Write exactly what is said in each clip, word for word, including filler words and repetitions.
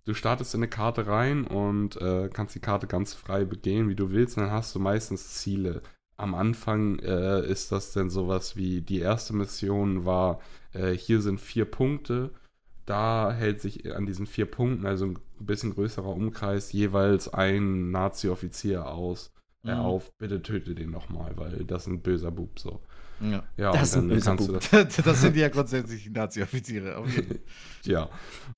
du startest in eine Karte rein und äh, kannst die Karte ganz frei begehen, wie du willst. Und dann hast du meistens Ziele. Am Anfang äh, ist das dann sowas wie, die erste Mission war, äh, hier sind vier Punkte. Da hält sich an diesen vier Punkten, also ein bisschen größerer Umkreis, jeweils ein Nazi-Offizier aus, äh, Mhm. auf, bitte töte den nochmal, weil das ist ein böser Bub so. Ja. Ja, Das ist und ein dann böser kannst du Bub. das. Das sind ja grundsätzlich die Nazi-Offiziere. Auf jeden Fall. Ja.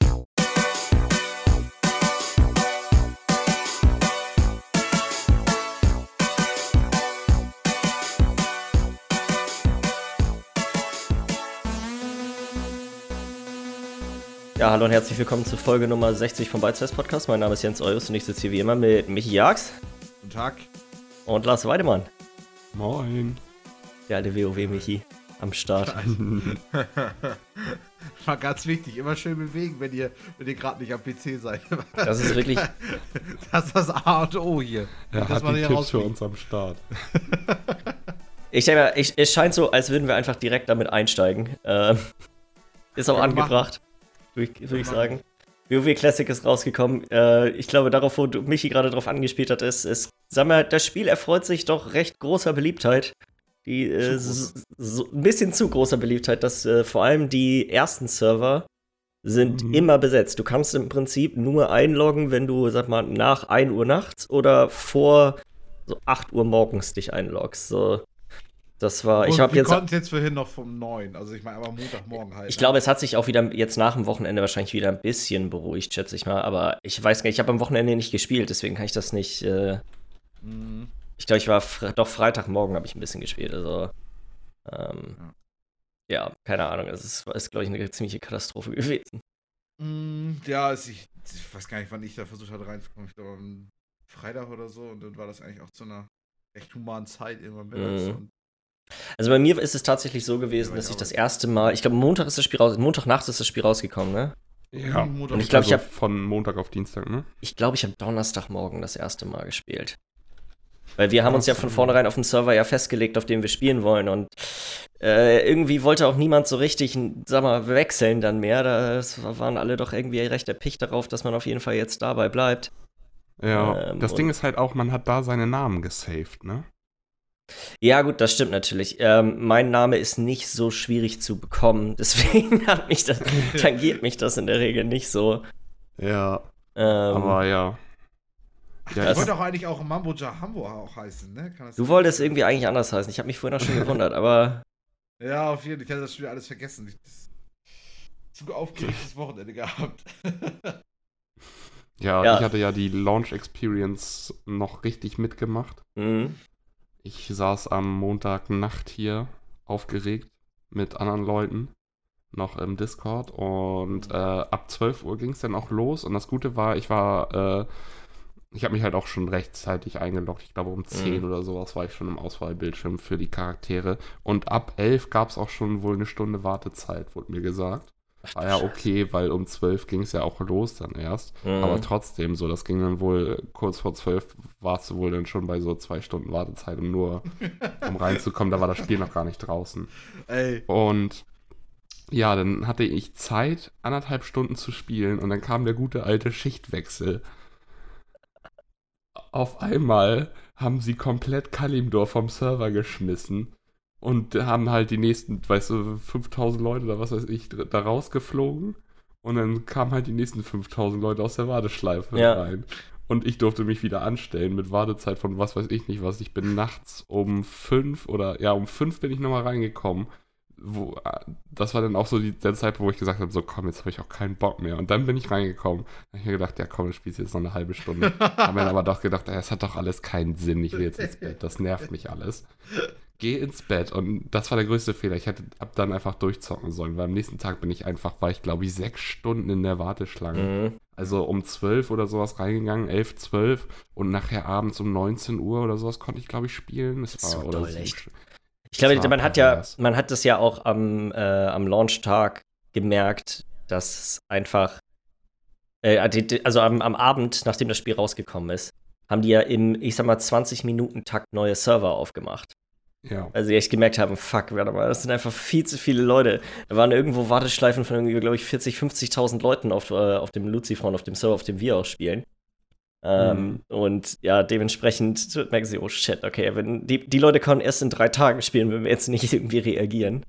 Ja, hallo und herzlich willkommen zur Folge Nummer sechzig vom Bytes Podcast. Mein Name ist Jens Eus und ich sitze hier wie immer mit Michi Jags Guten Tag. und Lars Weidemann. Moin. Der alte WoW-Michi am Start. War ganz wichtig, immer schön bewegen, wenn ihr, wenn ihr gerade nicht am P C seid. Das ist wirklich, Das ist das A und O hier. Er Dass hat man die hier Tipps für rausfliegt. uns am Start. ich denke mal, ich, es scheint so, als würden wir einfach direkt damit einsteigen. Ähm, ist auch Können wir angebracht, würde ich, würd ich Können wir sagen. WoW Classic ist rausgekommen. Äh, ich glaube, darauf, wo du- Michi gerade drauf angespielt hat, ist, ist, sag mal, das Spiel erfreut sich doch recht großer Beliebtheit. Die, äh, Zu groß. so, so, ein bisschen zu großer Beliebtheit, dass äh, vor allem die ersten Server sind Mhm. immer besetzt. Du kannst im Prinzip nur einloggen, wenn du, sag mal, nach ein Uhr nachts oder vor so acht Uhr morgens dich einloggst. So, das war, ich Und habe wir jetzt, konnten es jetzt vorhin noch vom neun. Also ich meine, aber Montagmorgen halt. ich glaube, es hat sich auch wieder jetzt nach dem Wochenende wahrscheinlich wieder ein bisschen beruhigt, schätze ich mal. Aber ich weiß gar nicht, ich habe am Wochenende nicht gespielt, deswegen kann ich das nicht. Äh, Mhm. ich glaube, ich war fre doch Freitagmorgen habe ich ein bisschen gespielt. Also ähm, ja. keine Ahnung. Es ist, ist glaube ich, eine ziemliche Katastrophe gewesen. Mm, Ja, es, ich, ich weiß gar nicht, wann ich da versucht hatte reinzukommen. Ich glaube am Freitag oder so. Und dann war das eigentlich auch zu einer recht humanen Zeit irgendwann mittags. Mhm. Und Also bei mir ist es tatsächlich so gewesen, Ja, dass ich ich auch. das erste Mal, ich glaube Montag ist das Spiel raus, Montagnacht ist das Spiel rausgekommen, ne? Ja. Montag- Und ich glaub, ich Also hab- von Montag auf Dienstag, ne? Ich glaube, ich habe Donnerstagmorgen das erste Mal gespielt. Weil wir haben uns ja von vornherein auf den Server ja festgelegt, auf dem wir spielen wollen. Und äh, irgendwie wollte auch niemand so richtig, sag mal, wechseln dann mehr. Das waren alle doch irgendwie recht erpicht darauf, dass man auf jeden Fall jetzt dabei bleibt. Ja. Ähm, das und- Ding ist halt auch, man hat da seine Namen gesaved, ne? Ja, gut, das stimmt natürlich. Ähm, mein Name ist nicht so schwierig zu bekommen. Deswegen hat mich das, tangiert mich das in der Regel nicht so. Ja. Ähm, Aber ja. Ja, Das- Ich wollte auch eigentlich auch Mambo Jambo auch heißen, ne? Kann das Du sein? wolltest irgendwie eigentlich anders heißen. Ich habe mich vorhin auch schon gewundert, aber Ja, auf jeden Fall. Ich hatte das schon wieder alles vergessen. Ich das zu aufgeregtes Wochenende gehabt. ja, Ja. ich hatte ja die Launch Experience noch richtig mitgemacht. mh, Ich saß am Montagnacht hier aufgeregt mit anderen Leuten noch im Discord und äh, ab zwölf Uhr ging es dann auch los und das Gute war, ich war, äh, ich habe mich halt auch schon rechtzeitig eingeloggt, ich glaube um zehn Mhm. oder sowas war ich schon im Auswahlbildschirm für die Charaktere und ab elf gab es auch schon wohl eine Stunde Wartezeit, wurde mir gesagt. War ja okay, weil um zwölf ging es ja auch los dann erst. Mhm. Aber trotzdem so, das ging dann wohl kurz vor zwölf, warst du wohl dann schon bei so zwei Stunden Wartezeit, um nur um reinzukommen, da war das Spiel noch gar nicht draußen. Ey. Und ja, dann hatte ich Zeit, anderthalb Stunden zu spielen und dann kam der gute alte Schichtwechsel. Auf einmal haben sie komplett Kalimdor vom Server geschmissen und haben halt die nächsten, weißt du, fünftausend Leute oder was weiß ich, da rausgeflogen und dann kamen halt die nächsten fünftausend Leute aus der Warteschleife Ja. rein. Und ich durfte mich wieder anstellen mit Wartezeit von was weiß ich nicht was. Ich bin nachts um fünf oder ja, um fünf bin ich nochmal reingekommen. Wo, das war dann auch so die, der Zeitpunkt, wo ich gesagt habe, so komm, jetzt habe ich auch keinen Bock mehr. Und dann bin ich reingekommen. Da habe ich mir gedacht, ja komm, du spielst jetzt noch eine halbe Stunde. Habe mir dann aber doch gedacht, es hat doch alles keinen Sinn. Ich will jetzt ins Bett. Das nervt mich alles. Geh ins Bett. Und das war der größte Fehler. Ich hätte ab dann einfach durchzocken sollen, weil am nächsten Tag bin ich einfach, war ich glaube ich sechs Stunden in der Warteschlange. Mhm. Also um zwölf oder sowas reingegangen, elf, zwölf und nachher abends um neunzehn Uhr oder sowas konnte ich glaube ich spielen. Das Das ist war so oder doll, so- echt. Ich glaube, Das war man hat ja, pervers. man hat das ja auch am, äh, am Launchtag gemerkt, dass einfach, äh, die- die- also am, am Abend, nachdem das Spiel rausgekommen ist, haben die ja im, ich sag mal, zwanzig Minuten Takt neue Server aufgemacht. Ja. Weil sie echt gemerkt haben, fuck, warte mal, das sind einfach viel zu viele Leute. Da waren irgendwo Warteschleifen von irgendwie, glaube ich, vierzig, fünfzigtausend Leuten auf, äh, auf dem Lucifer, auf dem Server, auf dem wir auch spielen. Ähm, Mhm. Und ja, dementsprechend merken sie, oh shit, okay, wenn die, die Leute können erst in drei Tagen spielen, wenn wir jetzt nicht irgendwie reagieren.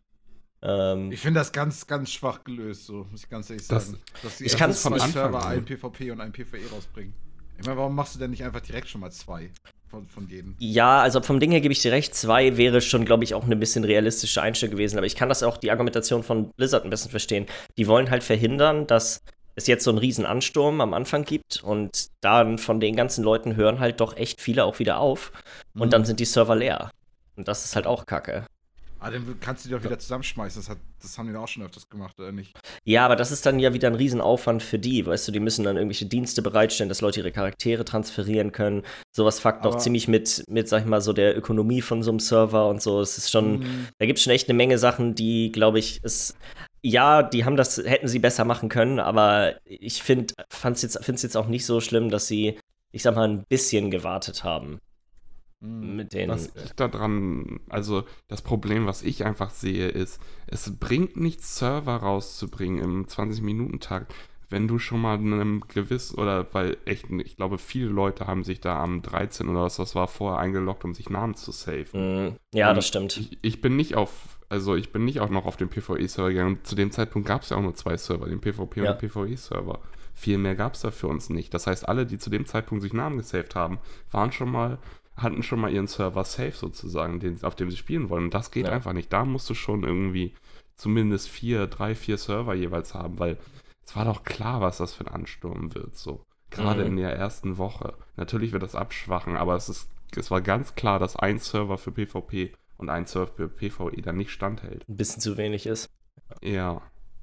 Ähm, Ich finde das ganz, ganz schwach gelöst, so, muss ich ganz ehrlich Das- sagen. Dass die ich erst kann's von nicht- Server Anfang ein PvP und ein PvE rausbringen. Ich meine, warum machst du denn nicht einfach direkt schon mal zwei von, von jedem? Ja, also vom Ding her gebe ich dir recht, zwei wäre schon, glaube ich, auch eine bisschen realistische Einstellung gewesen, aber ich kann das auch, die Argumentation von Blizzard ein bisschen verstehen. Die wollen halt verhindern, dass es jetzt so einen riesen Ansturm am Anfang gibt und dann von den ganzen Leuten hören halt doch echt viele auch wieder auf und Mhm. dann sind die Server leer. Und das ist halt auch kacke. Ah, dann kannst du die doch wieder zusammenschmeißen. Das, hat, das haben die doch auch schon öfters gemacht, oder nicht? Ja, aber das ist dann ja wieder ein Riesenaufwand für die, weißt du, die müssen dann irgendwelche Dienste bereitstellen, dass Leute ihre Charaktere transferieren können. Sowas fuckt auch Aber- ziemlich mit, mit, sag ich mal, so der Ökonomie von so einem Server und so. Es ist schon, Mhm. da gibt es schon echt eine Menge Sachen, die, glaube ich, es, ja, die haben das, hätten sie besser machen können, aber ich finde, fand's jetzt, find's jetzt auch nicht so schlimm, dass sie, ich sag mal, ein bisschen gewartet haben Mhm. mit den. Was ich da dran, also das Problem, was ich einfach sehe, ist, es bringt nichts, Server rauszubringen im zwanzig-Minuten-Takt, wenn du schon mal einem gewissen, oder weil echt, ich glaube, viele Leute haben sich da am dreizehnten oder was das war, vorher eingeloggt, um sich Namen zu safen. Mm, ja, Und das stimmt. Ich, ich bin nicht auf, also ich bin nicht auch noch auf den PvE-Server gegangen. Zu dem Zeitpunkt gab es ja auch nur zwei Server, den PvP Ja. und den PvE-Server. Viel mehr gab es da für uns nicht. Das heißt, alle, die zu dem Zeitpunkt sich Namen gesaved haben, waren schon mal, hatten schon mal ihren Server safe sozusagen, den, auf dem sie spielen wollen. Und das geht Ja. einfach nicht. Da musst du schon irgendwie zumindest vier, drei, vier Server jeweils haben, weil es war doch klar, was das für ein Ansturm wird, so. Gerade Mhm. in der ersten Woche. Natürlich wird das abschwachen, aber es ist, es war ganz klar, dass ein Server für PvP und ein Server für PvE dann nicht standhält. Ein bisschen zu wenig ist. Ja.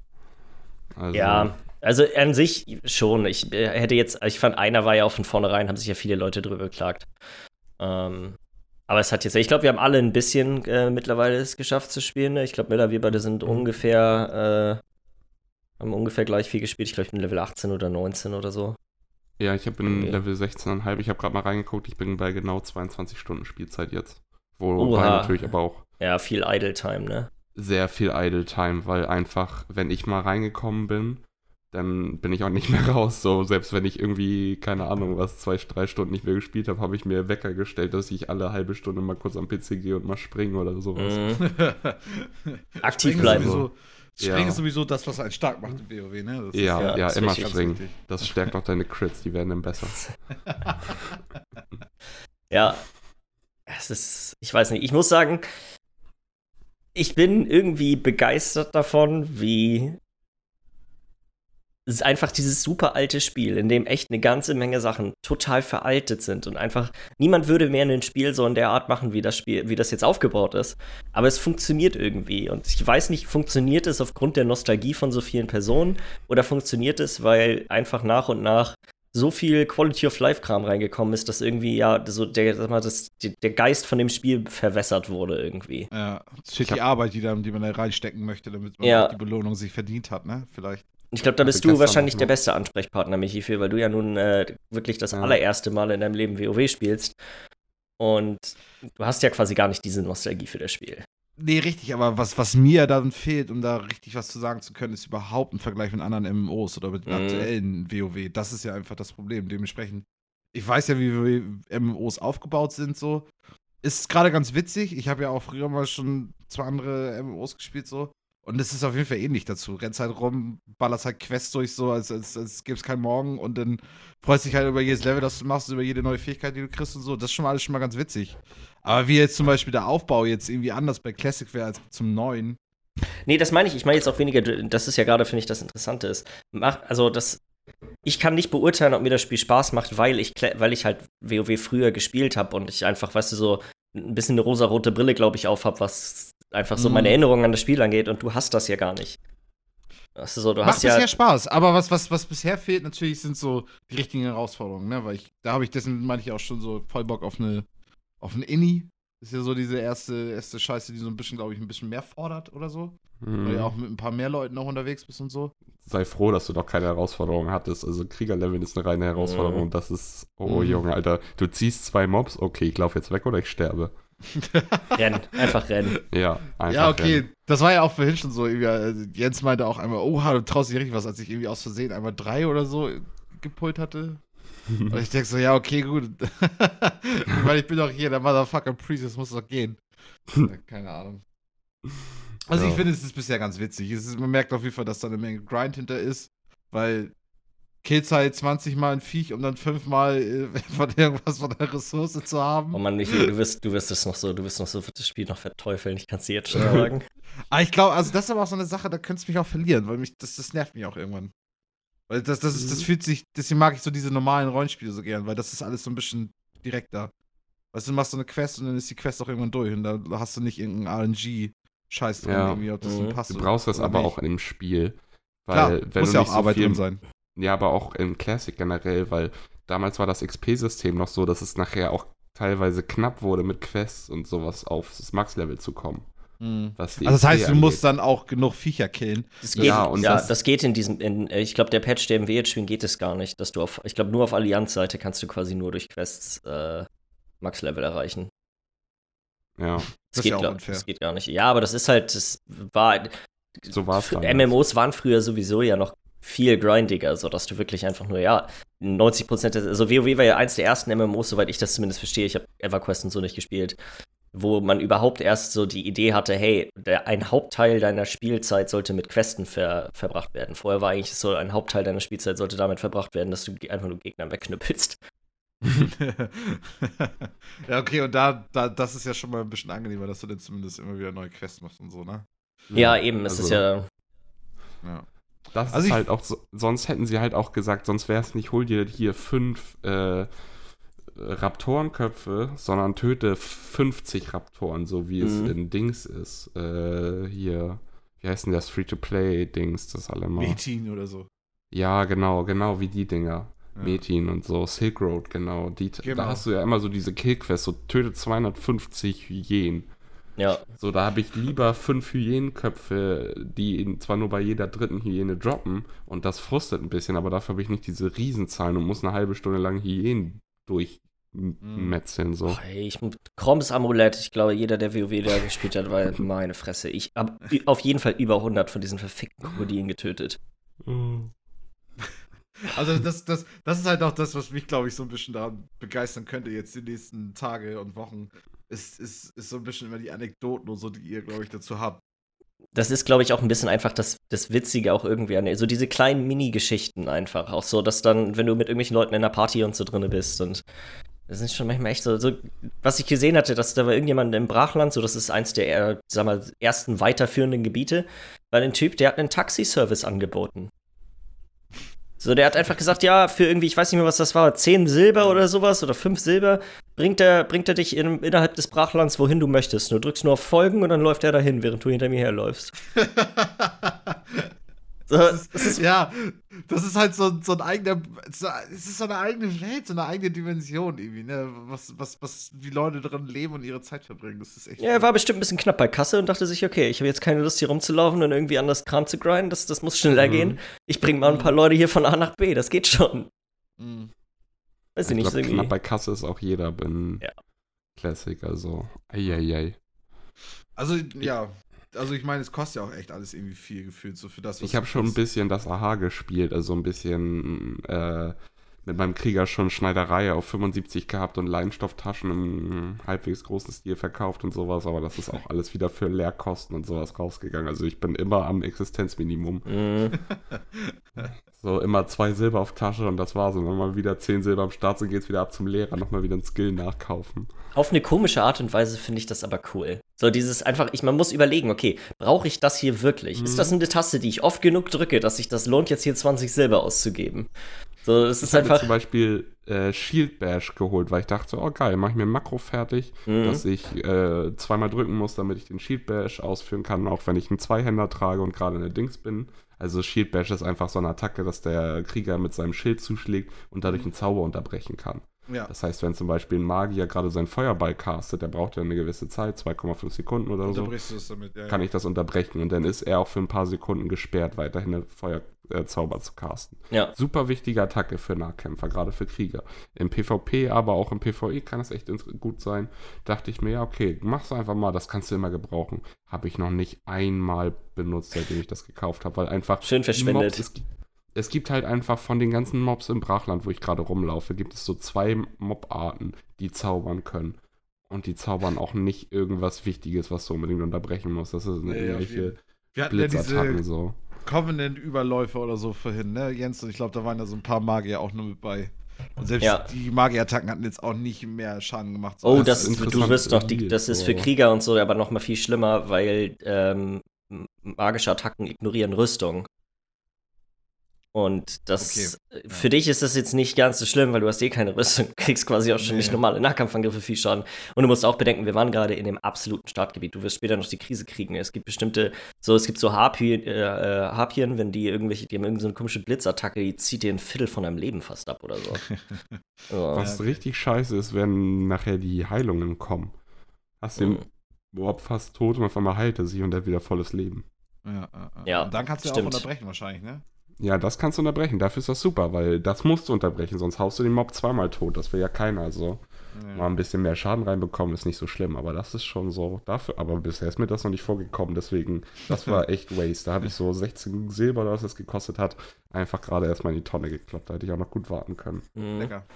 Also, Ja, also an sich schon. Ich äh, hätte jetzt, ich fand, einer war ja auch von vornherein, haben sich ja viele Leute drüber beklagt. Ähm, aber es hat jetzt, ich glaube, wir haben alle ein bisschen äh, mittlerweile es geschafft zu spielen. Ne? Ich glaube, Miller, wir beide sind Mhm. ungefähr, äh, haben ungefähr gleich viel gespielt. Ich glaube, ich bin Level achtzehn oder neunzehn oder so. Ja, ich bin Okay. Level sechzehn Komma fünf. Ich habe gerade mal reingeguckt, ich bin bei genau zweiundzwanzig Stunden Spielzeit jetzt. Wobei Oha. natürlich aber auch Ja, viel Idle Time, ne? sehr viel Idle Time, weil einfach, wenn ich mal reingekommen bin, dann bin ich auch nicht mehr raus. So, selbst wenn ich irgendwie, keine Ahnung, was, zwei, drei Stunden nicht mehr gespielt habe, habe ich mir Wecker gestellt, dass ich alle halbe Stunde mal kurz am P C gehe und mal springe oder sowas. Mhm. Aktiv Springen ist bleiben. Sowieso, Ja. Springen ist sowieso das, was einen stark macht im WoW, ne? Das Ja, Ja, ja, ist immer wichtig. springen. wichtig. Das stärkt auch deine Crits, die werden dann besser. Ja, es ist, ich weiß nicht, ich muss sagen, ich bin irgendwie begeistert davon, wie es ist einfach dieses super alte Spiel, in dem echt eine ganze Menge Sachen total veraltet sind und einfach niemand würde mehr ein Spiel so in der Art machen, wie das Spiel, wie das jetzt aufgebaut ist. Aber es funktioniert irgendwie und ich weiß nicht, funktioniert es aufgrund der Nostalgie von so vielen Personen oder funktioniert es, weil einfach nach und nach so viel Quality of Life Kram reingekommen ist, dass irgendwie ja so der, sag mal, das, der Geist von dem Spiel verwässert wurde irgendwie. Ja, es steht Ich die Arbeit, die, da, die man da reinstecken möchte, damit man Ja. auch die Belohnung sich verdient hat, ne? Vielleicht. Ich glaube, da Hatte bist du gestern wahrscheinlich noch der mal- beste Ansprechpartner, Michi, für, weil du ja nun äh, wirklich das Ja. allererste Mal in deinem Leben WoW spielst. Und du hast ja quasi gar nicht diese Nostalgie für das Spiel. Nee, richtig, aber was, was mir dann fehlt, um da richtig was zu sagen zu können, ist überhaupt ein Vergleich mit anderen M M Os oder mit den Mhm. aktuellen WoW. Das ist ja einfach das Problem. Dementsprechend, ich weiß ja, wie M M Os aufgebaut sind, so. Ist gerade ganz witzig. Ich habe ja auch früher mal schon zwei andere M M Os gespielt, so. Und es ist auf jeden Fall ähnlich dazu. Rennst halt rum, ballerst halt Quests durch, so, als, als, als gäbe es keinen Morgen und dann freust dich halt über jedes Level, das du machst, über jede neue Fähigkeit, die du kriegst und so. Das ist schon mal alles schon mal ganz witzig. Aber wie jetzt zum Beispiel der Aufbau jetzt irgendwie anders bei Classic wäre als zum neuen. Nee, das meine ich. Ich meine jetzt auch weniger, das ist ja gerade, finde ich, das Interessante ist. Mach, also, das. Ich kann nicht beurteilen, ob mir das Spiel Spaß macht, weil ich, weil ich halt WoW früher gespielt habe und ich einfach, weißt du, so ein bisschen eine rosarote Brille, glaube ich, auf habe, was einfach so meine Mhm. Erinnerungen an das Spiel angeht und du hast das ja gar nicht. Weißt du, so, du Macht hast ja. bisher Spaß, aber was, was, was bisher fehlt natürlich sind so die richtigen Herausforderungen, ne? Weil ich, da habe ich dessen, meine ich auch schon so voll Bock auf eine, auf ein Inni. Das ist ja so diese erste, erste Scheiße, die so ein bisschen, glaube ich, ein bisschen mehr fordert oder so. Mhm. Weil du ja auch mit ein paar mehr Leuten noch unterwegs bist und so. Sei froh, dass du noch keine Herausforderung hattest. Also Kriegerleveln ist eine reine Herausforderung. Mhm. Das ist, oh Mhm. Junge, Alter, du ziehst zwei Mobs, okay, ich laufe jetzt weg oder ich sterbe. Rennen, einfach rennen. Ja, einfach Ja, okay, rennen. das war ja auch vorhin schon so. Irgendwie, äh, Jens meinte auch einmal, oh, du traust dich richtig was, als ich irgendwie aus Versehen einmal drei oder so gepult hatte. Und ich denke so, ja, okay, gut. Weil ich bin doch hier, der Motherfucker Priest, das muss doch gehen. Ja, keine Ahnung. Also Ja. ich finde, es ist bisher ganz witzig. Es ist, man merkt auf jeden Fall, dass da eine Menge Grind hinter ist, weil killt halt zwanzig Mal ein Viech, um dann fünfmal äh, von irgendwas von der Ressource zu haben. Oh Mann, Michi, du wirst, du wirst es noch so, du wirst noch so das Spiel noch verteufeln, ich kann es dir jetzt schon sagen. Aber ich glaube, also das ist aber auch so eine Sache, da könntest du mich auch verlieren, weil mich, das, das nervt mich auch irgendwann. Weil das, das, ist, das fühlt sich, deswegen mag ich so diese normalen Rollenspiele so gern, weil das ist alles so ein bisschen direkter. Weißt du, du machst so eine Quest und dann ist die Quest auch irgendwann durch und da hast du nicht irgendeinen R N G-Scheiß drin, Ja. irgendwie, ob das so Mhm. passt. Du oder- brauchst das oder aber nicht. auch im Spiel. Weil, Klar, wenn muss du ja nicht auch so Arbeit viel, drin sein. Ja, aber auch im Classic generell, weil damals war das X P-System noch so, dass es nachher auch teilweise knapp wurde, mit Quests und sowas aufs Max-Level zu kommen. Mhm. Was die Also das heißt, X du P musst angeht. dann auch genug Viecher killen. Das geht, Ja, ja, und das, das- geht in diesem, in, ich glaube, der Patch, der im W jetzt spielen, geht es gar nicht, dass du auf, ich glaube, nur auf Allianz-Seite kannst du quasi nur durch Quests äh, Max-Level erreichen. Ja, Das ist geht, ja auch glaub- unfair. das geht gar nicht. Ja, aber das ist halt, das war, so war es F- dann. M M Os waren früher sowieso ja noch viel grindiger, sodass du wirklich einfach nur, ja, neunzig Prozent, des, also WoW war ja eins der ersten M M Os, soweit ich das zumindest verstehe, ich habe EverQuest und so nicht gespielt, wo man überhaupt erst so die Idee hatte, hey, der, ein Hauptteil deiner Spielzeit sollte mit Questen ver, verbracht werden. Vorher war eigentlich so, ein Hauptteil deiner Spielzeit sollte damit verbracht werden, dass du ge- einfach nur Gegner wegknüppelst. Ja, okay, und da, da, das ist ja schon mal ein bisschen angenehmer, dass du dann zumindest immer wieder neue Quests machst und so, ne? Ja, eben, es also ist ja, Ja. Das Also ist ich- halt auch, so, sonst hätten sie halt auch gesagt, sonst wäre es nicht, hol dir hier fünf äh, Raptorenköpfe, sondern töte fünfzig Raptoren, so wie Mhm. es in Dings ist. Äh, hier, wie heißt denn das Free-to-Play-Dings, das alle mal. Metin oder so. Ja, genau, genau wie die Dinger. Ja. Metin und so, Silk Road, genau. Die, Genau. Da hast du ja immer so diese Killquests, so töte zweihundertfünfzig Hyänen. ja, So, da habe ich lieber fünf Hyänenköpfe, die in, zwar nur bei jeder dritten Hyäne droppen und das frustet ein bisschen, aber dafür habe ich nicht diese Riesenzahlen und muss eine halbe Stunde lang Hyänen durchmetzeln. So. oh, ey, ich, Kroms Amulett, ich glaube, jeder, der WoW da gespielt hat, war meine Fresse. Ich habe auf jeden Fall über hundert von diesen verfickten Krokodilen getötet. Also das, das, das ist halt auch das, was mich, glaube ich, so ein bisschen daran begeistern könnte jetzt die nächsten Tage und Wochen. Ist, ist, ist so ein bisschen immer die Anekdoten und so, die ihr, glaube ich, dazu habt. Das ist, glaube ich, auch ein bisschen einfach das, das Witzige auch irgendwie an, so diese kleinen Mini-Geschichten einfach. Auch so, dass dann, wenn du mit irgendwelchen Leuten in einer Party und so drinne bist und das ist schon manchmal echt so, so, was ich gesehen hatte, dass da war irgendjemand im Brachland, so das ist eins der, äh, sag mal, ersten weiterführenden Gebiete, weil ein Typ, der hat einen Taxiservice angeboten. So, der hat einfach gesagt, ja, für irgendwie, ich weiß nicht mehr, was das war, zehn Silber oder sowas oder fünf Silber, bringt er, bringt er dich in, innerhalb des Brachlands, wohin du möchtest. Du drückst nur auf Folgen und dann läuft er dahin, während du hinter mir herläufst. So, Das ist, das ist, ja, das ist halt so, so ein eigener, so, es ist so eine eigene Welt, so eine eigene Dimension irgendwie, ne? Was, was, was die Leute drin leben und ihre Zeit verbringen. Das ist echt. ja, er war bestimmt ein bisschen knapp bei Kasse und dachte sich, okay, ich habe jetzt keine Lust, hier rumzulaufen und irgendwie anders Kram zu grinden, das, das muss schneller Mhm. gehen. Ich bring mal ein paar Leute hier von A nach B, das geht schon. Mhm. Weiß ich Ich nicht, so glaube, irgendwie. knapp bei Kasse ist auch jeder in Ja. Classic, also eieiei. Also, ja. Also, ich meine, es kostet ja auch echt alles irgendwie viel gefühlt, so für das, was Ich habe du schon ein kriegst. bisschen das Aha gespielt, also ein bisschen äh, mit meinem Krieger schon Schneiderei auf fünfundsiebzig gehabt und Leinstofftaschen im halbwegs großen Stil verkauft und sowas, aber das ist auch alles wieder für Leerkosten und sowas rausgegangen. Also ich bin immer am Existenzminimum. Mhm. So immer zwei Silber auf Tasche und das war's. Und wenn mal wieder zehn Silber am Start sind, geht's wieder ab zum Lehrer, nochmal wieder ein Skill nachkaufen. Auf eine komische Art und Weise finde ich das aber cool. So dieses einfach, ich, man muss überlegen, okay, brauche ich das hier wirklich? Mhm. Ist das eine Taste, die ich oft genug drücke, dass sich das lohnt, jetzt hier zwanzig Silber auszugeben? So, es ist Ich habe mir einfach. zum Beispiel äh, Shield Bash geholt, weil ich dachte, oh geil, mache ich mir ein Makro fertig, Mhm. dass ich äh, zweimal drücken muss, damit ich den Shield Bash ausführen kann, auch wenn ich einen Zweihänder trage und gerade in der Dings bin. Also Shield Bash ist einfach so eine Attacke, dass der Krieger mit seinem Schild zuschlägt und dadurch einen Zauber unterbrechen kann. Ja. Das heißt, wenn zum Beispiel ein Magier gerade seinen Feuerball castet, der braucht ja eine gewisse Zeit, zwei Komma fünf Sekunden oder so, Unterbrichst du es damit, ja. kann ja. ich das unterbrechen und dann ist er auch für ein paar Sekunden gesperrt, weiterhin eine Feuerzauber zu casten. Ja. Super wichtige Attacke für Nahkämpfer, gerade für Krieger. Im PvP, aber auch im PvE kann es echt ins- gut sein. Dachte ich mir, ja, okay, mach's einfach mal, das kannst du immer gebrauchen. Habe ich noch nicht einmal benutzt, seitdem ich das gekauft habe, weil einfach Schön die verschwendet. Mobs, es, gibt- es gibt halt einfach von den ganzen Mobs im Brachland, wo ich gerade rumlaufe, gibt es so zwei Mobarten, die zaubern können. Und die zaubern auch nicht irgendwas Wichtiges, was du unbedingt unterbrechen musst. Das ist Nee, auf irgendwelche jeden- Wir hatten ja Blitzattacken diese so. Covenant-Überläufe oder so vorhin, ne, Jens? Und ich glaube, da waren ja so ein paar Magier auch nur mit bei. Und selbst Ja. die Magierattacken hatten jetzt auch nicht mehr Schaden gemacht. Oh, Das das, ist du interessant. wirst doch, die, das ist für So. Krieger und so aber noch mal viel schlimmer, weil ähm, magische Attacken ignorieren Rüstung. Und das, Okay, ja. für dich ist das jetzt nicht ganz so schlimm, weil du hast eh keine Rüstung, du kriegst quasi auch schon Nee. nicht normale Nahkampfangriffe viel Schaden. Und du musst auch bedenken, wir waren gerade in dem absoluten Startgebiet. Du wirst später noch die Krise kriegen. Es gibt bestimmte, so, es gibt so Harpy, äh, äh, Harpien, wenn die irgendwelche, die haben irgendeine so eine komische Blitzattacke, die zieht dir ein Viertel von deinem Leben fast ab oder so. so. Was okay. richtig scheiße ist, wenn nachher die Heilungen kommen. Hast den Mhm. Mob fast tot und auf einmal heilt er sich und er hat wieder volles Leben. Ja, ja, ja. Ja, Und dann kannst du ja auch stimmt. unterbrechen wahrscheinlich, ne? Ja, das kannst du unterbrechen. Dafür ist das super, weil das musst du unterbrechen, sonst haust du den Mob zweimal tot. Das will ja keiner. So Ja. mal ein bisschen mehr Schaden reinbekommen ist nicht so schlimm, aber das ist schon so dafür. Aber bisher ist mir das noch nicht vorgekommen, deswegen, das war echt Waste. Da habe ich so sechzehn Silber, oder was das gekostet hat, einfach gerade erstmal in die Tonne gekloppt. Da hätte ich auch noch gut warten können. Mhm. Lecker.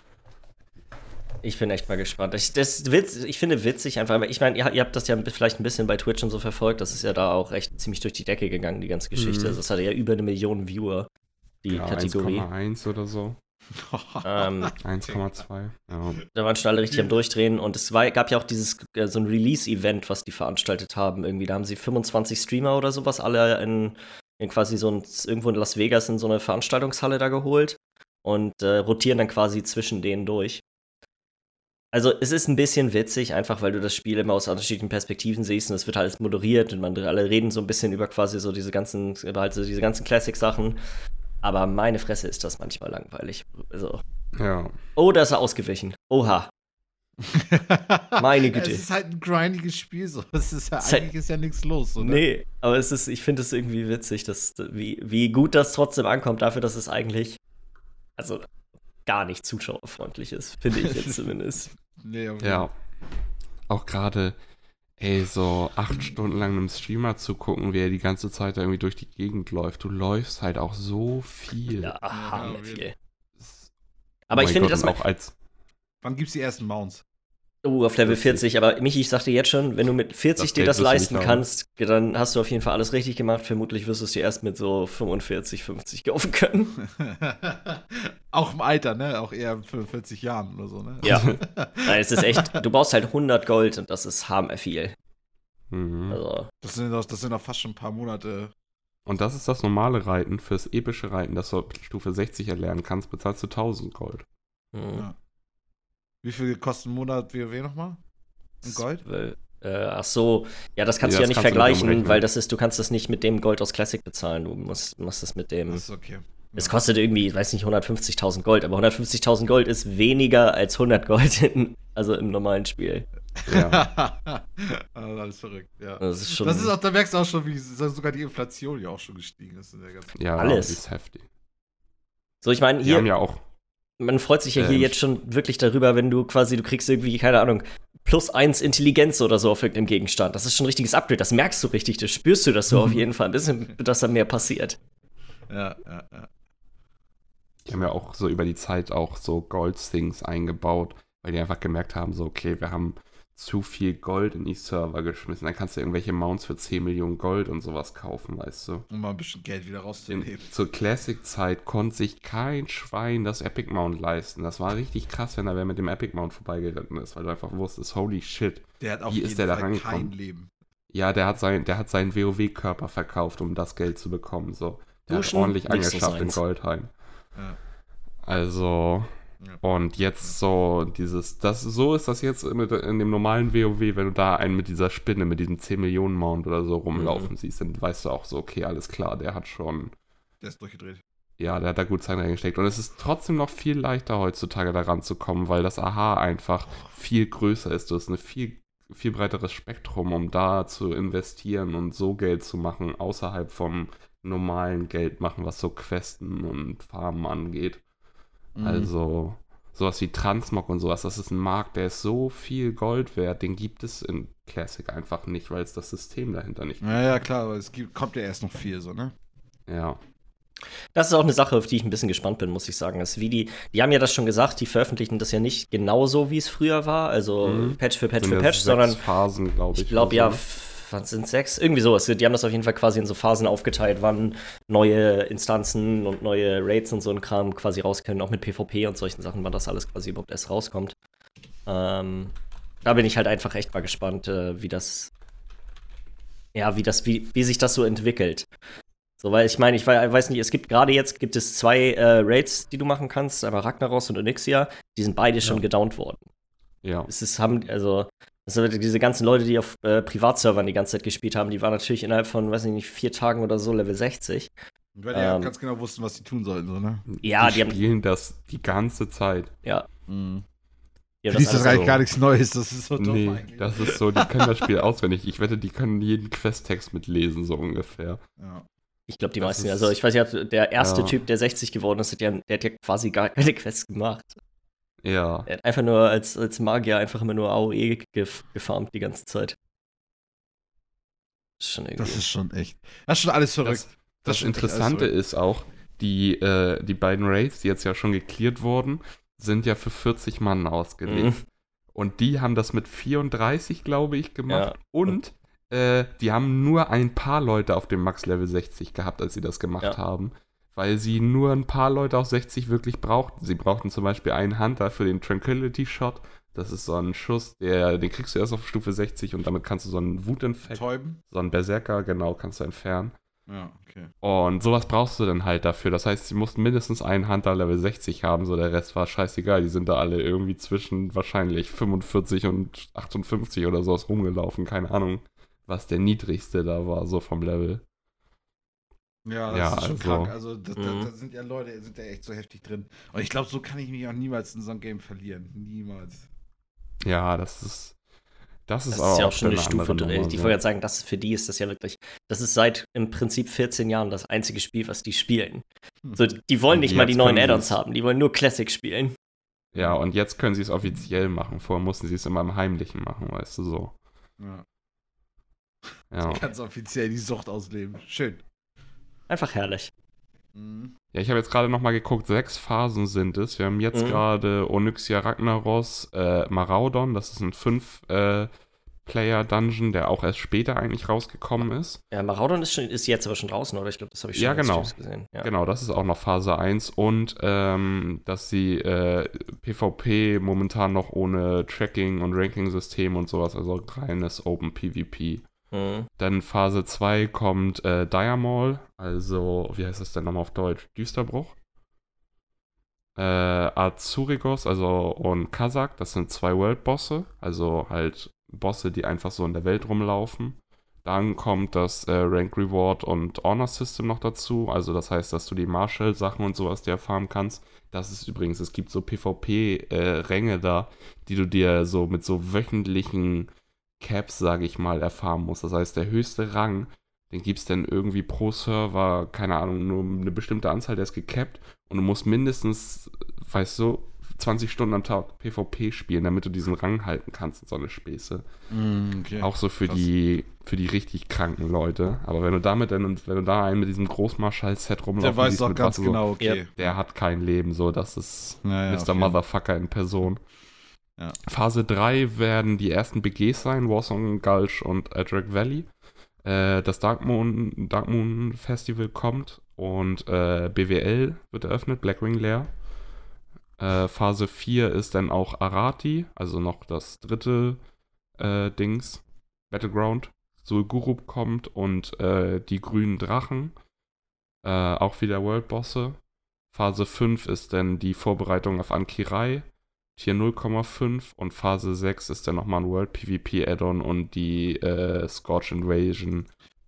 Ich bin echt mal gespannt. Ich, das Witz, ich finde witzig einfach, aber ich meine, ihr, ihr habt das ja vielleicht ein bisschen bei Twitch und so verfolgt, das ist ja da auch echt ziemlich durch die Decke gegangen, die ganze Geschichte. Mhm. Also es hatte ja über eine Million Viewer, die Ja, Kategorie. eins Komma eins oder so. Ähm, eins Komma zwei. Ja. da waren schon alle richtig am Durchdrehen und es war, gab ja auch dieses, äh, so ein Release-Event, was die veranstaltet haben irgendwie. Da haben sie fünfundzwanzig Streamer oder sowas alle in, in quasi so ein, irgendwo in Las Vegas in so eine Veranstaltungshalle da geholt und äh, rotieren dann quasi zwischen denen durch. Also es ist ein bisschen witzig, einfach weil du das Spiel immer aus unterschiedlichen Perspektiven siehst und es wird alles moderiert und man alle reden so ein bisschen über quasi so diese ganzen, über halt so diese ganzen Classic-Sachen. Aber meine Fresse ist das manchmal langweilig. Also, ja. oh, da ist er ausgewichen. Oha. Meine Güte. Es ist halt ein grindiges Spiel, so. Es ist ja, Es ist halt- eigentlich ist ja nichts los, oder? Nee, aber es ist, ich finde es irgendwie witzig, dass, wie, wie gut das trotzdem ankommt, dafür, dass es eigentlich, also gar nicht zuschauerfreundlich ist, finde ich jetzt zumindest. Nee, auf Ja. Auch gerade, ey, so acht Stunden lang einem Streamer zu gucken, wie er die ganze Zeit da irgendwie durch die Gegend läuft. Du läufst halt auch so viel. Ja, aha, Ja, viel. Das- Aber Oh ich mein finde, Gott, dass und man, auch als Wann gibt's die ersten Mounts? oh, auf Level vierzig. vierzig, aber Michi, ich sagte jetzt schon, wenn du mit vierzig Das dir Geld das wirst du leisten nicht haben. kannst, dann hast du auf jeden Fall alles richtig gemacht. Vermutlich wirst du es dir erst mit so fünfundvierzig, fünfzig kaufen können. Auch im Alter, ne? Auch eher fünfundvierzig Jahren oder so, ne? Ja. Nein, es ist echt, du brauchst halt hundert Gold und das ist hammer viel. Mhm. Also, Das sind doch, das sind doch fast schon ein paar Monate. Und das ist das normale Reiten. Fürs epische Reiten, das du ab Stufe sechzig erlernen kannst, bezahlst du tausend Gold. hm. Ja. Wie viel kostet ein Monat WoW nochmal? In Gold? Weil, äh, ach so, ja, das kannst Ja, du ja das nicht kannst du nicht vergleichen, umrechnen. weil das ist, du kannst das nicht mit dem Gold aus Classic bezahlen. Du musst, musst das mit dem. Das ist okay. Es kostet irgendwie, weiß nicht, hundertfünfzigtausend Gold, aber hundertfünfzigtausend Gold ist weniger als hundert Gold, in, also im normalen Spiel. Ja. Also alles verrückt, ja. Das ist schon. Das ist auch, da merkst du auch schon, wie sogar die Inflation ja auch schon gestiegen ist. In der ganzen Ja, Alles. das ist heftig. so, ich meine, Die haben hier, ja auch. man freut sich ja hier Ähm, jetzt schon wirklich darüber, wenn du quasi, du kriegst irgendwie, keine Ahnung, plus eins Intelligenz oder so auf irgendeinem Gegenstand. Das ist schon ein richtiges Upgrade, das merkst du richtig, das spürst du, dass du auf jeden Fall ein bisschen, dass da mehr passiert. Ja, ja, ja. Die haben ja auch so über die Zeit auch so Gold-Things eingebaut, weil die einfach gemerkt haben, so, okay, wir haben zu viel Gold in die Server geschmissen. Dann kannst du irgendwelche Mounts für zehn Millionen Gold und sowas kaufen, weißt du. Um mal ein bisschen Geld wieder In, rauszunehmen. zur Classic-Zeit konnte sich kein Schwein das Epic Mount leisten. Das war richtig krass, wenn da wer mit dem Epic Mount vorbeigeritten ist, weil du einfach wusstest, holy shit. Der hat auf Wie jeden ist der da Fall rangekommen? kein Leben. Ja, der hat, sein, der hat seinen WoW-Körper verkauft, um das Geld zu bekommen. So. Der Duschen, hat ordentlich nicht so angeschafft in seins. Goldheim. Ja. Also, Ja. und jetzt so dieses, das, so ist das jetzt mit, in dem normalen WoW, wenn du da einen mit dieser Spinne, mit diesem zehn Millionen Mount oder so rumlaufen Mhm. siehst, dann weißt du auch so, okay, alles klar, der hat schon, Der ist durchgedreht. Ja, der hat da gut Zeit reingesteckt. Und es ist trotzdem noch viel leichter heutzutage daran zu kommen, weil das Aha einfach viel größer ist. Du hast ein viel, viel breiteres Spektrum, um da zu investieren und so Geld zu machen, außerhalb vom normalen Geld machen, was so Questen und Farmen angeht. Mhm. Also sowas wie Transmog und sowas, das ist ein Markt, der ist so viel Gold wert, den gibt es in Classic einfach nicht, weil es das System dahinter nicht gibt. Ja, ja, klar, aber es gibt, kommt ja erst noch viel, so, ne? Ja. Das ist auch eine Sache, auf die ich ein bisschen gespannt bin, muss ich sagen. Das ist wie die, die haben ja das schon gesagt, die veröffentlichen das ja nicht genauso, wie es früher war, also Mhm. Patch für Patch Sind für ja Patch, sechs sondern Phasen, glaube ich. ich glaube oder ja, so. f- was sind sechs? Irgendwie sowas. Die haben das auf jeden Fall quasi in so Phasen aufgeteilt, wann neue Instanzen und neue Raids und so ein Kram quasi raus können, auch mit PvP und solchen Sachen, wann das alles quasi überhaupt erst rauskommt. Ähm, da bin ich halt einfach echt mal gespannt, äh, wie das, ja, wie das, wie, wie sich das so entwickelt. So, weil ich meine, ich wei- weiß nicht, es gibt gerade jetzt gibt es zwei äh, Raids, die du machen kannst, einmal Ragnaros und Onyxia, die sind beide schon Ja. gedownt worden. Ja. Es ist, haben, also, also diese ganzen Leute, die auf äh, Privatservern die ganze Zeit gespielt haben, die waren natürlich innerhalb von, weiß ich nicht, vier Tagen oder so Level sechzig. Weil die ja Ähm. ganz genau wussten, was die tun sollten, so, ne? Ja, die, die haben- spielen das die ganze Zeit. Ja. Mhm. Die haben Für die ist das alles eigentlich so- gar nichts Neues, das ist so dumm Nee, eigentlich. das ist so, die können das Spiel auswendig. Ich wette, die können jeden Questtext mitlesen, so ungefähr. Ja. Ich glaube, die Das meisten, ist- also ich weiß ja, der erste Ja. Typ, der sechzig geworden ist, hat ja, der hat ja quasi gar keine Quests gemacht. Ja. Er hat einfach nur als, als Magier einfach immer nur A O E gef gefarmt die ganze Zeit. Das ist schon irgendwie. Das ist schon echt. Das ist schon alles verrückt. Das, das ist schon echt alles Interessante verrückt. ist auch, die, äh, die beiden Raids, die jetzt ja schon geklärt wurden, sind ja für vierzig Mann ausgelegt. Mhm. Und die haben das mit vierunddreißig, glaube ich, gemacht. Ja. Und äh, die haben nur ein paar Leute auf dem Max Level sechzig gehabt, als sie das gemacht Ja. haben. Weil sie nur ein paar Leute auf sechzig wirklich brauchten. Sie brauchten zum Beispiel einen Hunter für den Tranquility Shot. Das ist so ein Schuss, der, den kriegst du erst auf Stufe sechzig und damit kannst du so einen Wutinfekt, Täuben? so einen Berserker, genau, kannst du entfernen. Ja, okay. Und sowas brauchst du dann halt dafür. Das heißt, sie mussten mindestens einen Hunter Level sechzig haben, so der Rest war scheißegal. Die sind da alle irgendwie zwischen wahrscheinlich fünfundvierzig und achtundfünfzig oder sowas rumgelaufen. Keine Ahnung, was der niedrigste da war, so vom Level. Ja, das Ja, ist schon also- krank. Also, da, da, Mhm. da sind ja Leute, sind ja echt so heftig drin. Und ich glaube, so kann ich mich auch niemals in so einem Game verlieren. Niemals. Ja, das ist. Das ist, Das aber ist ja auch auch schon eine wieder Stufe andere drin. Nummer, Ich ja. wollte jetzt sagen, das für die ist das ja wirklich, das ist seit im Prinzip vierzehn Jahren das einzige Spiel, was die spielen. Hm. So, die wollen Und nicht mal die jetzt neuen können Add-ons sie's. haben, die wollen nur Classic spielen. Ja, und jetzt können sie es offiziell machen. Vorher mussten sie es immer im Heimlichen machen, weißt du, so. Ja. Ja. Ganz offiziell die Sucht ausleben. Schön. Einfach herrlich. Mhm. Ja, ich habe jetzt gerade nochmal geguckt, sechs Phasen sind es. Wir haben jetzt Mhm. gerade Onyxia Ragnaros, äh, Maraudon, das ist ein fünf Player Dungeon, der auch erst später eigentlich rausgekommen ist. Ja, Maraudon ist, schon, ist jetzt aber schon draußen, oder? Ich glaube, das habe ich schon Ja, als genau. Streams gesehen. Ja. Genau, das ist auch noch Phase eins und ähm, dass sie äh, PvP momentan noch ohne Tracking und Ranking-System und sowas, also reines Open PvP. Mhm. Dann Phase zwei kommt äh, Diamol, also, wie heißt das denn nochmal auf Deutsch? Düsterbruch. Äh, Azurigos, also und Kazak, das sind zwei World-Bosse, also halt Bosse, die einfach so in der Welt rumlaufen. Dann kommt das äh, Rank Reward und Honor System noch dazu, also das heißt, dass du die Marshall-Sachen und sowas dir erfahren kannst. Das ist übrigens, es gibt so PvP-Ränge äh, da, die du dir so mit so wöchentlichen Caps, sage ich mal, erfahren musst. Das heißt, der höchste Rang, den gibt es dann irgendwie pro Server, keine Ahnung, nur eine bestimmte Anzahl, der ist gecapped und du musst mindestens, weißt du, zwanzig Stunden am Tag PvP spielen, damit du diesen Rang halten kannst und so eine Späße. Mhm, okay. Auch so für Krass. die für die richtig kranken Leute. Aber wenn du damit dann, wenn du da einen mit diesem Großmarschall-Set rumlaufen Der weiß siehst doch mit ganz was, genau, okay. Ja. der hat kein Leben, so, das ist Naja, Mister okay. Motherfucker in Person. Ja. Phase drei werden die ersten B Gs sein, Warsong Gulch und Adric Valley. Äh, das Dark Moon, Dark Moon Festival kommt und äh, B W L wird eröffnet, Blackwing Lair. Äh, Phase vier ist dann auch Arati, also noch das dritte äh, Dings, Battleground. Sul'Gurub kommt und äh, die grünen Drachen, äh, auch wieder World-Bosse. Phase fünf ist dann die Vorbereitung auf Ankirai, Tier null Komma fünf und Phase sechs ist dann nochmal ein World PvP Add-on und die äh, Scorch Invasion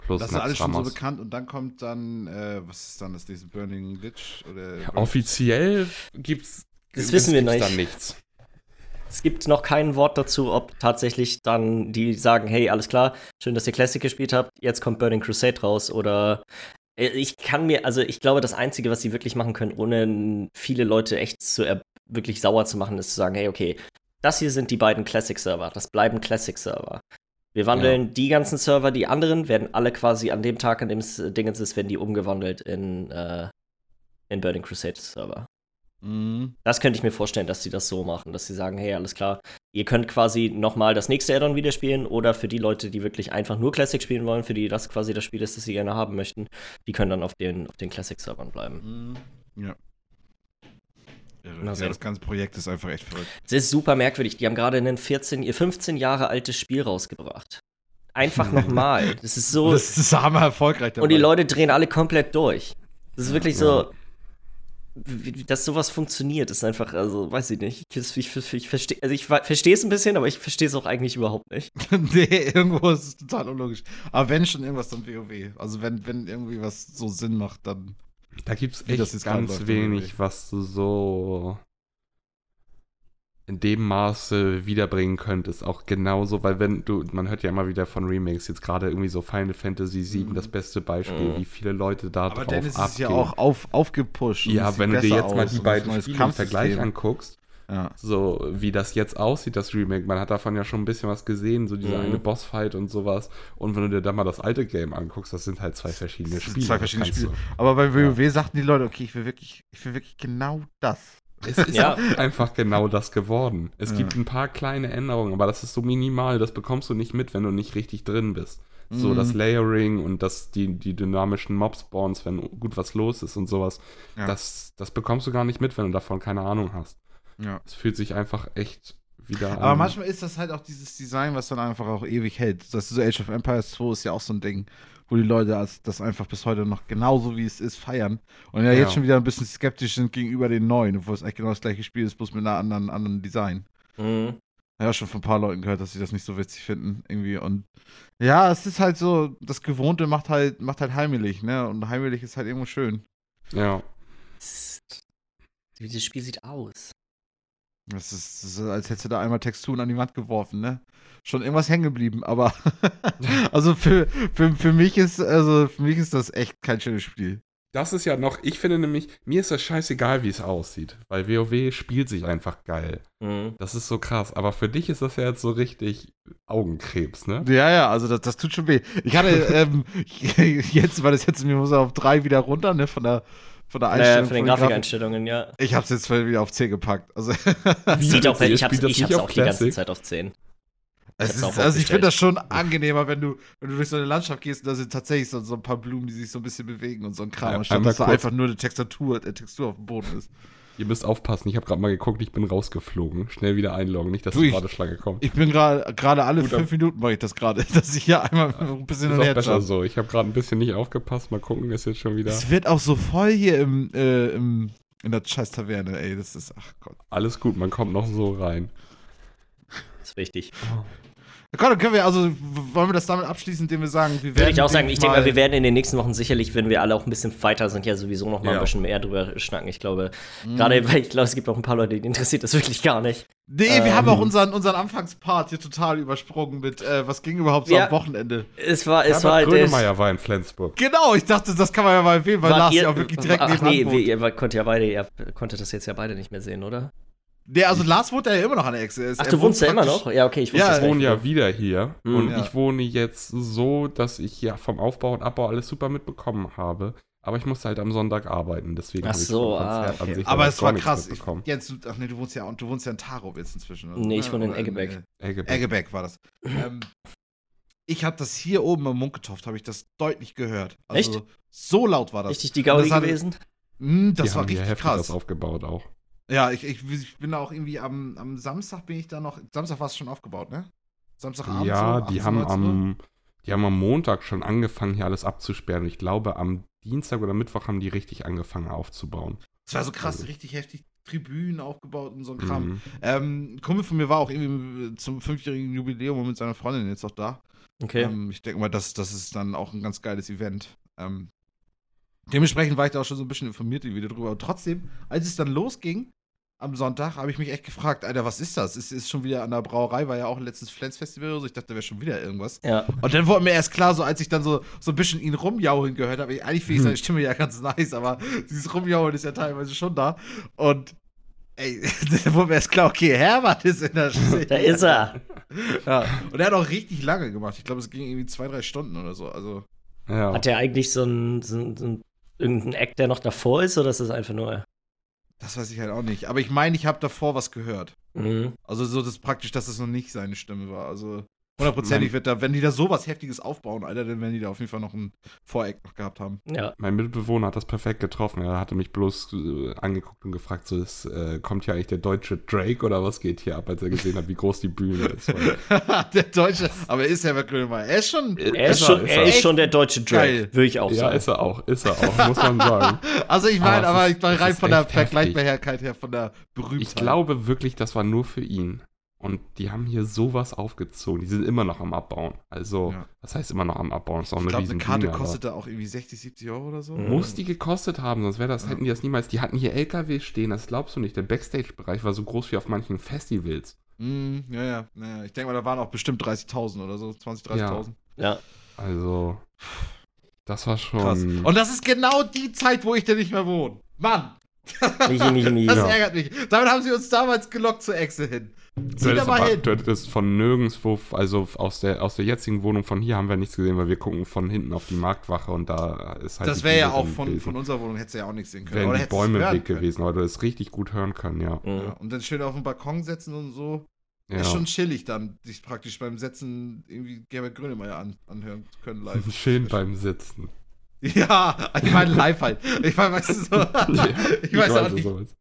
plus Das ist alles schon so Naxxramas. bekannt und dann kommt dann, äh, was ist dann das nächste Burning Lich? Oder Ja, offiziell gibt's Das wissen wir gibt's nicht. da nichts. Es gibt noch kein Wort dazu, ob tatsächlich dann die sagen, hey, alles klar, schön, dass ihr Classic gespielt habt, jetzt kommt Burning Crusade raus oder äh, ich kann mir, also ich glaube, das Einzige, was sie wirklich machen können, ohne viele Leute echt zu er wirklich sauer zu machen, ist zu sagen, hey, okay, das hier sind die beiden Classic-Server, das bleiben Classic-Server. Wir wandeln Ja. die ganzen Server, die anderen werden alle quasi an dem Tag, an dem es äh, Dingens ist, werden die umgewandelt in, äh, in Burning Crusade-Server. Mhm. Das könnte ich mir vorstellen, dass sie das so machen, dass sie sagen, hey, alles klar, ihr könnt quasi nochmal das nächste Add-on wieder spielen oder für die Leute, die wirklich einfach nur Classic spielen wollen, für die das quasi das Spiel ist, das sie gerne haben möchten, die können dann auf den, auf den Classic-Servern bleiben. Mhm. Ja. Irre. Mal Ja, sehen. das ganze Projekt ist einfach echt verrückt. Es ist super merkwürdig, die haben gerade ein vierzehn, ihr fünfzehn Jahre altes Spiel rausgebracht. Einfach nochmal. Das ist so. Das ist hammer erfolgreich dabei. Und die Leute drehen alle komplett durch. Das ist wirklich Ja. so. Wie, dass sowas funktioniert, ist einfach, also, weiß ich nicht. Ich, ich, ich, ich verstehe also ich verstehe es ein bisschen, aber ich verstehe es auch eigentlich überhaupt nicht. Nee, irgendwo ist es total unlogisch. Aber wenn schon irgendwas, dann WoW. Also wenn, wenn irgendwie was so Sinn macht, dann. Da gibt's Wie das echt jetzt gerade ganz läuft, wenig, irgendwie. was du so in dem Maße wiederbringen könntest. Auch genauso, weil wenn du, man hört ja immer wieder von Remakes, jetzt gerade irgendwie so Final Fantasy sieben, Mhm. das beste Beispiel, Mhm. wie viele Leute da Aber drauf dann ist abgehen. es ja auch auf, aufgepusht. und es Ja, sieht wenn du dir besser jetzt mal aus die und beiden das neues Spiele im Vergleich Kampfsystem. anguckst, Ja. so wie das jetzt aussieht, das Remake, man hat davon ja schon ein bisschen was gesehen, so diese Mhm. eine Bossfight und sowas. Und wenn du dir dann mal das alte Game anguckst, das sind halt zwei verschiedene Das sind Spiele. zwei das verschiedene kannst Spiele. du- Aber bei WoW sagten die Leute, okay, ich will wirklich, ich will wirklich genau das. Es ist Ja. auch einfach genau das geworden. Es Ja. gibt ein paar kleine Änderungen, aber das ist so minimal, das bekommst du nicht mit, wenn du nicht richtig drin bist. So Mhm. das Layering und das, die, die dynamischen Mob-Spawns, wenn gut was los ist und sowas, Ja. das, das bekommst du gar nicht mit, wenn du davon keine Ahnung hast. Ja. Es fühlt sich einfach echt wieder an. Aber manchmal ist das halt auch dieses Design, was dann einfach auch ewig hält. Das ist so Age of Empires zwei ist ja auch so ein Ding, wo die Leute das- das einfach bis heute noch genauso wie es ist feiern. Und ja, Ja. jetzt schon wieder ein bisschen skeptisch sind gegenüber den neuen, obwohl es eigentlich genau das gleiche Spiel ist, bloß mit einer anderen, anderen Design. Mhm. Ja, schon von ein paar Leuten gehört, dass sie das nicht so witzig finden, irgendwie. Und ja, es ist halt so, das Gewohnte macht halt, macht halt heimelig, ne? Und heimelig ist halt irgendwo schön. Ja. Das- Wie das Spiel sieht aus. Das ist, das ist, als hättest du da einmal Texturen an die Wand geworfen, ne? Schon irgendwas hängen geblieben, aber also für, für, für mich ist, also für mich ist das echt kein schönes Spiel. Das ist ja noch, ich finde nämlich, mir ist das scheißegal, wie es aussieht, weil WoW spielt sich einfach geil. Mhm. Das ist so krass, aber für dich ist das ja jetzt so richtig Augenkrebs, ne? Ja, ja, also das, das tut schon weh. Ich hatte ähm, jetzt, weil das jetzt mir muss er auf drei wieder runter, ne, von der von der Naja, Einstellung. von den Grafik. Grafikeinstellungen, ja. Ich hab's jetzt wieder auf zehn gepackt. Also Sieht auch, Ihr ich hab's, spielt das ich nicht hab's auf auch die ganze Classic? Zeit auf zehn. Es hab's ist, auch also ich aufgestellt. finde das schon angenehmer, wenn du, wenn du durch so eine Landschaft gehst und da sind tatsächlich so, so ein paar Blumen, die sich so ein bisschen bewegen und so ein Kram, Ja, anstatt einmal dass da kurz- einfach nur eine Textur, äh, Textur auf dem Boden ist. Ihr müsst aufpassen, ich habe gerade mal geguckt, ich bin rausgeflogen. Schnell wieder einloggen, nicht, dass Du, die ich- Warteschlange kommt. Ich bin gerade gerade alle Gut, fünf Minuten mache ich das gerade, dass ich hier einmal ein bisschen Ist hin und auch her besser jump. so. Ich habe gerade ein bisschen nicht aufgepasst. Mal gucken, ist jetzt schon wieder Es wird auch so voll hier im, äh, im in der scheiß Taverne, ey, das ist, ach Gott. alles gut. Man kommt noch so rein. Das ist wichtig. Ja, Gott, dann können wir, also, w- wollen wir das damit abschließen, indem wir sagen, wir werden. Würde ich auch sagen, denke ich denke mal- mal, wir werden in den nächsten Wochen sicherlich, wenn wir alle auch ein bisschen weiter sind, ja sowieso noch mal Ja. ein bisschen mehr drüber schnacken. Ich glaube, Mhm. gerade, weil ich glaube, es gibt auch ein paar Leute, die interessiert das wirklich gar nicht. Nee, wir Ähm. haben auch unseren, unseren Anfangspart hier total übersprungen mit, äh, was ging überhaupt so Ja. am Wochenende. Es war, es war Herbert der- Grönemeyer war in Flensburg. Genau, ich dachte, das kann man ja mal erwähnen, weil wart Lars ihr- ja auch wirklich direkt ach nebenan nee, wohnt. wir, ihr konntet ja beide, ihr konntet das jetzt ja beide nicht mehr sehen, oder? Nee, also Lars wohnt ja immer noch an der Ecke. Er ist- Ach, er du wohnt wohnst ja immer praktisch- noch? Ja, okay, ich wusste Ja, das Ich gar wohne nicht. ja wieder hier Mhm. und Ja. ich wohne jetzt so, dass ich ja vom Aufbau und Abbau alles super mitbekommen habe. Aber ich musste halt am Sonntag arbeiten, deswegen Ach habe ich so, vom ah, Konzert okay. an sich Aber ja es gar war nichts krass. Ich, mitbekommen. Jens, du, ach nee, du wohnst ja, du wohnst ja in Tarup jetzt inzwischen. oder? Nee, ich wohne in Oder Eggebeck. äh, Eggebeck. Eggebeck war das. ähm, ich habe das hier oben am Munketoft, habe ich das deutlich gehört. Also, Echt? so laut war das. Richtig die Gaudi Das hat- gewesen? Hm, Die das war haben hier richtig heftig das krass. aufgebaut auch. Ja, ich, ich, ich bin da auch irgendwie am, am Samstag bin ich da noch. Samstag war es schon aufgebaut, ne? Samstagabend. Ja, so, die achtzehn, haben neunzehn Uhr? am, die haben am Montag schon angefangen, hier alles abzusperren. Ich glaube, am Dienstag oder Mittwoch haben die richtig angefangen aufzubauen. Es war so krass, richtig heftig, Tribünen aufgebaut und so ein Kram. Mhm. Ähm, ein Kumpel von mir war auch irgendwie zum fünfjährigen Jubiläum mit seiner Freundin jetzt auch da. Okay. Ähm, ich denke mal, das, das ist dann auch ein ganz geiles Event. Ähm, dementsprechend war ich da auch schon so ein bisschen informiert wieder drüber. Und trotzdem, als es dann losging, am Sonntag, habe ich mich echt gefragt, Alter, was ist das? Ist, ist schon wieder an der Brauerei, war ja auch ein letztes Flens-Festival oder so. Ich dachte, da wäre schon wieder irgendwas. Ja. Und dann wurde mir erst klar, so als ich dann so, so ein bisschen ihn rumjaulen gehört habe, ich- eigentlich finde ich seine Stimme ja ganz nice, aber dieses Rumjaulen ist ja teilweise schon da. Und ey, dann wurde mir erst klar, okay, Herbert ist in der Szene. Da ist er. Ja. Und er hat auch richtig lange gemacht. Ich glaube, es ging irgendwie zwei, drei Stunden oder so. Also, Ja. Hat der eigentlich so einen so ein, so ein, irgendeinen Act, der noch davor ist, oder ist das einfach nur. das weiß ich halt auch nicht. Aber ich meine, ich habe davor was gehört. Mhm. Also so das praktisch, dass es noch nicht seine Stimme war. Also hundertprozentig wird da, wenn die da sowas Heftiges aufbauen, Alter, dann werden die da auf jeden Fall noch ein Voreck noch gehabt haben. Ja. Mein Mitbewohner hat das perfekt getroffen. Er hatte mich bloß äh, angeguckt und gefragt, so, ist, äh, kommt hier eigentlich der deutsche Drake oder was geht hier ab, als er gesehen hat, wie groß die Bühne ist. Weil, Der Deutsche, aber ist Herbert Grönemeyer. Er ist schon. Er ist, er, schon, ist er er. ist schon der deutsche Drake, Geil. würde ich auch ja, sagen. ist er auch, ist er auch, muss man sagen. Also ich meine, Aber aber, es ich ist- meine es rein ist von der echt heftig. Vergleichbarkeit her, von der Berühmtheit. Ich glaube wirklich, das war nur für ihn. Und die haben hier sowas aufgezogen. Die sind immer noch am Abbauen. Also, Ja. was heißt immer noch am Abbauen? Ist auch Ich eine glaube, eine riesen Karte Bühne, kostet da auch irgendwie sechzig, siebzig Euro oder so. Mhm. muss die gekostet haben, sonst wäre das, Ja. hätten die das niemals. Die hatten hier L K W stehen, das glaubst du nicht. Der Backstage-Bereich war so groß wie auf manchen Festivals. Mm, ja, ja, ja. Ich denke mal, da waren auch bestimmt dreißigtausend oder so. zwanzig, dreißigtausend. Ja. Also, das war schon. Krass. Und das ist genau die Zeit, wo ich denn nicht mehr wohne. Mann! Nicht, nicht, nicht. Das Ja. ärgert mich. Damit haben sie uns damals gelockt zur Echse hin. Du Sieh da hättest, mal aber, hin. du hättest von nirgendwo, also aus der, aus der jetzigen Wohnung von hier haben wir nichts gesehen, weil wir gucken von hinten auf die Marktwache und da ist halt. Das die wäre ja Bühne auch drin von, gewesen. von unserer Wohnung, hättest du ja auch nichts sehen können. Wären Oder die hättest du's Bäume hören weg können. gewesen, aber du es richtig gut hören können, ja. Mhm. Ja, und dann schön auf dem Balkon setzen und so. ja. Ist schon chillig dann, sich praktisch beim Setzen irgendwie Herbert Grönemeyer an, anhören zu können live. Schön beim Sitzen. Ja, ich meine live halt. Ich meine, weißt du so. ich weiß auch es, nicht. sowas.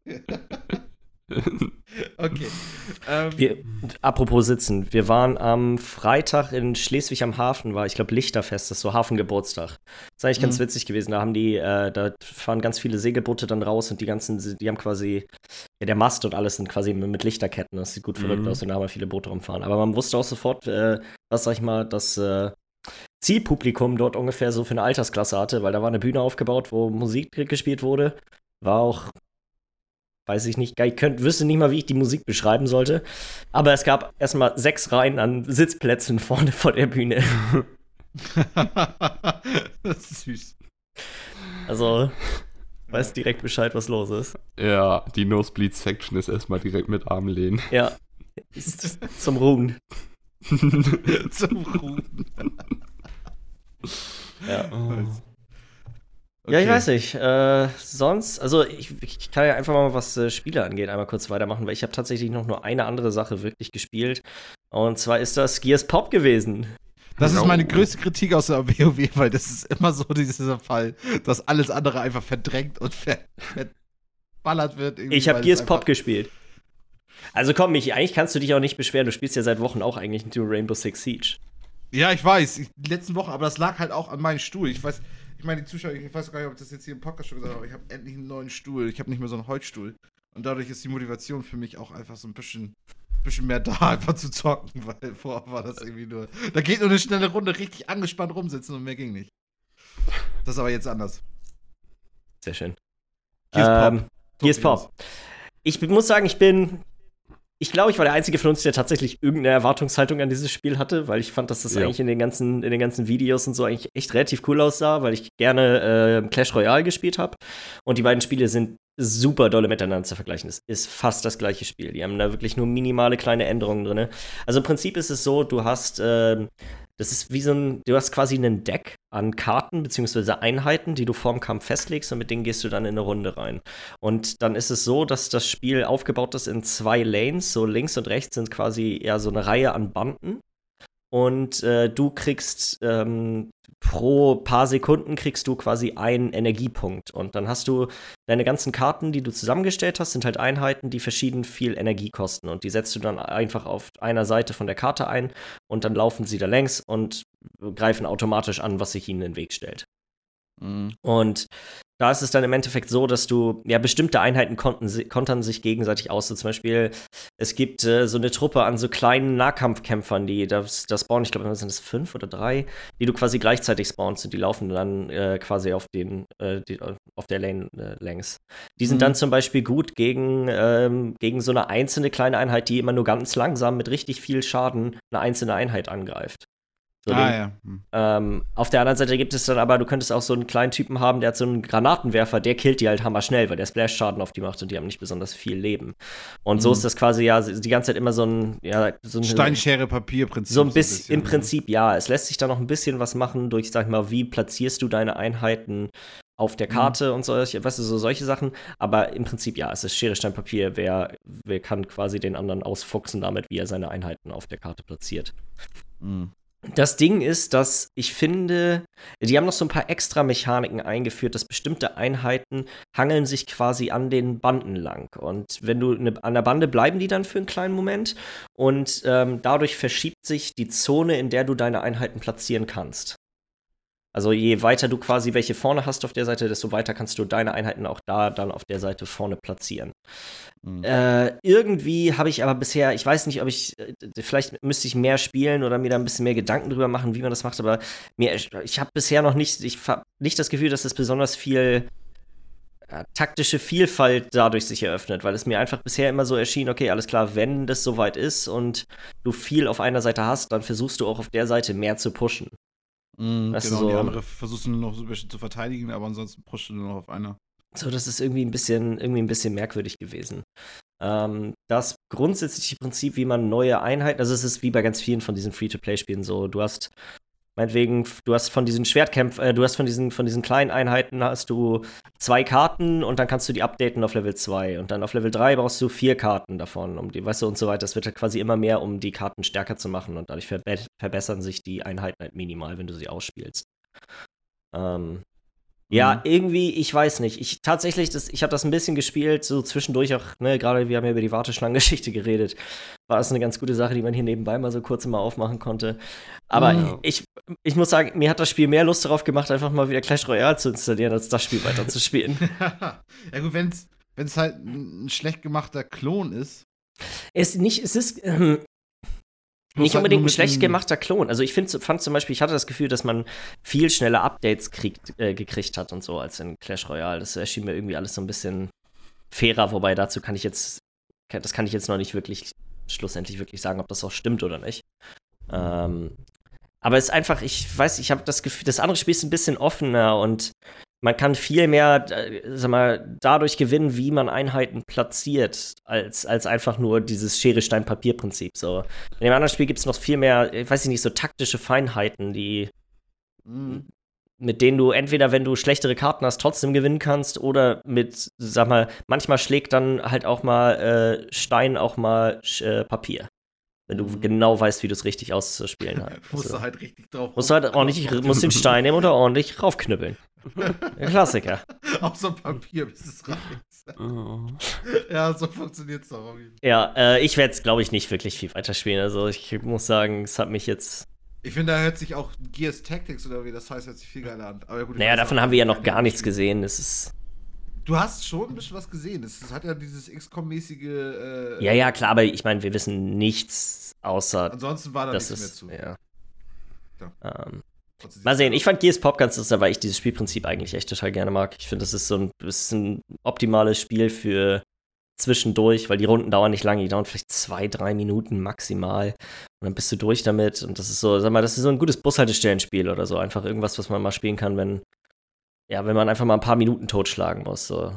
Okay. Ähm, Wir, apropos Sitzen, wir waren am Freitag in Schleswig am Hafen, war, ich glaube, Lichterfest, das ist so Hafengeburtstag. Das ist eigentlich ganz Mhm. witzig gewesen. Da haben die, äh, da fahren ganz viele Segelboote dann raus und die ganzen, die haben quasi, ja, der Mast und alles sind quasi mit Lichterketten. Das sieht gut verrückt Mhm. aus und da haben wir viele Boote rumfahren. Aber man wusste auch sofort, äh, was, sag ich mal, das äh, Zielpublikum dort ungefähr so für eine Altersklasse hatte, weil da war eine Bühne aufgebaut, wo Musik gespielt wurde. War auch, weiß ich nicht, ich könnt, wüsste nicht mal, wie ich die Musik beschreiben sollte. Aber es gab erstmal sechs Reihen an Sitzplätzen vorne vor der Bühne. das ist süß. Also, weiß direkt Bescheid, was los ist. Ja, die Nosebleed-Section ist erstmal direkt mit Arm lehnen. Ja, ist zum Ruhen. Zum Ruhen. Ja. Oh. Ja, ich Okay. weiß nicht. Äh, sonst, also ich, ich kann ja einfach mal, was äh, Spiele angeht, einmal kurz weitermachen, weil ich habe tatsächlich noch nur eine andere Sache wirklich gespielt. Und zwar ist das Gears Pop gewesen. Das ist Oh. meine größte Kritik aus der WoW, weil das ist immer so dieser Fall, dass alles andere einfach verdrängt und ver verballert wird. irgendwie, Ich habe weil es Gears einfach- Pop gespielt. Also komm, Michi, eigentlich kannst du dich auch nicht beschweren. Du spielst ja seit Wochen auch eigentlich nur Rainbow Six Siege. Ja, ich weiß, ich, die letzten Wochen, aber das lag halt auch an meinem Stuhl. Ich weiß, ich meine, die Zuschauer, ich weiß gar nicht, ob ich das jetzt hier im Podcast schon gesagt habe, aber ich habe endlich einen neuen Stuhl. Ich habe nicht mehr so einen Holzstuhl. Und dadurch ist die Motivation für mich auch einfach so ein bisschen, bisschen mehr da, einfach zu zocken, weil vorher war das irgendwie nur. Da geht nur eine schnelle Runde richtig angespannt rumsitzen und mehr ging nicht. Das ist aber jetzt anders. Sehr schön. Gears Pop. Ähm, Gears Pop. Ich muss sagen, ich bin. Ich glaube, ich war der Einzige von uns, der tatsächlich irgendeine Erwartungshaltung an dieses Spiel hatte, weil ich fand, dass das Ja. eigentlich in den ganzen, in den ganzen Videos und so eigentlich echt relativ cool aussah, weil ich gerne äh, Clash Royale gespielt habe. Und die beiden Spiele sind super dolle miteinander zu vergleichen. Es ist fast das gleiche Spiel. Die haben da wirklich nur minimale kleine Änderungen drin. Also im Prinzip ist es so, du hast, ähm, das ist wie so ein, du hast quasi ein Deck an Karten bzw. Einheiten, die du vorm Kampf festlegst und mit denen gehst du dann in eine Runde rein. Und dann ist es so, dass das Spiel aufgebaut ist in zwei Lanes, so links und rechts sind quasi ja so eine Reihe an Banden. Und äh, du kriegst ähm, pro paar Sekunden kriegst du quasi einen Energiepunkt. Und dann hast du deine ganzen Karten, die du zusammengestellt hast, sind halt Einheiten, die verschieden viel Energie kosten. Und die setzt du dann einfach auf einer Seite von der Karte ein und dann laufen sie da längs und greifen automatisch an, was sich ihnen in den Weg stellt. Mhm. Und da ist es dann im Endeffekt so, dass du, ja, bestimmte Einheiten konnten, kontern sich gegenseitig aus. So zum Beispiel, es gibt äh, so eine Truppe an so kleinen Nahkampfkämpfern, die, das, das spawnen, ich glaube, sind es fünf oder drei, die du quasi gleichzeitig spawnst und die laufen dann äh, quasi auf den, äh, die, auf der Lane äh, längs. Die sind Mhm. dann zum Beispiel gut gegen, ähm, gegen so eine einzelne kleine Einheit, die immer nur ganz langsam mit richtig viel Schaden eine einzelne Einheit angreift. So ah, den, ja. Hm. ähm, auf der anderen Seite gibt es dann aber, du könntest auch so einen kleinen Typen haben, der hat so einen Granatenwerfer, der killt die halt hammerschnell, weil der Splash-Schaden auf die macht und die haben nicht besonders viel Leben. Und so Mhm. ist das quasi ja die ganze Zeit immer so ein, ja, so ein Steinschere-Papier-Prinzip. so ein bisschen, im Prinzip ja. Es lässt sich da noch ein bisschen was machen durch, sag ich mal, wie platzierst du deine Einheiten auf der Karte und solche, weißt du, so solche Sachen. Aber im Prinzip ja, es ist Schere, Stein, Papier. Wer, wer kann quasi den anderen ausfuchsen damit, wie er seine Einheiten auf der Karte platziert. Mhm. Das Ding ist, dass ich finde, die haben noch so ein paar extra Mechaniken eingeführt, dass bestimmte Einheiten hangeln sich quasi an den Banden lang. Und wenn du ne, an der Bande bleiben die dann für einen kleinen Moment und ähm, dadurch verschiebt sich die Zone, in der du deine Einheiten platzieren kannst. Also je weiter du quasi welche vorne hast auf der Seite, desto weiter kannst du deine Einheiten auch da dann auf der Seite vorne platzieren. Mhm. Äh, irgendwie habe ich aber bisher, ich weiß nicht, ob ich, äh, vielleicht müsste ich mehr spielen oder mir da ein bisschen mehr Gedanken drüber machen, wie man das macht, aber mir, ich habe bisher noch nicht, ich habe nicht das Gefühl, dass es besonders viel äh, taktische Vielfalt dadurch sich eröffnet, weil es mir einfach bisher immer so erschien, okay, alles klar, wenn das soweit ist und du viel auf einer Seite hast, dann versuchst du auch auf der Seite mehr zu pushen. Mhm, Weißt du, genau, so- die andere versuchst du nur noch so ein bisschen zu verteidigen, aber ansonsten pushst du nur noch auf einer. So, das ist irgendwie ein bisschen, irgendwie ein bisschen merkwürdig gewesen. Ähm, das grundsätzliche Prinzip, wie man neue Einheiten, also es ist wie bei ganz vielen von diesen Free-to-Play-Spielen so, du hast meinetwegen, du hast von diesen Schwertkämpfen, äh, du hast von diesen, von diesen kleinen Einheiten hast du zwei Karten und dann kannst du die updaten auf Level zwei und dann auf Level drei brauchst du vier Karten davon, um die, weißt du, und so weiter. Das wird halt quasi immer mehr, um die Karten stärker zu machen und dadurch verbe verbessern sich die Einheiten halt minimal, wenn du sie ausspielst. Ähm, Ja, Mhm. irgendwie, ich weiß nicht. Ich tatsächlich, das, ich habe das ein bisschen gespielt, so zwischendurch auch, ne, gerade wir haben ja über die Warteschlangengeschichte geredet. War das eine ganz gute Sache, die man hier nebenbei mal so kurz mal aufmachen konnte. Aber Ja. ich, ich muss sagen, mir hat das Spiel mehr Lust darauf gemacht, einfach mal wieder Clash Royale zu installieren, als das Spiel weiterzuspielen. Ja gut, wenn es halt ein schlecht gemachter Klon ist. Es nicht, es ist ähm, nicht halt unbedingt nur ein mit schlecht einem- gemachter Klon. Also ich find, fand zum Beispiel, ich hatte das Gefühl, dass man viel schneller Updates kriegt, äh, gekriegt hat und so als in Clash Royale. Das erschien mir irgendwie alles so ein bisschen fairer, wobei dazu kann ich jetzt, das kann ich jetzt noch nicht wirklich, schlussendlich wirklich sagen, ob das auch stimmt oder nicht. Ähm, aber es ist einfach, ich weiß, ich habe das Gefühl, das andere Spiel ist ein bisschen offener und man kann viel mehr, äh, sag mal, dadurch gewinnen, wie man Einheiten platziert, als, als einfach nur dieses Schere-Stein-Papier-Prinzip. So. In dem anderen Spiel gibt es noch viel mehr, ich weiß nicht, so taktische Feinheiten, die, Mhm. mit denen du entweder, wenn du schlechtere Karten hast, trotzdem gewinnen kannst, oder mit, sag mal, manchmal schlägt dann halt auch mal äh, Stein auch mal äh, Papier. Wenn du Mhm. genau weißt, wie du es richtig auszuspielen hast. Musst Also, du halt richtig drauf. musst du halt ordentlich, musst den Stein nehmen und da ordentlich raufknüppeln. Ein Klassiker. Auf so ein Papier, bis es reißt. Oh. Ja, so funktioniert's doch. Robin. Ja, äh, ich werde es, glaube ich, nicht wirklich viel weiterspielen. Also ich muss sagen, es hat mich jetzt. Ich finde, da hört sich auch Gears Tactics oder wie das heißt, hört sich viel geiler an. Aber gut, ich Naja, weiß davon auch, haben wir ja noch ich gar kann nichts nicht gesehen. Es ist. Du hast schon ein bisschen was gesehen. Es es hat ja dieses X COM-mäßige. Äh, Ja, ja, klar, aber ich meine, wir wissen nichts außer. Ansonsten war da Das nichts mehr ist. zu. Ja. Ja. Ähm, Trotzdem mal sieht's sehen, gut ich fand Gears Pop ganz interessant, weil ich dieses Spielprinzip eigentlich echt total gerne mag. Ich finde, das ist so ein, das ist ein optimales Spiel für zwischendurch, weil die Runden dauern nicht lange, die dauern vielleicht zwei, drei Minuten maximal. Und dann bist du durch damit. Und das ist so, sag mal, das ist so ein gutes Bushaltestellenspiel oder so. Einfach irgendwas, was man mal spielen kann, wenn, ja, wenn man einfach mal ein paar Minuten totschlagen muss. So.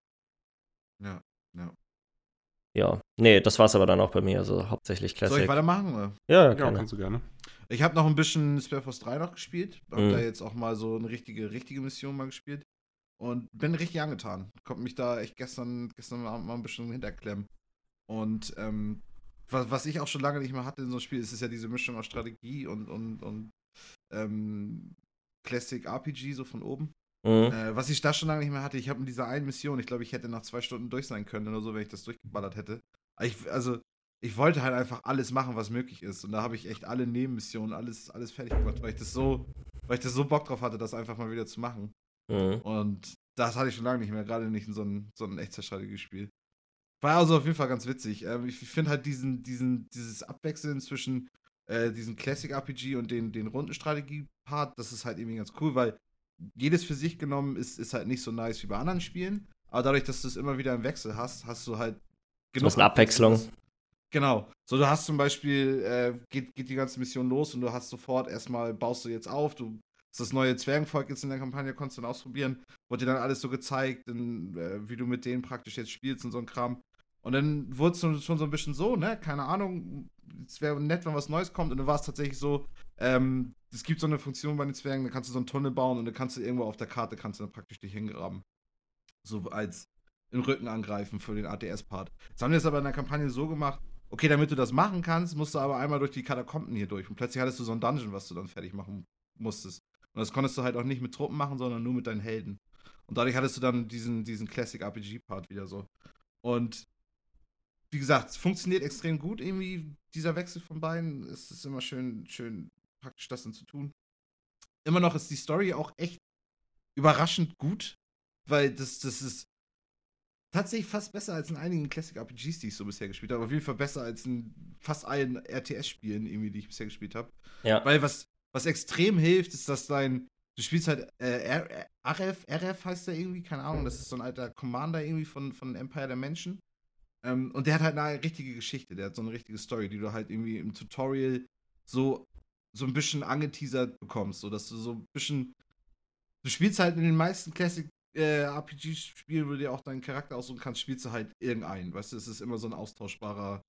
Ja, ja. Ja, nee, das war's aber dann auch bei mir. Also hauptsächlich Soll ich Classic. weitermachen? Oder? Ja, Ja, gerne. kannst du gerne. Ich habe noch ein bisschen Spellforce drei noch gespielt. Hab Mhm. da jetzt auch mal so eine richtige, richtige Mission mal gespielt. Und bin richtig angetan. Konnte mich da echt gestern, gestern Abend mal ein bisschen hinterklemmen. Und ähm, was, was ich auch schon lange nicht mehr hatte in so einem Spiel, ist, ist ja diese Mischung aus Strategie und, und, und ähm, Classic R P G, so von oben. Mhm. Äh, was ich da schon lange nicht mehr hatte, ich habe in dieser einen Mission, ich glaube, ich hätte nach zwei Stunden durch sein können oder so, wenn ich das durchgeballert hätte. Aber Ich, also, ich wollte halt einfach alles machen, was möglich ist. Und da habe ich echt alle Nebenmissionen, alles, alles fertig gemacht, weil ich das so, weil ich das so Bock drauf hatte, das einfach mal wieder zu machen. Mhm. Und das hatte ich schon lange nicht mehr, gerade nicht in so einem so ein Echtzeitstrategiespiel. War also auf jeden Fall ganz witzig. Ähm, ich finde halt diesen, diesen, dieses Abwechseln zwischen äh, diesem Classic-R P G und den, den Rundenstrategie-Part, das ist halt irgendwie ganz cool, weil jedes für sich genommen ist, ist halt nicht so nice wie bei anderen Spielen. Aber dadurch, dass du es immer wieder im Wechsel hast, hast du halt genug so eine Abwechslung. Abwechslung. Genau. So, du hast zum Beispiel, äh, geht, geht die ganze Mission los und du hast sofort erstmal, baust du jetzt auf, du hast das neue Zwergenvolk jetzt in der Kampagne, konntest du dann ausprobieren, wurde dir dann alles so gezeigt, in, äh, wie du mit denen praktisch jetzt spielst und so ein Kram. Und dann wurde es schon so ein bisschen so, ne, keine Ahnung, es wäre nett, wenn was Neues kommt. Und dann war es tatsächlich so, ähm, es gibt so eine Funktion bei den Zwergen, da kannst du so einen Tunnel bauen und dann kannst du irgendwo auf der Karte, kannst du dann praktisch dich hingraben. So als im Rücken angreifen für den A D S-Part. Jetzt haben wir es aber in der Kampagne so gemacht, okay, damit du das machen kannst, musst du aber einmal durch die Katakomben hier durch. Und plötzlich hattest du so ein Dungeon, was du dann fertig machen musstest. Und das konntest du halt auch nicht mit Truppen machen, sondern nur mit deinen Helden. Und dadurch hattest du dann diesen, diesen Classic-R P G-Part wieder so. Und wie gesagt, es funktioniert extrem gut irgendwie, dieser Wechsel von beiden. Es ist immer schön, schön praktisch, das dann zu tun. Immer noch ist die Story auch echt überraschend gut, weil das, das ist tatsächlich fast besser als in einigen Classic-R P Gs, die ich so bisher gespielt habe. Auf jeden Fall besser als in fast allen R T S-Spielen, irgendwie, die ich bisher gespielt habe. Ja. Weil was, was extrem hilft, ist, dass dein, du spielst halt äh, R F, R F heißt der irgendwie, keine Ahnung, das ist so ein alter Commander irgendwie von, von Empire der Menschen. Ähm, und der hat halt eine richtige Geschichte, der hat so eine richtige Story, die du halt irgendwie im Tutorial so, so ein bisschen angeteasert bekommst, so dass du so ein bisschen, du spielst halt in den meisten Classic äh, R P G-Spielen, wo du dir auch deinen Charakter aussuchen kannst, spielst du halt irgendeinen, weißt du, es ist immer so ein austauschbarer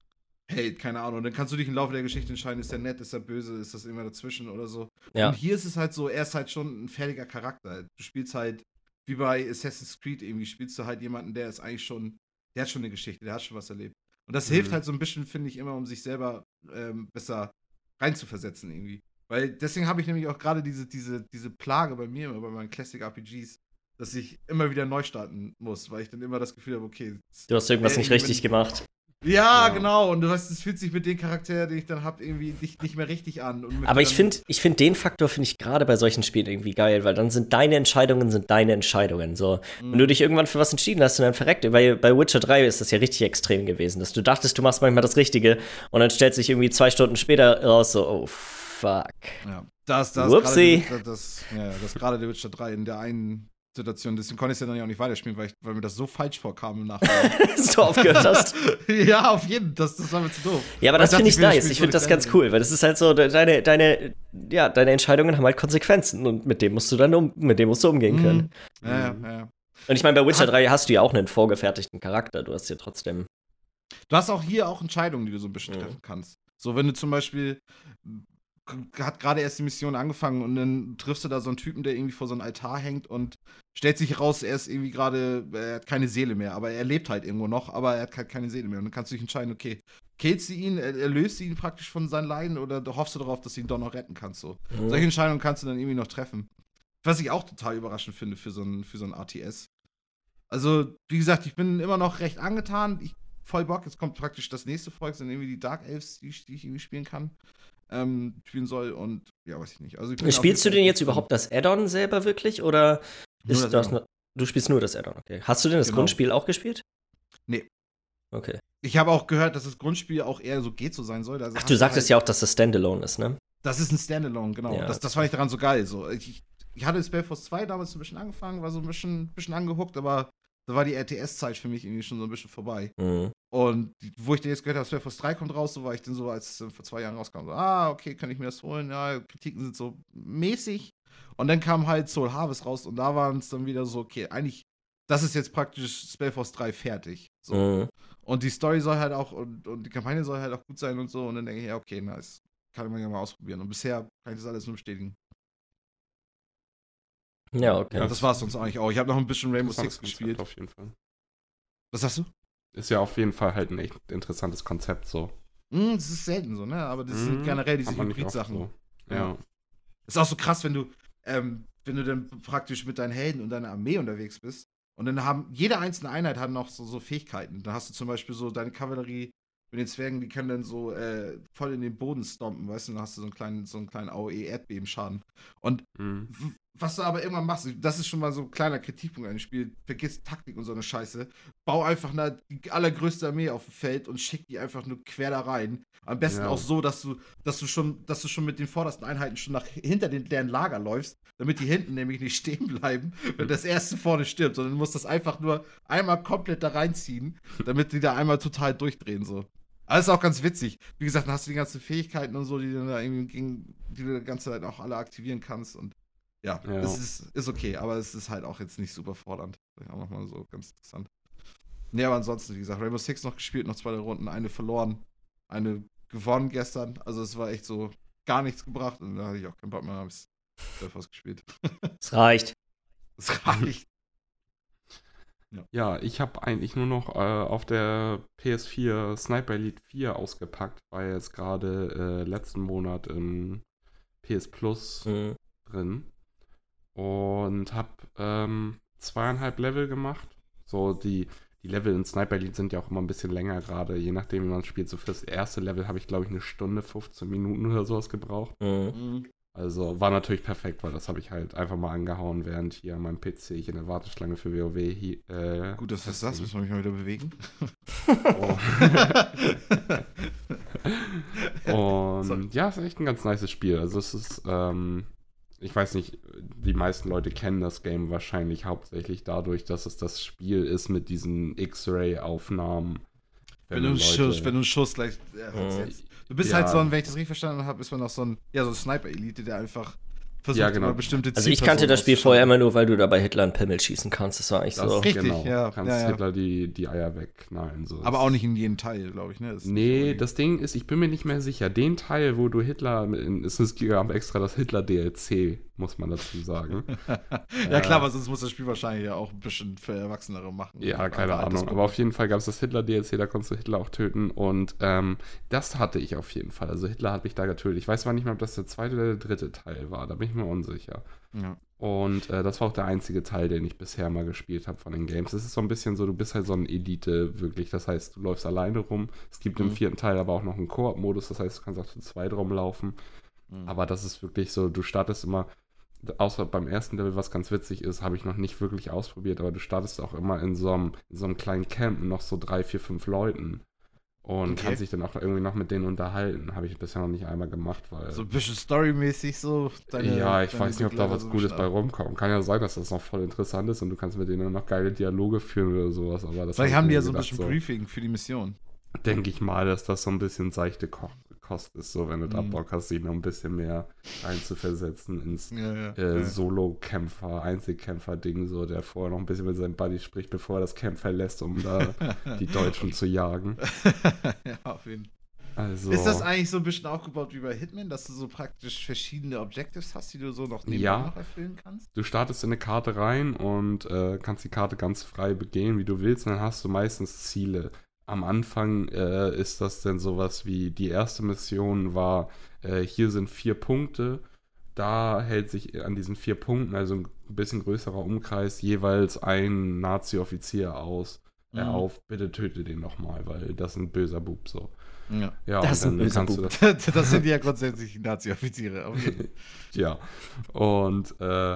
Held, keine Ahnung, und dann kannst du dich im Laufe der Geschichte entscheiden, ist der nett, ist der böse, ist das immer dazwischen oder so. Ja. Und hier ist es halt so, er ist halt schon ein fertiger Charakter, du spielst halt, wie bei Assassin's Creed irgendwie, spielst du halt jemanden, der ist eigentlich schon, der hat schon eine Geschichte, der hat schon was erlebt. Und das mhm. hilft halt so ein bisschen, finde ich, immer, um sich selber ähm, besser reinzuversetzen irgendwie. Weil deswegen habe ich nämlich auch gerade diese, diese, diese Plage bei mir, immer bei meinen Classic-R P Gs, dass ich immer wieder neu starten muss, weil ich dann immer das Gefühl habe, okay. Du hast irgendwas äh, nicht richtig gemacht. Ja, ja, genau. Und du weißt, es fühlt sich mit den Charakteren, den ich dann habe, irgendwie nicht, nicht mehr richtig an. Und aber ich finde ich find den Faktor, finde ich gerade bei solchen Spielen irgendwie geil, weil dann sind deine Entscheidungen, sind deine Entscheidungen. So. Mhm. Wenn du dich irgendwann für was entschieden hast und dann verreckt, bei, bei Witcher drei ist das ja richtig extrem gewesen, dass du dachtest, du machst manchmal das Richtige und dann stellt sich irgendwie zwei Stunden später raus, so, oh, fuck. Ja, das, das, Whoopsie. Das, das, ja, das gerade der Witcher drei in der einen Situation, deswegen konnte ich es ja dann ja auch nicht weiterspielen, weil, ich, weil mir das so falsch vorkam im Nachhinein. Dass du aufgehört hast. Ja, auf jeden Fall, das, das war mir zu doof. Ja, aber weil das finde ich will nice, spielen, ich finde das ganz cool, weil das ist halt so, deine, deine, ja, deine Entscheidungen haben halt Konsequenzen und mit dem musst du dann um, mit dem musst du umgehen können. Mhm. Ja, ja, ja. Und ich meine, bei Witcher drei hast du ja auch einen vorgefertigten Charakter, du hast ja trotzdem. Du hast auch hier auch Entscheidungen, die du so ein bisschen mhm. treffen kannst. So, wenn du zum Beispiel hat gerade erst die Mission angefangen und dann triffst du da so einen Typen, der irgendwie vor so einem Altar hängt und stellt sich raus, er ist irgendwie gerade, er hat keine Seele mehr, aber er lebt halt irgendwo noch, aber er hat halt keine Seele mehr. Und dann kannst du dich entscheiden, okay, killst du ihn, erlöst du ihn praktisch von seinen Leiden oder hoffst du darauf, dass du ihn doch noch retten kannst. So. Mhm. Solche Entscheidungen kannst du dann irgendwie noch treffen. Was ich auch total überraschend finde für so ein, für so ein R T S. Also, wie gesagt, ich bin immer noch recht angetan. Ich voll Bock, jetzt kommt praktisch das nächste Volk, sind irgendwie die Dark Elves, die ich, die ich irgendwie spielen kann. Ähm, spielen soll und ja, weiß ich nicht. Also ich spielst du denn jetzt überhaupt das Add-on selber wirklich oder ist das, das nur, du spielst nur das Add-on, okay. Hast du denn das genau. Grundspiel auch gespielt? Nee. Okay. Ich habe auch gehört, dass das Grundspiel auch eher so geht so sein soll. Also ach, du sagtest halt, ja auch, dass das Standalone ist, ne? Das ist ein Standalone, genau. Ja. Das, das fand ich daran so geil. So. Ich, ich hatte Spellforce zwei damals ein bisschen angefangen, war so ein bisschen, bisschen angehuckt, aber da war die R T S-Zeit für mich irgendwie schon so ein bisschen vorbei. Mhm. Und wo ich dann jetzt gehört habe, Spellforce drei kommt raus, so war ich dann so, als es vor zwei Jahren rauskam, so, ah, okay, kann ich mir das holen? Ja, Kritiken sind so mäßig. Und dann kam halt Soul Harvest raus und da waren es dann wieder so, okay, eigentlich, das ist jetzt praktisch Spellforce drei fertig. So. Mhm. Und die Story soll halt auch, und, und die Kampagne soll halt auch gut sein und so. Und dann denke ich, ja, okay, nice. Kann man ja mal ausprobieren. Und bisher kann ich das alles nur bestätigen. Ja, okay. Ja, das war's sonst eigentlich auch. Ich habe noch ein bisschen Rainbow Six gespielt. Auf jeden Fall. Was sagst du? Ist ja auf jeden Fall halt ein echt interessantes Konzept so. Mm, das ist selten so, ne? Aber das mm, sind generell diese Hybrid-Sachen. So. Ja. ja. Ist auch so krass, wenn du, ähm, wenn du dann praktisch mit deinen Helden und deiner Armee unterwegs bist. Und dann haben, jede einzelne Einheit hat noch so, so Fähigkeiten. Dann hast du zum Beispiel so deine Kavallerie mit den Zwergen, die können dann so äh, voll in den Boden stompen, weißt du? Dann hast du so einen kleinen, so einen kleinen A O E-Erdbebenschaden. Und mm. w- was du aber immer machst, das ist schon mal so ein kleiner Kritikpunkt an dem Spiel, vergiss Taktik und so eine Scheiße. Bau einfach eine, die allergrößte Armee auf dem Feld und schick die einfach nur quer da rein. Am besten Ja. auch so, dass du, dass du schon, dass du schon mit den vordersten Einheiten schon nach hinter den, deren Lager läufst, damit die hinten nämlich nicht stehen bleiben, wenn das erste vorne stirbt, sondern du musst das einfach nur einmal komplett da reinziehen, damit die da einmal total durchdrehen, so. Aber ist auch ganz witzig. Wie gesagt, dann hast du die ganzen Fähigkeiten und so, die du da irgendwie gegen, die du die ganze Zeit auch alle aktivieren kannst und ja, Ja. es ist, ist okay, aber es ist halt auch jetzt nicht super fordernd. Auch nochmal so ganz interessant. Nee, aber ansonsten, wie gesagt, Rainbow Six noch gespielt, noch zwei Runden, eine verloren, eine gewonnen gestern. Also es war echt so gar nichts gebracht und da hatte ich auch keinen Bock mehr, habe ich zwölf ausgespielt. Es reicht. Es reicht. Ja, ich habe eigentlich nur noch äh, auf der P S vier Sniper Elite vier ausgepackt, war jetzt gerade äh, letzten Monat im P S Plus Mhm. drin und habe ähm, zweieinhalb Level gemacht. So die, die Level in Sniper Elite sind ja auch immer ein bisschen länger gerade, je nachdem wie man spielt. So fürs erste Level habe ich glaube ich eine Stunde, fünfzehn Minuten oder sowas gebraucht. Mhm. Also war natürlich perfekt, weil das habe ich halt einfach mal angehauen, während hier an meinem P C ich in der Warteschlange für WoW hi- äh, Gut, dass du das sagst, müssen wir mich mal wieder bewegen. Und Sorry. ja, es ist echt ein ganz nices Spiel. Also es ist, ähm, ich weiß nicht, die meisten Leute kennen das Game wahrscheinlich hauptsächlich dadurch, dass es das Spiel ist mit diesen X-Ray-Aufnahmen. Wenn du einen Schuss, wenn du einen Schuss gleich ja, Mhm. setzt. Du bist Ja. halt so ein, wenn ich das richtig verstanden habe, ist man auch so ein, ja, so ein Sniper-Elite, der einfach versucht, Ja, genau. immer bestimmte Also ich kannte das Spiel auszuschalten. vorher immer nur, weil du da bei Hitler einen Pimmel schießen kannst. Das war eigentlich Das so. Richtig, genau, ja, Du kannst ja, ja. Hitler die, die Eier wegknallen. So. Aber auch nicht in jedem Teil, glaube ich, ne? Das ist nicht Nee, unbedingt- das Ding ist, ich bin mir nicht mehr sicher. Den Teil, wo du Hitler, es ist gab extra das Hitler-D L C, muss man dazu sagen. ja, klar, aber sonst muss das Spiel wahrscheinlich ja auch ein bisschen für Erwachsenere machen. Ja, keine Aber Ahnung. das- Aber auf jeden Fall gab es das Hitler-D L C, da konntest du Hitler auch töten. Und ähm, das hatte ich auf jeden Fall. Also Hitler hat mich da getötet. Ich weiß zwar nicht mehr, ob das der zweite oder der dritte Teil war. Da bin ich mir unsicher. Ja. Und äh, das war auch der einzige Teil, den ich bisher mal gespielt habe von den Games. Es ist so ein bisschen so, du bist halt so ein Elite wirklich. Das heißt, du läufst alleine rum. Es gibt im Mhm. vierten Teil aber auch noch einen Koop-Modus. Das heißt, du kannst auch zu zweit rumlaufen. Mhm. Aber das ist wirklich so, du startest immer, außer beim ersten Level, was ganz witzig ist, habe ich noch nicht wirklich ausprobiert, aber du startest auch immer in so einem, in so einem kleinen Camp mit noch so drei, vier, fünf Leuten und Okay. kannst dich dann auch irgendwie noch mit denen unterhalten. Habe ich bisher noch nicht einmal gemacht, weil... So ein bisschen storymäßig so. deine- ja, ich deine weiß nicht, ob da Begleiter was so Gutes ein bei bisschen ab. rumkommt. Kann ja sein, dass das noch voll interessant ist und du kannst mit denen dann noch geile Dialoge führen oder sowas. Aber das Vielleicht hab ich haben die mir ja so ein gedacht, bisschen Briefing für die Mission. denke ich mal, dass das so ein bisschen seichte Ko Kost ist, so wenn du da Mhm. Bock hast, dich noch ein bisschen mehr reinzuversetzen ins Ja, ja. äh, ja. Solo-Kämpfer, Einzelkämpfer-Ding, so, der vorher noch ein bisschen mit seinem Buddy spricht, bevor er das Camp verlässt, um da die Deutschen zu jagen. ja, auf jeden Fall. Also, Ist das eigentlich so ein bisschen aufgebaut wie bei Hitman, dass du so praktisch verschiedene Objectives hast, die du so noch nebenbei Ja. noch erfüllen kannst? du startest in eine Karte rein und äh, kannst die Karte ganz frei begehen, wie du willst, und dann hast du meistens Ziele. Am Anfang äh, ist das dann sowas wie, die erste Mission war, äh, hier sind vier Punkte, da hält sich an diesen vier Punkten, also ein bisschen größerer Umkreis, jeweils ein Nazi-Offizier aus, äh, Mhm. auf, bitte töte den nochmal, weil das ist ein böser Bub, so. Ja. Ja, Das ist ein und dann böser kannst du Bub. das das sind ja grundsätzlich Nazi-Offiziere. auf jeden Fall. Ja, und äh,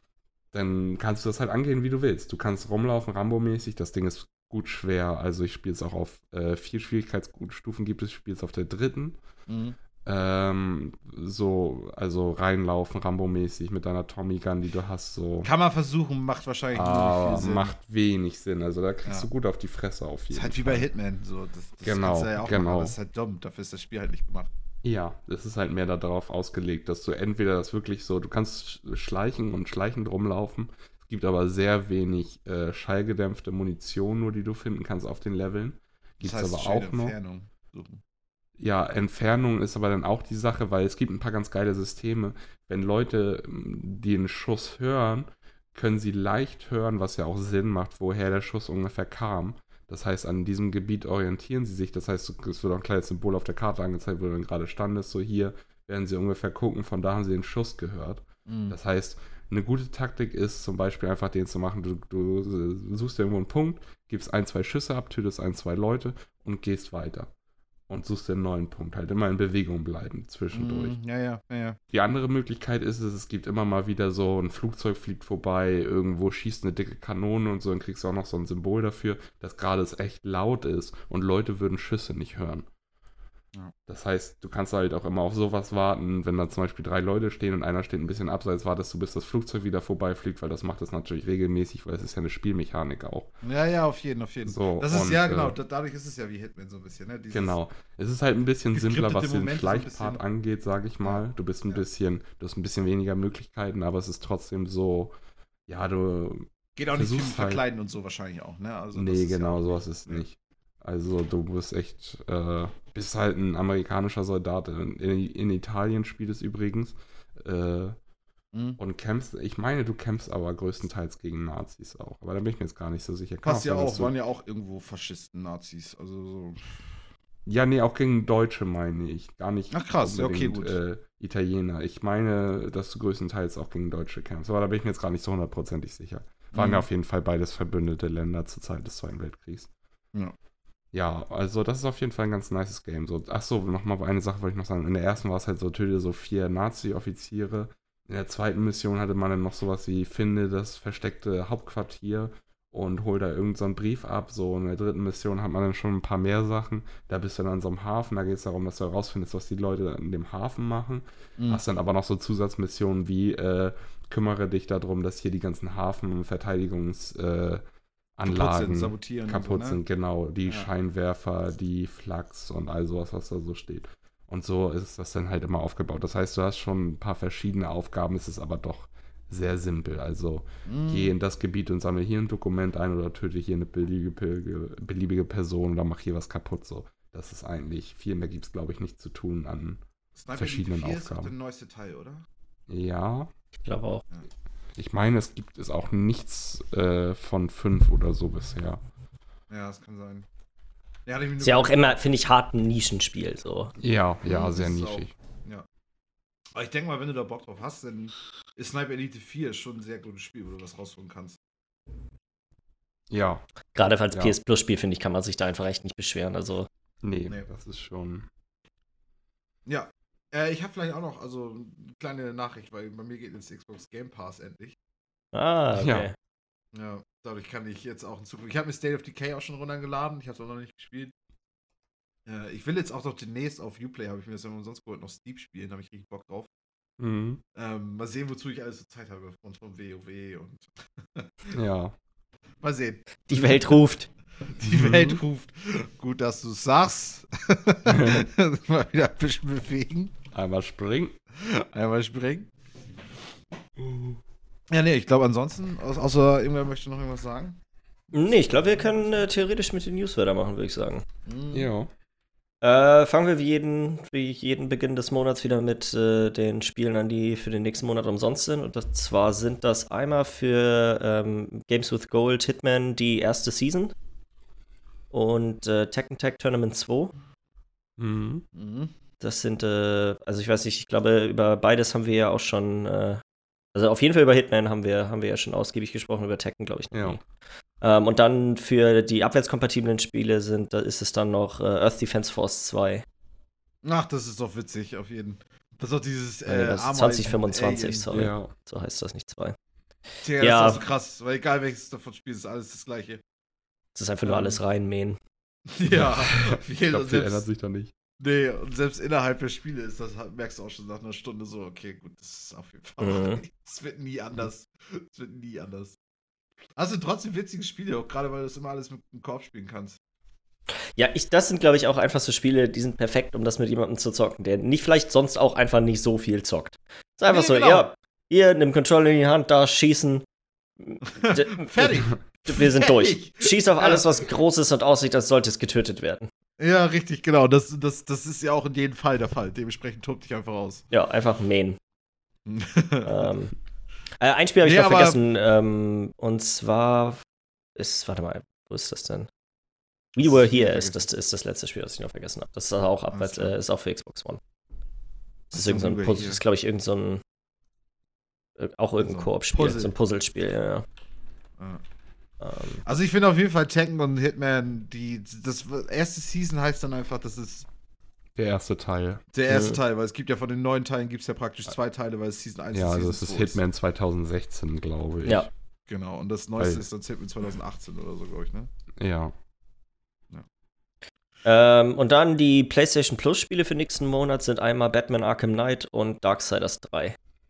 dann kannst du das halt angehen, wie du willst. Du kannst rumlaufen, Rambo-mäßig. Das Ding ist gut schwer. Also ich spiele es auch auf äh, vier Schwierigkeitsstufen gibt es. Ich spiele es auf der dritten. Mhm. Ähm, so, also reinlaufen, Rambo-mäßig mit deiner Tommy Gun, die du hast, so. Kann man versuchen, macht wahrscheinlich Ah, nicht viel Sinn. macht wenig Sinn. Also da kriegst Ja. du gut auf die Fresse auf jeden ist halt wie Fall. bei Hitman. So. Das, das Genau, kannst du ja auch genau. machen, aber das ist halt dumm. Dafür ist das Spiel halt nicht gemacht. Ja, es ist halt mehr darauf ausgelegt, dass du entweder das wirklich so, du kannst sch- schleichen und schleichend rumlaufen. Es gibt aber sehr wenig äh, schallgedämpfte Munition, nur die du finden kannst auf den Leveln. Gibt es das heißt, aber schnelle auch noch. Entfernung suchen. Ja, Entfernung ist aber dann auch die Sache, weil es gibt ein paar ganz geile Systeme. Wenn Leute ähm, den Schuss hören, können sie leicht hören, was ja auch Sinn macht, woher der Schuss ungefähr kam. Das heißt, an diesem Gebiet orientieren sie sich. Das heißt, es wird auch ein kleines Symbol auf der Karte angezeigt, wo du dann gerade standest. So hier werden sie ungefähr gucken, von da haben sie den Schuss gehört. Mhm. Das heißt, eine gute Taktik ist zum Beispiel einfach den zu machen, du, du suchst irgendwo einen Punkt, gibst ein, zwei Schüsse ab, tötest ein, zwei Leute und gehst weiter. und suchst den neuen Punkt. Halt immer in Bewegung bleiben zwischendurch. Mm, ja, ja, ja, ja. Die andere Möglichkeit ist es, es gibt immer mal wieder so, ein Flugzeug fliegt vorbei, irgendwo schießt eine dicke Kanone und so, dann kriegst du auch noch so ein Symbol dafür, dass gerade es echt laut ist und Leute würden Schüsse nicht hören. Ja. Das heißt, du kannst halt auch immer auf sowas warten, wenn da zum Beispiel drei Leute stehen und einer steht ein bisschen abseits, wartest du, bis das Flugzeug wieder vorbeifliegt, weil das macht das natürlich regelmäßig, weil es ist ja eine Spielmechanik auch. Ja, ja, auf jeden, auf jeden. So, das ist und, ja, genau, äh, da- dadurch ist es ja wie Hitman so ein bisschen, ne? Dieses, Genau. Es ist halt ein bisschen simpler, was geskriptete den Momente so ein Schleichpart bisschen. angeht, sage ich mal. Du bist ein Ja. bisschen, du hast ein bisschen weniger Möglichkeiten, aber es ist trotzdem so, ja, du Geht auch nicht viel mit versuchst halt- Verkleiden und so wahrscheinlich auch, ne? Also, das nee, ist genau, ja, sowas ist nee. nicht. Also du bist echt, äh, bist halt ein amerikanischer Soldat. In, in Italien spielt es übrigens. Äh, Mhm. und kämpfst, ich meine, du kämpfst aber größtenteils gegen Nazis auch. Aber da bin ich mir jetzt gar nicht so sicher. Kann Passt ja sein, dass auch, du- waren ja auch irgendwo Faschisten, Nazis, also so. Ja, nee, auch gegen Deutsche meine ich. Gar nicht Ach, krass, ja, okay, unbedingt, gut. Äh, Italiener. Ich meine, dass du größtenteils auch gegen Deutsche kämpfst. Aber da bin ich mir jetzt gar nicht so hundertprozentig sicher. Waren Mhm. ja auf jeden Fall beides verbündete Länder zur Zeit des Zweiten Weltkriegs. Ja. Ja, also das ist auf jeden Fall ein ganz nices Game. So, achso, nochmal eine Sache wollte ich noch sagen. In der ersten war es halt so, töte so vier Nazi-Offiziere. In der zweiten Mission hatte man dann noch sowas wie, finde das versteckte Hauptquartier und hol da irgendeinen so einen Brief ab. So in der dritten Mission hat man dann schon ein paar mehr Sachen. Da bist du dann an so einem Hafen, da geht es darum, dass du herausfindest, was die Leute in dem Hafen machen. Mhm. Hast dann aber noch so Zusatzmissionen wie, äh, kümmere dich darum, dass hier die ganzen Hafenverteidigungsanlagen äh, Anlagen sind, sabotieren und kaputt so, ne? sind, genau. Die Ja. Scheinwerfer, die Flaks und all sowas, was da so steht. Und so ist das dann halt immer aufgebaut. Das heißt, du hast schon ein paar verschiedene Aufgaben, es ist aber doch sehr simpel. Also Mhm. geh in das Gebiet und sammle hier ein Dokument ein oder töte hier eine beliebige, beliebige Person oder mach hier was kaputt. So. Das ist eigentlich, viel mehr gibt es, glaube ich, nicht zu tun an Sniper verschiedenen Elite vier ist auch Aufgaben. der neueste Teil, oder? Ja. Ich glaube auch. Ich meine, es gibt es auch nichts äh, von fünf oder so bisher. Ja, das kann sein. Ja, hatte ich mir Ist nur ja auch gedacht. immer, finde ich, hart ein Nischenspiel. So. Ja, ja, Mhm, sehr das ist nischig. Aber ich denke mal, wenn du da Bock drauf hast, dann ist Sniper Elite vier schon ein sehr gutes Spiel, wo du was rausholen kannst. Ja, Gerade als Ja. P S Plus-Spiel, finde ich, kann man sich da einfach echt nicht beschweren. Also, nee, Nee. das ist schon. Ja. Äh, ich habe vielleicht auch noch, also eine kleine Nachricht, weil bei mir geht jetzt Xbox Game Pass endlich. ah, okay. Ja. Ja, dadurch kann ich jetzt auch in Zukunft. Ich habe mir State of Decay auch schon runtergeladen, ich habe es auch noch nicht gespielt. Äh, ich will jetzt auch noch demnächst auf Uplay, habe ich mir das ja umsonst geholt, noch Steep spielen, da habe ich richtig Bock drauf. Mhm. Ähm, mal sehen, wozu ich alles so Zeit habe aufgrund von WoW und Ja. mal sehen. Die Welt ruft. Die Mhm. Welt ruft. Gut, dass du sagst. Mal wieder ein bisschen bewegen. Einmal springen. Einmal springen. Ja, nee, ich glaube ansonsten, au- außer irgendwer möchte noch irgendwas sagen. Nee, ich glaube, wir können äh, theoretisch mit den News weitermachen, würde ich sagen. Mhm. Ja. Äh, fangen wir wie jeden, wie jeden Beginn des Monats wieder mit äh, den Spielen an, die für den nächsten Monat umsonst sind. Und das, zwar sind das einmal für ähm, Games with Gold Hitman die erste Season und äh, Tekken Tag Tournament zwei. Mhm. Mhm. Das sind, äh, also ich weiß nicht, ich glaube, über beides haben wir ja auch schon, äh, also auf jeden Fall über Hitman haben wir, haben wir ja schon ausgiebig gesprochen, über Tekken glaube ich noch Ja. nie. Ähm, und dann für die abwärtskompatiblen Spiele sind, da ist es dann noch äh, Earth Defense Force zwei. Ach, das ist doch witzig, auf jeden Fall. Das ist doch dieses Äh, äh, das ist Ameisen- zwanzig fünfundzwanzig, Alien. sorry. Ja. So heißt das nicht zwei. Tja, Ja. das ist auch so krass, weil egal welches davon spielst, ist alles das gleiche. Das ist einfach nur Ähm, alles reinmähen. Ja, Ich viel, glaube, und viel ändert selbst, sich da nicht. nee, und selbst innerhalb der Spiele ist das, merkst du auch schon nach einer Stunde so, okay, gut, das ist auf jeden Fall. Mhm. Es wird nie anders. Es wird nie anders. Also trotzdem witzige Spiele, auch gerade weil du das immer alles mit dem Korb spielen kannst. Ja, ich, das sind, glaube ich, auch einfach so Spiele, die sind perfekt, um das mit jemandem zu zocken, der nicht vielleicht sonst auch einfach nicht so viel zockt. Es ist einfach Nee, so, genau. ja, hier, nimm Controller in die Hand, da schießen. D- Fertig. Wir sind durch. Fertig. Schieß auf alles, Ja. was groß ist und aussieht, als sollte es getötet werden. Ja, richtig, genau. Das, das, das ist ja auch in jedem Fall der Fall. Dementsprechend tobt dich einfach aus. Ja, einfach mähen. ähm, äh, ein Spiel habe ich Nee, noch aber- vergessen, ähm, und zwar ist, warte mal, wo ist das denn? We Were Here ist das, ist das letzte Spiel, was ich noch vergessen habe. Das ist auch abwärts, Alles klar. äh, ist auch für Xbox One. Das ist So, irgend so ein We Were Puzzle, Here. ist, glaube ich, irgend so ein äh, auch irgendein So ein Koop-Spiel, Puzzle. so ein Puzzlespiel, ja, ja. Ja. Ähm, Also ich finde auf jeden Fall Tekken und Hitman, die das erste Season heißt dann einfach, das ist Der erste Teil. Der erste Mhm. Teil, weil es gibt ja von den neuen Teilen gibt es ja praktisch zwei Teile, weil es Season eins Ja, und also Season es ist zwei Hitman zwanzig sechzehn, glaube ich. Ja. Genau, und das neueste Weil- ist dann Hitman zwanzig achtzehn oder so, glaube ich, ne? Ja. Ähm, und dann die PlayStation Plus-Spiele für nächsten Monat sind einmal Batman Arkham Knight und Darksiders drei.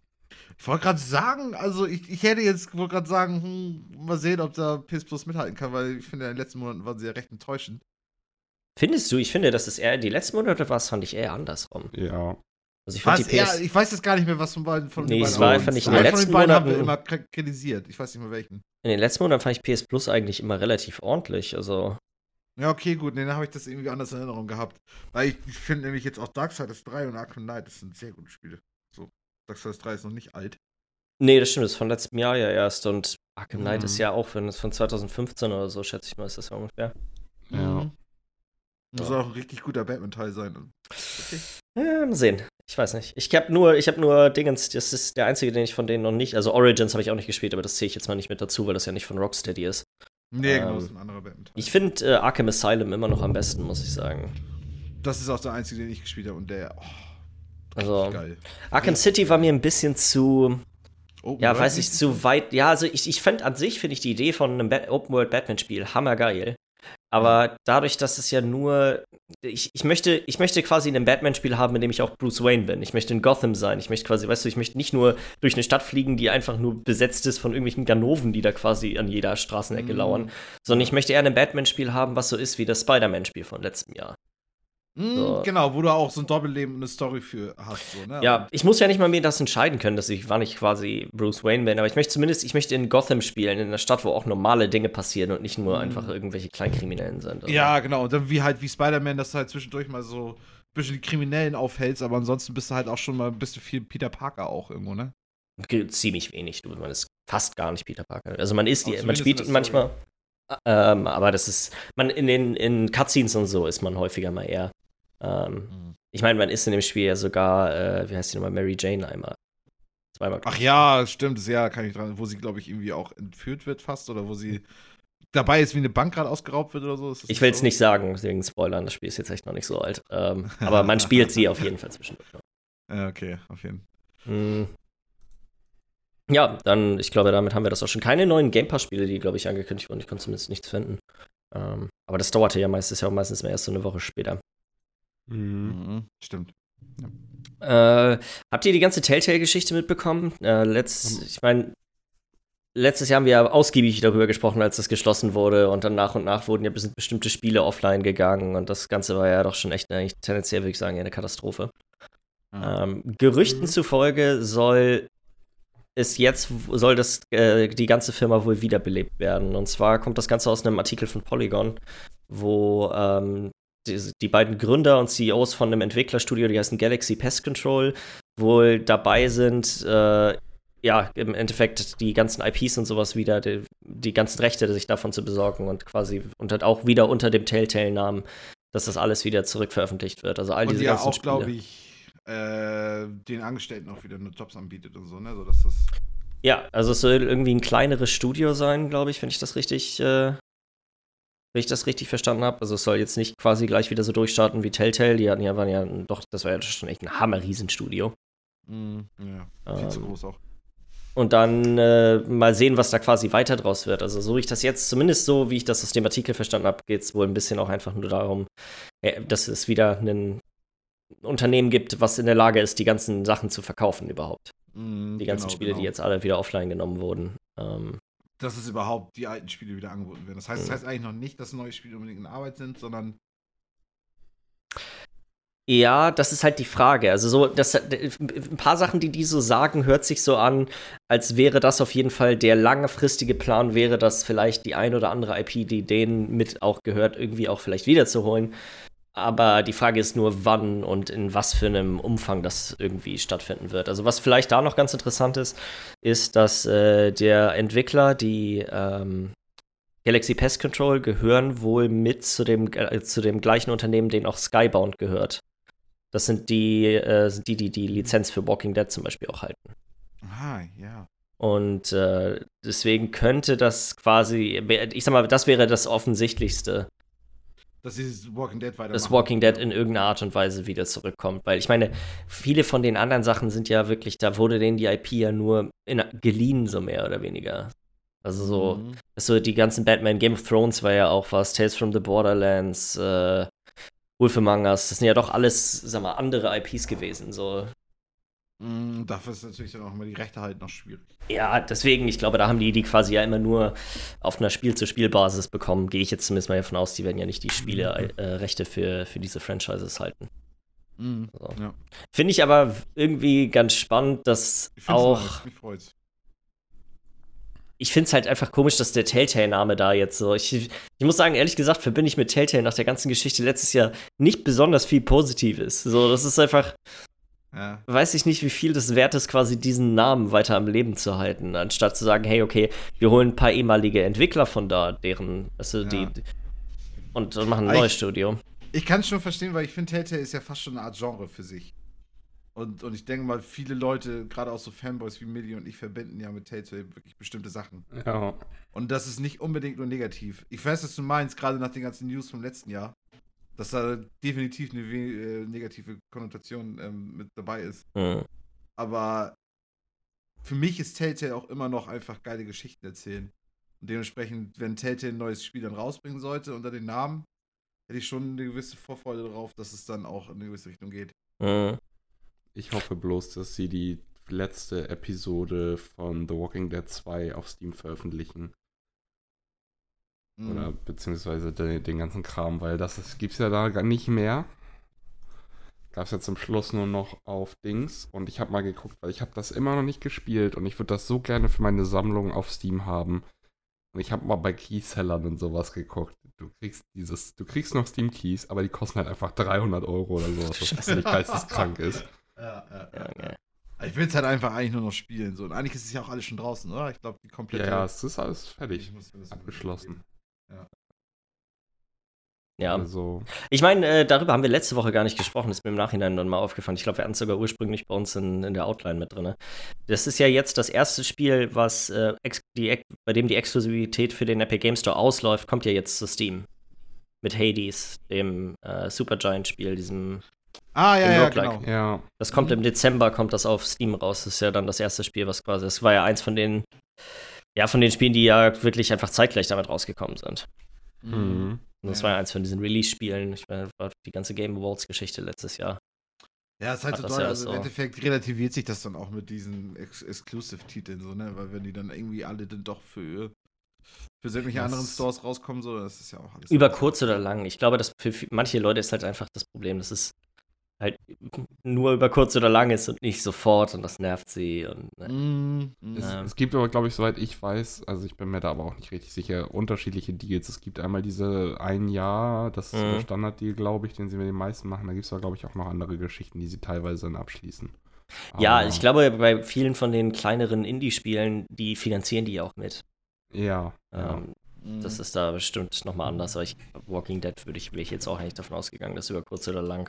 Ich wollte gerade sagen, also ich, ich hätte jetzt wollte gerade sagen, hm, mal sehen, ob da P S Plus mithalten kann, weil ich finde, in den letzten Monaten waren sie ja recht enttäuschend. Findest du? Ich finde, das ist eher, die letzten Monate war es, fand ich eher andersrum. Ja. Also ich War fand es die P S eher, ich weiß jetzt gar nicht mehr, was von beiden von Nee, den es beiden war waren. einfach nicht Einen in den von letzten den beiden haben wir Monaten- immer kri- kritisiert. Ich weiß nicht mehr welchen. in den letzten Monaten fand ich P S Plus eigentlich immer relativ ordentlich. Also, Ja, okay, gut, nee, dann habe ich das irgendwie anders in Erinnerung gehabt. Weil ich, ich finde nämlich jetzt auch Darksiders drei und Arkham Knight, das sind sehr gute Spiele. So, Darksiders drei ist noch nicht alt. nee, das stimmt, das ist von letztem Jahr ja erst. Und Arkham Knight Mhm. ist ja auch, wenn es von zwanzig fünfzehn oder so, schätze ich mal, ist das ja ungefähr. Ja. Mhm. Das soll auch ein richtig guter Batman-Teil sein. Okay. Ja, mal sehen. Ich weiß nicht. Ich habe nur, ich habe nur Dingens, das ist der einzige, den ich von denen noch nicht, also Origins habe ich auch nicht gespielt, aber das zähle ich jetzt mal nicht mit dazu, weil das ja nicht von Rocksteady ist. Nee, Ähm, genau, das ist ein anderer Batman-Teil. Ich finde äh, Arkham Asylum immer noch am besten, muss ich sagen. Das ist auch der einzige, den ich gespielt habe und der, oh, Also, richtig geil. Arkham City war mir ein bisschen zu, Oh, ja, oder? weiß ich, zu weit. Ja, also ich, ich fand an sich, finde ich die Idee von einem Bat- Open-World-Batman-Spiel hammergeil. Aber dadurch, dass es ja nur, ich, ich, möchte, ich möchte quasi ein Batman-Spiel haben, in dem ich auch Bruce Wayne bin. Ich möchte in Gotham sein. Ich möchte quasi, weißt du, ich möchte nicht nur durch eine Stadt fliegen, die einfach nur besetzt ist von irgendwelchen Ganoven, die da quasi an jeder Straßenecke Mhm. lauern. Sondern ich möchte eher ein Batman-Spiel haben, was so ist wie das Spider-Man-Spiel von letztem Jahr. Mhm, So. Genau, wo du auch so ein Doppelleben und eine Story für hast. So, ne? Ja, ich muss ja nicht mal mir das entscheiden können, dass ich, wann ich quasi Bruce Wayne bin, aber ich möchte zumindest, ich möchte in Gotham spielen, in einer Stadt, wo auch normale Dinge passieren und nicht nur Mhm. einfach irgendwelche Kleinkriminellen sind. Also. Ja, genau. Und dann wie halt wie Spider-Man, dass du halt zwischendurch mal so ein bisschen die Kriminellen aufhältst, aber ansonsten bist du halt auch schon mal ein bisschen viel Peter Parker auch irgendwo, ne? Ge- Ziemlich wenig, du, man ist fast gar nicht Peter Parker. Also man ist, die, Aber man zumindest spielt in ihn der manchmal, ähm, aber das ist, man in den in Cutscenes und so ist man häufiger mal eher. Ähm, ich meine, man ist in dem Spiel ja sogar, äh, wie heißt die nochmal, Mary Jane einmal. Zweimal. Ach ja, stimmt, das ja, kann ich dran, wo sie, glaube ich, irgendwie auch entführt wird fast oder wo sie dabei ist, wie eine Bank gerade ausgeraubt wird oder so. Ist das Ich will es so? nicht sagen, wegen Spoilern, das Spiel ist jetzt echt noch nicht so alt. Ähm, aber man spielt sie auf jeden Fall zwischendurch noch. Ja, okay, auf jeden Fall. Hm. Ja, dann, ich glaube, damit haben wir das auch schon. Keine neuen Game Pass-Spiele, die, glaube ich, angekündigt wurden. Ich konnte zumindest nichts finden. Ähm, aber das dauerte ja meistens ja auch meistens mehr erst so eine Woche später. Mhm. Mhm, stimmt. Äh, habt ihr die ganze Telltale-Geschichte mitbekommen? Äh, letzt, ich meine, letztes Jahr haben wir ja ausgiebig darüber gesprochen, als das geschlossen wurde und dann nach und nach wurden ja bes- bestimmte Spiele offline gegangen und das Ganze war ja doch schon echt eigentlich tendenziell, würde ich sagen, eine Katastrophe. Ja. Ähm, Gerüchten Mhm. zufolge soll es jetzt, soll das, äh, die ganze Firma wohl wiederbelebt werden. Und zwar kommt das Ganze aus einem Artikel von Polygon, wo ähm, die, die beiden Gründer und C E Os von einem Entwicklerstudio, die heißen Galaxy Pest Control, wohl dabei sind, äh, ja, im Endeffekt die ganzen I Ps und sowas wieder, die, die ganzen Rechte sich davon zu besorgen und quasi und halt auch wieder unter dem Telltale-Namen, dass das alles wieder zurückveröffentlicht wird. Also all Und diese ja ganzen auch, Spiele. glaube ich, äh, den Angestellten auch wieder nur Jobs anbietet und so, ne? So, dass das. Ja, also es soll irgendwie ein kleineres Studio sein, glaube ich, wenn ich das richtig, äh, wenn ich das richtig verstanden habe. Also es soll jetzt nicht quasi gleich wieder so durchstarten wie Telltale. Die hatten ja, waren ja doch, das war ja schon echt ein Hammer-Riesenstudio. Mhm, ja, viel zu Ähm, groß auch. Und dann äh, mal sehen, was da quasi weiter draus wird. Also so wie ich das jetzt, zumindest so, wie ich das aus dem Artikel verstanden habe, geht es wohl ein bisschen auch einfach nur darum, äh, dass es wieder ein Unternehmen gibt, was in der Lage ist, die ganzen Sachen zu verkaufen überhaupt. Mhm, Die ganzen genau, Spiele, genau. die jetzt alle wieder offline genommen wurden. Ähm, Dass es überhaupt die alten Spiele wieder angeboten werden. Das heißt, Mhm. das heißt eigentlich noch nicht, dass neue Spiele unbedingt in Arbeit sind, sondern. Ja, das ist halt die Frage. Also so, das, ein paar Sachen, die die so sagen, hört sich so an, als wäre das auf jeden Fall der langfristige Plan wäre, dass vielleicht die ein oder andere I P, die denen mit auch gehört, irgendwie auch vielleicht wiederzuholen. Aber die Frage ist nur, wann und in was für einem Umfang das irgendwie stattfinden wird. Also was vielleicht da noch ganz interessant ist, ist, dass äh, der Entwickler, die ähm, Galaxy Pest Control, gehören wohl mit zu dem, äh, zu dem gleichen Unternehmen, den auch Skybound gehört. Das sind die, äh, sind die, die die Lizenz für Walking Dead zum Beispiel auch halten. Ah, ja. Und äh, deswegen könnte das quasi, ich sag mal, das wäre das Offensichtlichste. dass sie Walking Dead weitermachen. Dass Walking Dead in irgendeiner Art und Weise wieder zurückkommt. Weil ich meine, viele von den anderen Sachen sind ja wirklich, da wurde denen die I P ja nur in, geliehen, so mehr oder weniger. Also so, Mhm. so die ganzen Batman, Game of Thrones war ja auch was, Tales from the Borderlands, äh, Wolf Among Us, das sind ja doch alles, sag mal, andere I Ps gewesen. So. Mm, dafür ist natürlich dann auch immer die Rechte halt noch schwierig. Ja, deswegen, ich glaube, da haben die die quasi ja immer nur auf einer Spiel-zu-Spiel-Basis bekommen. Gehe ich jetzt zumindest mal davon aus, die werden ja nicht die Spielerechte äh, für, für diese Franchises halten. Mhm. So. Ja. Finde ich aber irgendwie ganz spannend, dass Ich find's auch. nice, mich freut's. Ich finde es halt einfach komisch, dass der Telltale-Name da jetzt so. Ich, ich muss sagen, ehrlich gesagt, verbinde ich mit Telltale nach der ganzen Geschichte letztes Jahr nicht besonders viel Positives. So, das ist einfach. Ja. Weiß ich nicht, wie viel das wert ist, quasi diesen Namen weiter am Leben zu halten, anstatt zu sagen, hey, okay, wir holen ein paar ehemalige Entwickler von da, deren, also Ja. die, und, und machen ein Aber neues ich- Studio. Ich kann es schon verstehen, weil ich finde, Telltale ist ja fast schon eine Art Genre für sich. Und, und ich denke mal, viele Leute, gerade auch so Fanboys wie Millie und ich, verbinden ja mit Telltale wirklich bestimmte Sachen. Ja. Und das ist nicht unbedingt nur negativ. Ich weiß, was du meinst, gerade nach den ganzen News vom letzten Jahr, dass da definitiv eine we- äh, negative Konnotation ähm, mit dabei ist. Hm. Aber für mich ist Telltale auch immer noch einfach geile Geschichten erzählen. Und dementsprechend, wenn Telltale ein neues Spiel dann rausbringen sollte unter den Namen, hätte ich schon eine gewisse Vorfreude darauf, dass es dann auch in eine gewisse Richtung geht. Hm. Ich hoffe bloß, dass sie die letzte Episode von The Walking Dead zwei auf Steam veröffentlichen. Mhm. Oder beziehungsweise den, den ganzen Kram, weil das ist, gibt's ja da gar nicht mehr. Gab's ja zum Schluss nur noch auf Dings. Und ich habe mal geguckt, weil ich habe das immer noch nicht gespielt und ich würde das so gerne für meine Sammlung auf Steam haben. Und ich habe mal bei Keysellern und sowas geguckt. Du kriegst dieses, du kriegst noch Steam Keys, aber die kosten halt einfach dreihundert Euro oder sowas, was völlig geisteskrank ist. Ja, ja, Ja, ja. ja. Ich will es halt einfach eigentlich nur noch spielen. So. Und eigentlich ist es ja auch alles schon draußen, oder? Ich glaube, die Ja, komplette. ja, es ist alles fertig, Ich muss mir das abgeschlossen. Ja, Also, ich meine, äh, darüber haben wir letzte Woche gar nicht gesprochen, ist mir im Nachhinein dann mal aufgefallen. Ich glaube, wir hatten es sogar ursprünglich bei uns in, in der Outline mit drin. Das ist ja jetzt das erste Spiel, was äh, ex- die, ex- bei dem die Exklusivität für den Epic Game Store ausläuft, kommt ja jetzt zu Steam. Mit Hades, dem äh, Supergiant-Spiel, diesem. Ah, ja, Im ja, Roguelike. genau. ja, Das kommt Mhm. im Dezember, kommt das auf Steam raus. Das ist ja dann das erste Spiel, was quasi. Das war ja eins von den. Ja, von den Spielen, die ja wirklich einfach zeitgleich damit rausgekommen sind. mhm. Und das Ja. war ja eins von diesen Release-Spielen. Ich meine, war die ganze Game Awards-Geschichte letztes Jahr. Ja, ist halt Ach, so das toll. ja Also so. im Endeffekt relativiert sich das dann auch mit diesen Ex Exclusive-Titeln, so, ne? Weil wenn die dann irgendwie alle dann doch für, für sämtliche Das- anderen Stores rauskommen, so, das ist ja auch alles. Über kurz oder lang. Ich glaube, dass für vi- manche Leute ist halt einfach das Problem, dass es halt nur über kurz oder lang ist und nicht sofort und das nervt sie. Und, ne. Mm, mm. Es, Ähm. es gibt aber, glaube ich, soweit ich weiß, also ich bin mir da aber auch nicht richtig sicher, unterschiedliche Deals. Es gibt einmal diese ein Jahr, das ist so Mhm. der Standarddeal, glaube ich, den sie mit den meisten machen. Da gibt es aber, glaube ich, auch noch andere Geschichten, die sie teilweise dann abschließen. Ja, Aber- ich glaube, bei vielen von den kleineren Indie-Spielen, die finanzieren die ja auch mit. Ja, ja. Ähm, Mm. Das ist da bestimmt nochmal anders, aber ich Walking Dead würde ich, wäre ich jetzt auch eigentlich davon ausgegangen, dass über kurz oder lang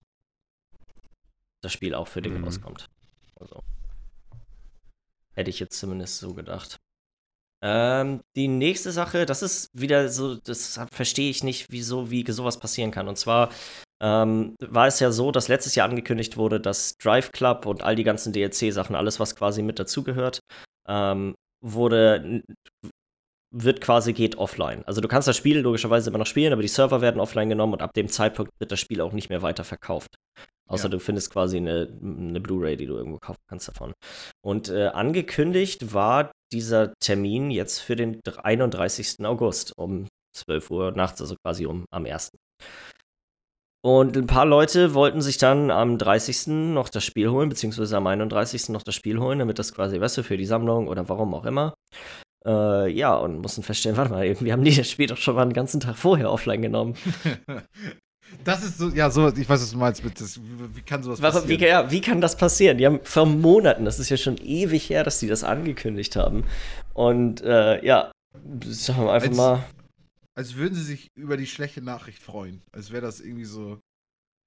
das Spiel auch für den Mhm. rauskommt. Also. Hätte ich jetzt zumindest so gedacht. Ähm, die nächste Sache, das ist wieder so, das hab- verstehe ich nicht, wieso, wie sowas passieren kann. Und zwar ähm, war es ja so, dass letztes Jahr angekündigt wurde, dass Drive Club und all die ganzen D L C-Sachen, alles, was quasi mit dazugehört, ähm, wurde, wird quasi geht offline. Also du kannst das Spiel logischerweise immer noch spielen, aber die Server werden offline genommen und ab dem Zeitpunkt wird das Spiel auch nicht mehr weiter verkauft. Außer Ja. du findest quasi eine, eine Blu-ray, die du irgendwo kaufen kannst davon. Und äh, angekündigt war dieser Termin jetzt für den einunddreißigsten August um zwölf Uhr nachts, also quasi um am ersten Und ein paar Leute wollten sich dann am dreißigsten noch das Spiel holen, beziehungsweise am einunddreißigsten noch das Spiel holen, damit das quasi, weißt du, für die Sammlung oder warum auch immer. Äh, ja, und mussten feststellen, warte mal, irgendwie haben die das Spiel doch schon mal einen ganzen Tag vorher offline genommen. Das ist so, ja, so, ich weiß, was du meinst mit das, wie, wie kann sowas Warum, wie, passieren? ja, wie kann das passieren? Die haben vor Monaten, das ist ja schon ewig her, dass die das angekündigt haben. Und äh, ja, sagen wir einfach Als- mal. Als würden sie sich über die schlechte Nachricht freuen. Als wäre das irgendwie so.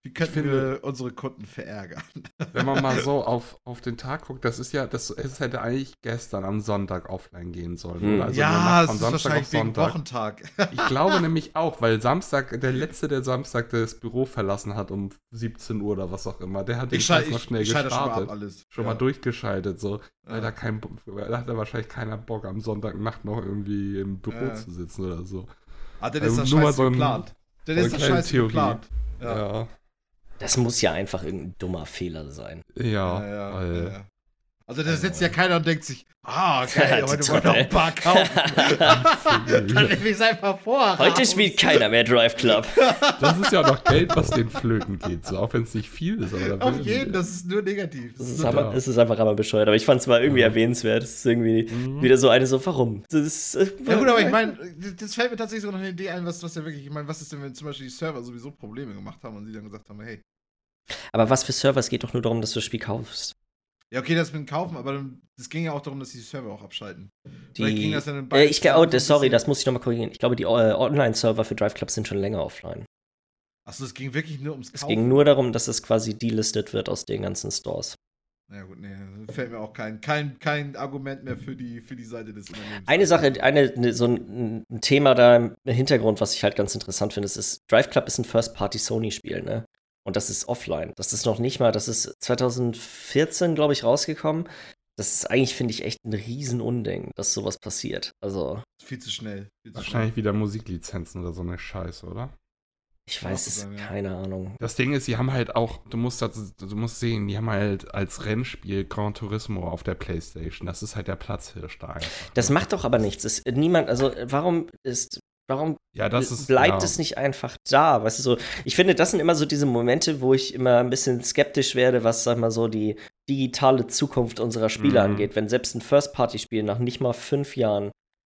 Wie könnten finde- wir unsere Kunden verärgern? Wenn man mal so auf, auf den Tag guckt, das ist ja, das es hätte eigentlich gestern am Sonntag offline gehen sollen. Hm. Oder? Also in der ja, Nacht es von ist Samstag wahrscheinlich auf wegen Sonntag. Wochentag. Ich glaube nämlich auch, weil Samstag, der Letzte, der Samstag das Büro verlassen hat um siebzehn Uhr oder was auch immer, der hat den Ich schalte Scheiß mal ich, schnell ich schalte schon mal gestartet. ab alles. Schon ja. mal durchgeschaltet, so. Weil Ja. da, kein, da hat da wahrscheinlich keiner Bock, am Sonntagnacht noch irgendwie im Büro Ja. zu sitzen oder so. Ah, dann Also ist das nur mal scheiße so ein- geplant. Dann so ist eine das kleine scheiße Theorie. geplant. Ja. Ja. Ja. Das muss ja einfach irgendein dummer Fehler sein. Ja, Ja, ja, weil. ja, ja. Also da sitzt ja keiner und denkt sich, ah, geil, heute wollen wir noch Total. ein paar kaufen. Dann nehme ich es einfach vor. Heute spielt keiner mehr Drive Club. Das ist ja auch noch Geld, was den flöten geht, so, auch wenn es nicht viel ist. Aber da Auf will- jeden, das ist nur negativ. Das Das ist, ist nur aber, Ja. es ist einfach aber bescheuert. Aber ich fand es mal irgendwie Ja. erwähnenswert. Es ist irgendwie Mhm. wieder so eine so, warum? Das ist, äh, Ja gut, aber ich meine, das fällt mir tatsächlich so noch eine Idee ein, was, was ja wirklich, ich meine, was ist denn, wenn zum Beispiel die Server sowieso Probleme gemacht haben und sie dann gesagt haben, hey, Aber was für Server? Es geht doch nur darum, dass du das Spiel kaufst. ja okay, das mit dem Kaufen, aber dann, es ging ja auch darum, dass die Server auch abschalten. Vielleicht ging Die, das dann in äh, beiden ich glaube, oh, zusammen so ein sorry, bisschen- das muss ich nochmal korrigieren. Ich glaube, die äh, Online-Server für Drive Club sind schon länger offline. Achso, es ging wirklich nur ums Es Kaufen. ging nur darum, dass es quasi delistet wird aus den ganzen Stores. Ja gut, nee, fällt mir auch kein, kein, kein Argument mehr für die, für die Seite des Unternehmens. Eine Sache, eine, ne, so ein, ein Thema da im Hintergrund, was ich halt ganz interessant finde, ist, ist Drive Club ist ein First-Party-Sony-Spiel, ne? Und das ist offline. Das ist noch nicht mal, das ist zwanzig vierzehn, glaube ich, rausgekommen. Das ist eigentlich, finde ich, echt ein Riesenunding, dass sowas passiert. Also, Viel zu schnell. Viel zu Wahrscheinlich wieder Musiklizenzen oder so eine Scheiße, oder? ich Kann weiß auch es, sein, ja. keine Ahnung. Das Ding ist, die haben halt auch, du musst das, du musst sehen, die haben halt als Rennspiel Gran Turismo auf der PlayStation. Das ist halt der Platzhirsch da einfach. Das macht doch aber nichts. Es, niemand, also, warum ist, warum Ja, das ist. bleibt ja. es nicht einfach da? Weißt du, so, ich finde, das sind immer so diese Momente, wo ich immer ein bisschen skeptisch werde, was, sag mal so, die digitale Zukunft unserer Spiele Mhm. angeht. Wenn selbst ein First-Party-Spiel nach nicht mal fünf Jahren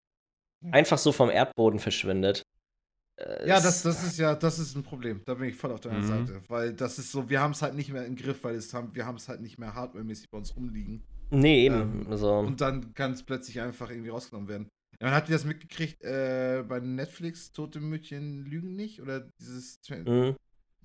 einfach so vom Erdboden verschwindet. Äh, Ja, es- das, das ist ja, das ist ein Problem. Da bin ich voll auf deiner Mhm. Seite. Weil das ist so, wir haben es halt nicht mehr im Griff, weil es haben, wir haben es halt nicht mehr hardwaremäßig bei uns rumliegen. Nee, eben. Ähm, also, Und dann kann es plötzlich einfach irgendwie rausgenommen werden. Ja, man hat ihr das mitgekriegt äh, bei Netflix, Tote Mütchen lügen nicht? Oder dieses. mh,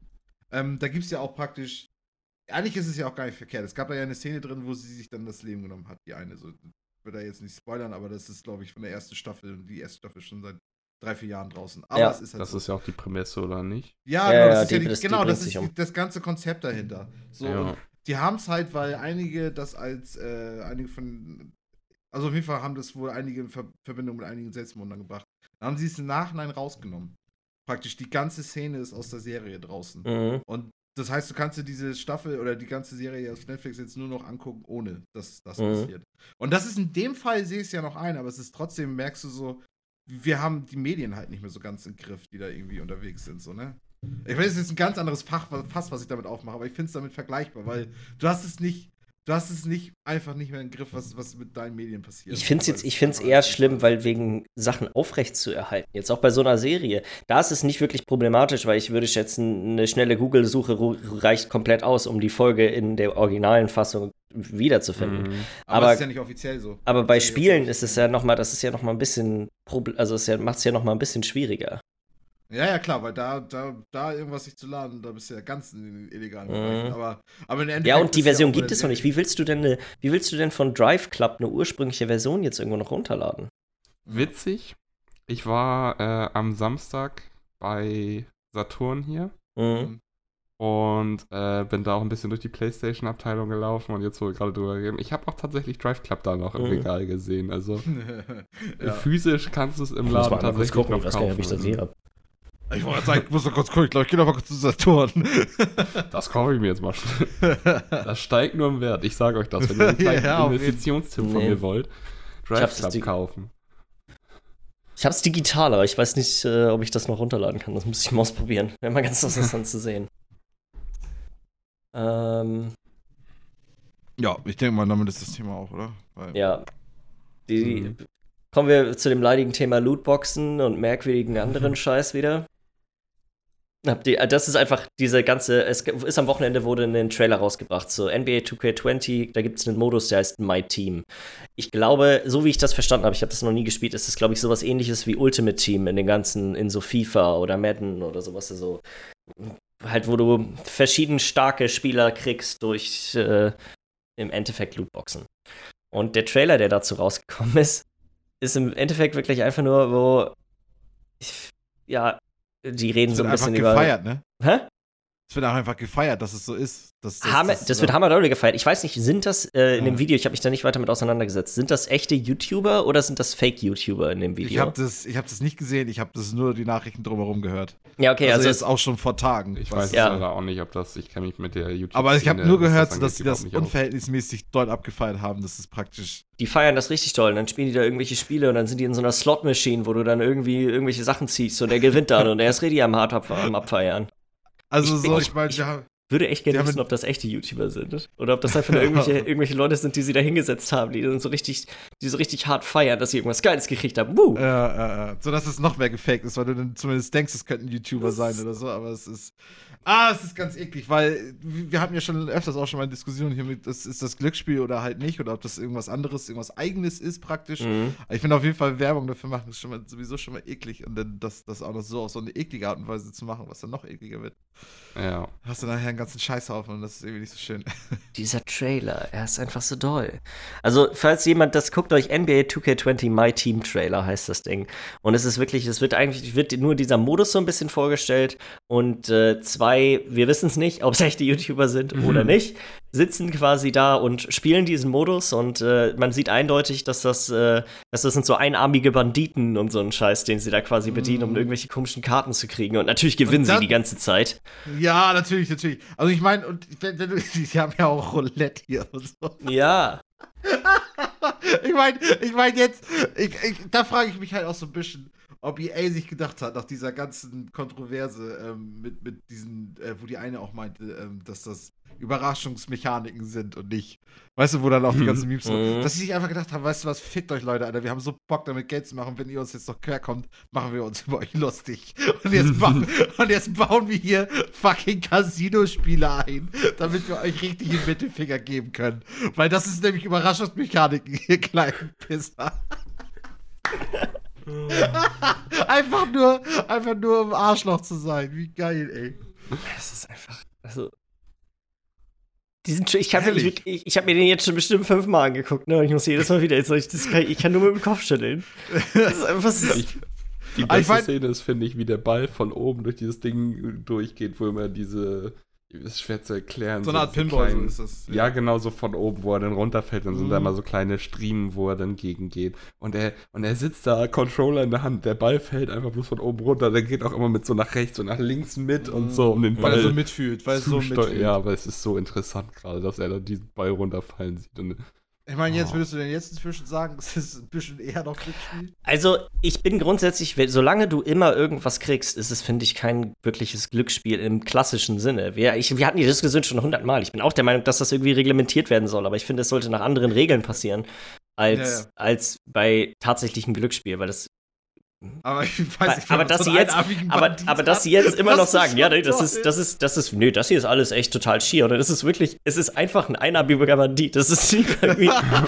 Ähm, da gibt es ja auch praktisch. Eigentlich ist es ja auch gar nicht verkehrt. Es gab da ja eine Szene drin, wo sie sich dann das Leben genommen hat, die eine. So, ich will da jetzt nicht spoilern, aber das ist, glaube ich, von der ersten Staffel. Und die erste Staffel ist schon seit drei, vier Jahren draußen. Aber Ja. es ist halt Das so. ist ja auch die Prämisse, oder nicht? Ja, Ja, genau, ja, das ist die- ja die, das- die genau, bringt das sich ist um. die, das ganze Konzept dahinter. So, Ja. und die haben es halt, weil einige das als, äh, einige von, also auf jeden Fall haben das wohl einige in Ver Verbindung mit einigen Selbstmordern gebracht. Dann haben sie es im Nachhinein rausgenommen. Praktisch die ganze Szene ist aus der Serie draußen. mh. Und das heißt, du kannst dir diese Staffel oder die ganze Serie auf Netflix jetzt nur noch angucken, ohne dass das Mhm. passiert. Und das ist in dem Fall, sehe ich es ja noch ein, aber es ist trotzdem, merkst du so, wir haben die Medien halt nicht mehr so ganz im Griff, die da irgendwie unterwegs sind, so, ne? Ich weiß, es ist ein ganz anderes Fach, Fass, was ich damit aufmache, aber ich finde es damit vergleichbar, weil du hast es nicht, du hast es nicht einfach nicht mehr im Griff, was, was mit deinen Medien passiert. Ich finde es jetzt, Weil ich finde es einfach eher alles schlimm, ist. weil wegen Sachen aufrecht zu erhalten. Jetzt auch bei so einer Serie. Da ist es nicht wirklich problematisch, weil ich würde schätzen, eine schnelle Google-Suche ru- reicht komplett aus, um die Folge in der originalen Fassung wiederzufinden. Mhm. Aber, aber- es ist ja nicht offiziell so. Aber bei Das ist ja Spielen jetzt ist es ja noch mal, das ist ja noch mal ein bisschen, Proble- also es ja, macht es ja noch mal ein bisschen schwieriger. Ja, ja, klar, weil da, da, da irgendwas sich zu laden, da bist du ja ganz in den illegalen Mhm. Bereichen. Aber, aber im Endeffekt Ja, und die bist du ja Version auch bei gibt der es noch nicht. Serie. Wie willst du denn, eine, wie willst du denn von Drive Club eine ursprüngliche Version jetzt irgendwo noch runterladen? Witzig, ich war äh, am Samstag bei Saturn hier Mhm. und äh, bin da auch ein bisschen durch die PlayStation-Abteilung gelaufen und jetzt, wo wir gerade drüber reden, ich habe auch tatsächlich Drive Club da noch im Mhm. Regal gesehen. Also ja. physisch kannst du es im Laden tatsächlich noch kaufen. habe. Ich wollte sagen, ich muss noch kurz gucken. Ich glaube, ich gehe noch mal kurz zu Saturn. Das kaufe ich mir jetzt mal schnell. Das steigt nur im Wert. Ich sage euch das, wenn ihr einen kleinen Ja, auf jeden- Investitionstipp von Nee. mir wollt. Ich Drive hab's Club die- kaufen. Ich habe es digital, aber ich weiß nicht, äh, ob ich das noch runterladen kann. Das muss ich mal ausprobieren. Wäre mal ganz interessant zu sehen. Ähm, Ja, ich denke mal, damit ist das Thema auch, oder? Weil, ja. Die, Mhm. Kommen wir zu dem leidigen Thema Lootboxen und merkwürdigen anderen Scheiß wieder. Habt ihr, das ist einfach diese ganze, es ist am Wochenende wurde ein Trailer rausgebracht, so N B A two K twenty, da gibt es einen Modus, der heißt My Team. Ich glaube, so wie ich das verstanden habe, ich habe das noch nie gespielt, ist es, glaube ich, sowas ähnliches wie Ultimate Team in den ganzen, in so FIFA oder Madden oder sowas, so halt, wo du verschieden starke Spieler kriegst durch äh, im Endeffekt Lootboxen. Und der Trailer, der dazu rausgekommen ist, ist im Endeffekt wirklich einfach nur, wo ich, ja, die reden Das so wird ein bisschen einfach über. gefeiert, ne? Hä? Es wird auch einfach gefeiert, dass es so ist. Dass, dass, Hammer, dass- das wird hammerdoll gefeiert. Ich weiß nicht, sind das äh, in Ja. dem Video, ich habe mich da nicht weiter mit auseinandergesetzt, sind das echte YouTuber oder sind das Fake-YouTuber in dem Video? Ich habe das, ich hab das nicht gesehen, ich habe das nur die Nachrichten drumherum gehört. ja, okay, also, also, jetzt auch schon vor Tagen. Ich was- weiß Ja. leider auch nicht, ob das, ich kenne mich mit der YouTube. Aber ich habe nur gehört, so, dass sie sie das unverhältnismäßig doll abgefeiert haben. Das ist praktisch. die feiern das richtig toll. Und dann spielen die da irgendwelche Spiele und dann sind die in so einer Slot-Machine, wo du dann irgendwie irgendwelche Sachen ziehst und der gewinnt dann und er ist richtig am hart ab, am Abfeiern. Also Ich- so, ich- ich meine, ich- wir haben. Würde echt gerne Die haben wissen, mit- ob das echte YouTuber sind. Oder ob das einfach nur irgendwelche, irgendwelche Leute sind, die sie da hingesetzt haben, die dann so richtig, die so richtig hart feiern, dass sie irgendwas Geiles gekriegt haben. Woo! Äh, äh, so dass es noch mehr gefaked ist, weil du dann zumindest denkst, es könnten YouTuber sein oder so, aber es ist. Ah, es ist ganz eklig, weil wir hatten ja schon öfters auch schon mal eine Diskussion hier mit, das ist das Glücksspiel oder halt nicht, oder ob das irgendwas anderes, irgendwas Eigenes ist praktisch. Mhm. Aber ich finde auf jeden Fall Werbung dafür machen, ist schon mal, sowieso schon mal eklig. Und dann das, das auch noch so auf so eine eklige Art und Weise zu machen, was dann noch ekliger wird. Ja. Hast du nachher einen ganzen Scheißhaufen und das ist irgendwie nicht so schön. Dieser Trailer, er ist einfach so doll. Also, falls jemand das guckt, euch N B A two K twenty My Team Trailer heißt das Ding. Und es ist wirklich, es wird eigentlich, wird nur dieser Modus so ein bisschen vorgestellt. Und äh, zwei, wir wissen es nicht, ob es echte YouTuber sind Mhm. oder nicht, sitzen quasi da und spielen diesen Modus. Und äh, man sieht eindeutig, dass das, äh, dass das sind so einarmige Banditen und so ein Scheiß, den sie da quasi bedienen, um Mhm. irgendwelche komischen Karten zu kriegen. Und natürlich gewinnen Und dann- sie die ganze Zeit. Ja, natürlich, natürlich. Also ich meine, und wenn, wenn du, die haben ja auch Roulette hier und so. Ja. Ich meine, ich meine jetzt, ich, ich, da frage ich mich halt auch so ein bisschen, ob E A sich gedacht hat, nach dieser ganzen Kontroverse ähm, mit, mit diesen, äh, wo die eine auch meinte, ähm, dass das Überraschungsmechaniken sind und nicht, weißt du, wo dann auch die ganzen Memes so, Mhm. dass sie sich einfach gedacht haben, weißt du was, fickt euch Leute, Alter, wir haben so Bock damit Geld zu machen, wenn ihr uns jetzt noch querkommt, machen wir uns über euch lustig. Und jetzt, ba und jetzt bauen wir hier fucking Casino-Spiele ein, damit wir euch richtig den Mittelfinger geben können. Weil das ist nämlich Überraschungsmechaniken, ihr kleinen Pisser. einfach nur, einfach nur um Arschloch zu sein. Wie geil, ey. Das ist einfach, also. Diesen, Tra- ich habe Ehrlich? ich, ich hab mir den jetzt schon bestimmt fünfmal angeguckt, ne? Und ich muss jedes Mal wieder, jetzt soll ich, das kann, ich kann nur mit dem Kopf schütteln. Das ist einfach so. Ich, die Aber ich beste mein- Szene ist, finde ich, wie der Ball von oben durch dieses Ding durchgeht, wo immer diese, ist schwer zu erklären. So eine Art diese Pinball, so kleinen- ist das. Ja, genau, so von oben, wo er dann runterfällt, dann sind da Mhm. immer so kleine Striemen, wo er dann gegengeht. Und er, und er sitzt da, Controller in der Hand, der Ball fällt einfach bloß von oben runter, der geht auch immer mit so nach rechts und nach links mit und so, um den Weil er so Ball mitfühlt, weil er so zu steu- mitfühlt. Ja, aber es ist so interessant gerade, dass er da diesen Ball runterfallen sieht. Und Ich meine, jetzt Oh. würdest du denn jetzt inzwischen sagen, es ist ein bisschen eher noch Glücksspiel? Also, ich bin grundsätzlich, wenn- solange du immer irgendwas kriegst, ist es, finde ich, kein wirkliches Glücksspiel im klassischen Sinne. Wir, ich, wir hatten die Diskussion schon hundertmal. Ich bin auch der Meinung, dass das irgendwie reglementiert werden soll, aber ich finde, es sollte nach anderen Regeln passieren, als, Ja, ja. als bei tatsächlichem Glücksspiel, weil das Aber ich weiß nicht, wenn aber man dass so sie einen jetzt, einarmigen aber, Bandit aber dass hat, sie jetzt immer das noch ist sagen, ja, schon nee, das toll. ist, das ist, das ist, nee, das hier ist alles echt total schier. Und dann ist es wirklich, es ist einfach ein einarmiger Bandit. Das ist nicht irgendwie.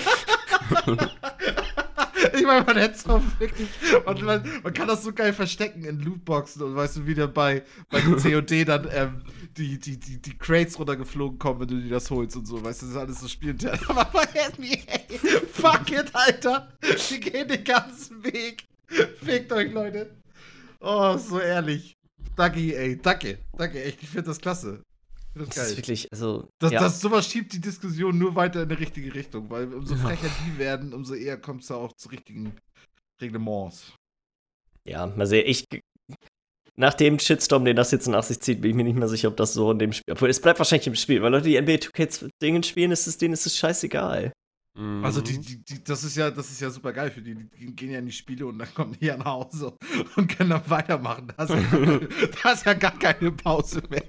Ich meine, man hätte es auch wirklich. Und man, man kann das so geil verstecken in Lootboxen und weißt du, wieder bei, bei C O D dann ähm, die, die, die, die Crates runtergeflogen kommen, wenn du dir das holst und so. Weißt du, das ist alles so spielintern. Aber bei N B A, fuck it, Alter. Wir gehen den ganzen Weg. Fickt euch, Leute. Oh, so ehrlich. Danke, E A. Danke. Danke, echt. Ich finde das klasse. Ich find Das das ist geil. wirklich, also. Das, ja. das, sowas schiebt die Diskussion nur weiter in die richtige Richtung, weil umso frecher die werden, umso eher kommt es da auch zu richtigen Reglements. Ja, mal sehen. Ich. Nach dem Shitstorm, den das jetzt nach sich zieht, bin ich mir nicht mehr sicher, ob das so in dem Spiel. Obwohl, es bleibt wahrscheinlich im Spiel, weil Leute, die N B A two K-Dingen spielen, ist es, denen ist es scheißegal. Also die, die, die, das ist ja, das ist ja super geil für die. Die gehen ja in die Spiele und dann kommen die ja nach Hause und können dann weitermachen. Da ist ja, gar keine- da ist ja gar keine Pause mehr.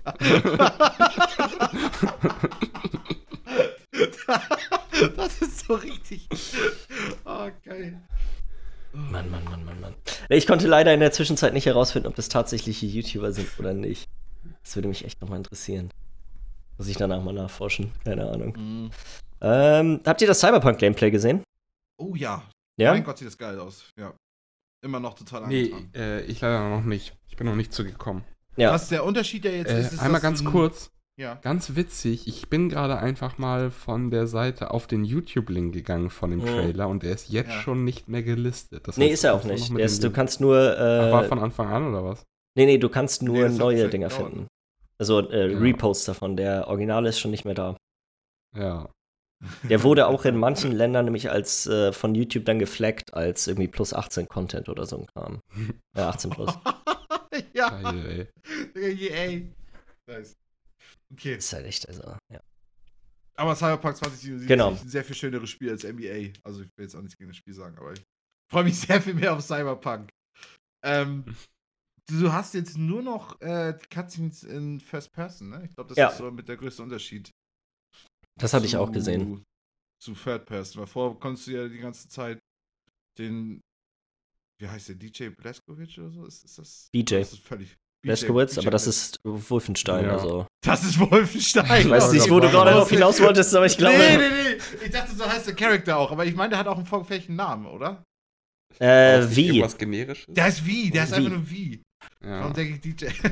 Das ist so richtig. Oh, geil. Mann, Mann, Mann, Mann, Mann. Ich konnte leider in der Zwischenzeit nicht herausfinden, ob das tatsächliche YouTuber sind oder nicht. Das würde mich echt nochmal interessieren. Muss ich danach mal nachforschen. Keine Ahnung. Mhm. Ähm, habt ihr das Cyberpunk-Gameplay gesehen? Oh ja. Ja? Mein Gott, sieht das geil aus. Ja. Immer noch total nee, angetan. äh, ich leider noch nicht. Ich bin noch nicht zugekommen. Ja. Was der Unterschied ja jetzt Äh, ist, ist einmal dass ganz du- kurz, Ja. ganz witzig, ich bin gerade einfach mal von der Seite auf den YouTube-Link gegangen von dem Mhm. Trailer und der ist jetzt Ja. schon nicht mehr gelistet. Das Nee, heißt, ist er du auch kannst nur noch nicht. mit Der dem ist, du Link- kannst nur. Ach, war Äh, von Anfang an oder was? nee, nee, du kannst nur Nee, das hat neue vielleicht Dinger gedauert. finden. Also äh, Ja. Reposts davon. Der Originale ist schon nicht mehr da. Ja. Der wurde auch in manchen Ländern nämlich als äh, von YouTube dann geflaggt als irgendwie plus achtzehn Content oder so ein Kram. Ja, achtzehn plus. ja. Geil, ey. Digga, ey. Nice. Okay. Ist halt echt, also, ja. Aber Cyberpunk zwanzig siebenundsiebzig Genau. ist ein sehr viel schöneres Spiel als N B A. Also ich will jetzt auch nichts gegen das Spiel sagen, aber ich freue mich sehr viel mehr auf Cyberpunk. Ähm, du hast jetzt nur noch äh, Cutscenes in First Person, ne? Ich glaube, das Ja. ist so mit der größte Unterschied. Das hatte ich zu- auch gesehen. Zu Third Person. Weil vorher konntest du ja die ganze Zeit den, wie heißt der, D J Blazkowicz oder so? Ist, ist das? D J. Das ist völlig. D J Blazkowicz, aber das Blaz- ist Wolfenstein, Ja. also. Das ist Wolfenstein. Ich weiß nicht, wo du gerade darauf hinaus wolltest, aber ich glaube. Nee, nee, nee. Ich dachte, so heißt der Charakter auch. Aber ich meine, der hat auch einen vorgefertigten Namen, oder? Äh, Ist nicht wie? Irgendwas Generisches? Der heißt wie, der heißt Wie? einfach nur wie. Ja. Warum denke ich D J?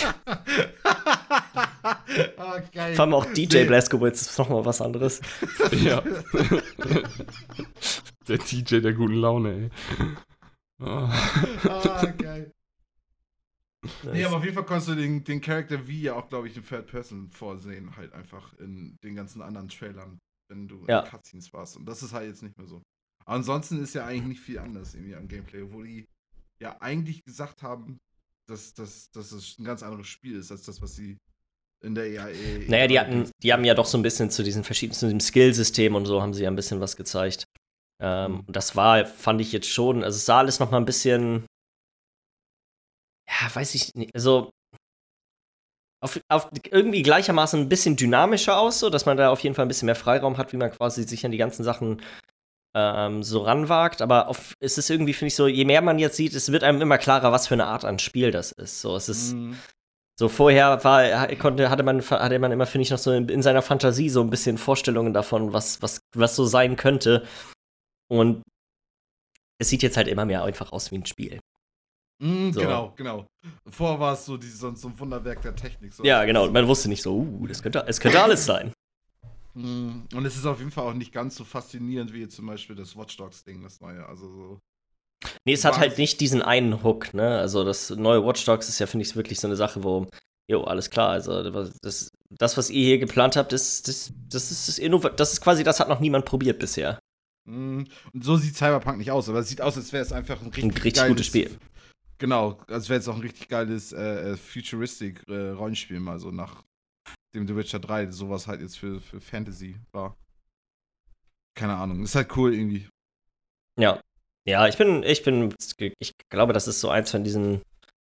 oh, geil. Vor allem auch D J Nee. Blazkowicz ist nochmal was anderes. ja. Der D J der guten Laune, ey. Oh. Ah, geil. Nee, aber auf jeden Fall konntest du den, den Charakter wie ja auch, glaube ich, in Third Person vorsehen, halt einfach in den ganzen anderen Trailern, wenn du Ja. in Cutscenes warst. Und das ist halt jetzt nicht mehr so. Aber ansonsten ist ja eigentlich nicht viel anders irgendwie am Gameplay, wo die ja eigentlich gesagt haben, dass, dass, dass es ein ganz anderes Spiel ist, als das, was sie in der E A E. Naja, die hatten, die haben ja doch so ein bisschen zu diesen verschiedenen, zu dem Skillsystem und so haben sie ja ein bisschen was gezeigt. Ähm, Mhm. und das war, fand ich jetzt schon, also es sah alles noch mal ein bisschen, ja, weiß ich nicht, also auf, auf irgendwie gleichermaßen ein bisschen dynamischer aus, so dass man da auf jeden Fall ein bisschen mehr Freiraum hat, wie man quasi sich an die ganzen Sachen ähm, so ranwagt. Aber auf, es ist irgendwie, finde ich so, je mehr man jetzt sieht, es wird einem immer klarer, was für eine Art an Spiel das ist. So, es ist Mhm. so vorher war, konnte, hatte man, hatte man immer, finde ich, noch so in, in seiner Fantasie so ein bisschen Vorstellungen davon, was, was, was so sein könnte. Und es sieht jetzt halt immer mehr einfach aus wie ein Spiel. Mhm, So. Genau, genau. Vorher war es so, die, so, so ein Wunderwerk der Technik. So. Ja, genau. Man wusste nicht so, uh, das könnte, es könnte alles sein. Mhm. Und es ist auf jeden Fall auch nicht ganz so faszinierend wie jetzt zum Beispiel das Watch Dogs-Ding, das neue. Also so. Nee, es hat halt Wahnsinn. nicht diesen einen Hook, ne? Also das neue Watch Dogs ist ja, finde ich, wirklich so eine Sache, wo, jo, alles klar, also das, das was ihr hier geplant habt, ist, das, das ist das Innova- das ist quasi, das hat noch niemand probiert bisher. Mhm. Und so sieht Cyberpunk nicht aus, aber es sieht aus, als wäre es einfach ein richtig, Ein richtig geiles, gutes Spiel. Genau, als wäre es auch ein richtig geiles äh, futuristic äh, Rollenspiel mal so nach dem The Witcher drei, sowas halt jetzt für, für Fantasy war. Keine Ahnung, ist halt cool irgendwie. Ja. Ja, ich bin, ich bin, ich glaube, das ist so eins von diesen,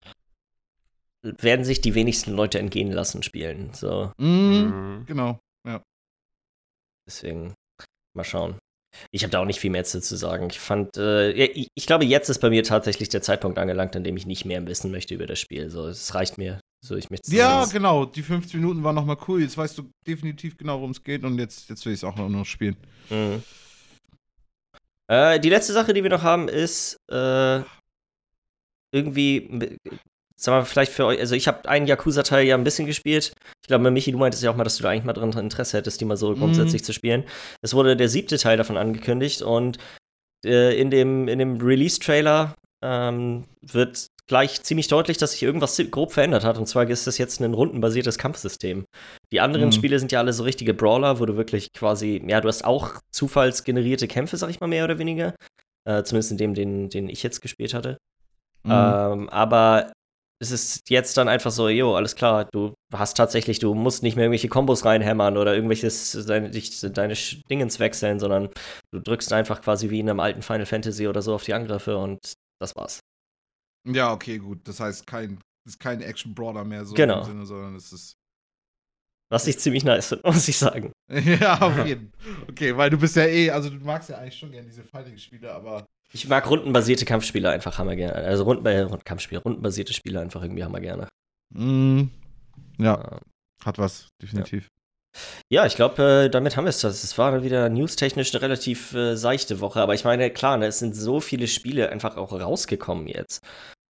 werden sich die wenigsten Leute entgehen lassen spielen. So, Mhm. Mhm. Genau. deswegen, mal schauen. Ich habe da auch nicht viel mehr zu sagen. Ich fand, äh, ich, ich glaube, jetzt ist bei mir tatsächlich der Zeitpunkt angelangt, an dem ich nicht mehr wissen möchte über das Spiel. So, es reicht mir. So, ich möchte Ja, sonst- genau, die fünfzehn Minuten waren nochmal cool. Jetzt weißt du definitiv genau, worum es geht und jetzt, jetzt will ich es auch noch spielen. Mhm. Äh, die letzte Sache, die wir noch haben, ist äh, irgendwie, sagen wir vielleicht für euch, also ich habe einen Yakuza-Teil ja ein bisschen gespielt. Ich glaube, Michi, du meintest ja auch mal, dass du da eigentlich mal dran Interesse hättest, die mal so Mhm. grundsätzlich zu spielen. Es wurde der siebte Teil davon angekündigt und äh, in dem, in dem Release-Trailer ähm, wird gleich ziemlich deutlich, dass sich irgendwas zi- grob verändert hat. Und zwar ist das jetzt ein rundenbasiertes Kampfsystem. Die anderen Mhm. Spiele sind ja alle so richtige Brawler, wo du wirklich quasi, ja, du hast auch zufallsgenerierte Kämpfe, sag ich mal, mehr oder weniger. Äh, zumindest in dem, den, den ich jetzt gespielt hatte. Mhm. Ähm, aber es ist jetzt dann einfach so, jo, alles klar, du hast tatsächlich, du musst nicht mehr irgendwelche Kombos reinhämmern oder irgendwelches deine, dich, deine Sch- Dingens wechseln, sondern du drückst einfach quasi wie in einem alten Final Fantasy oder so auf die Angriffe und das war's. Ja, okay, gut. Das heißt, kein, ist kein Action-Brawler mehr so Genau. im Sinne, sondern es ist. Was ich ziemlich nice finde, muss ich sagen. Ja, auf jeden Fall. Okay, weil du bist ja eh, also du magst ja eigentlich schon gerne diese Fighting-Spiele, aber. Ich mag rundenbasierte Kampfspiele einfach hammer gerne. Also Runden, äh, Kampfspiele, rundenbasierte Spiele einfach irgendwie hammer gerne. Mm, ja, Ähm, hat was, definitiv. Ja, ich glaube, äh, damit haben wir es. Es war wieder newstechnisch eine relativ äh, seichte Woche. Aber ich meine, klar, ne, es sind so viele Spiele einfach auch rausgekommen jetzt.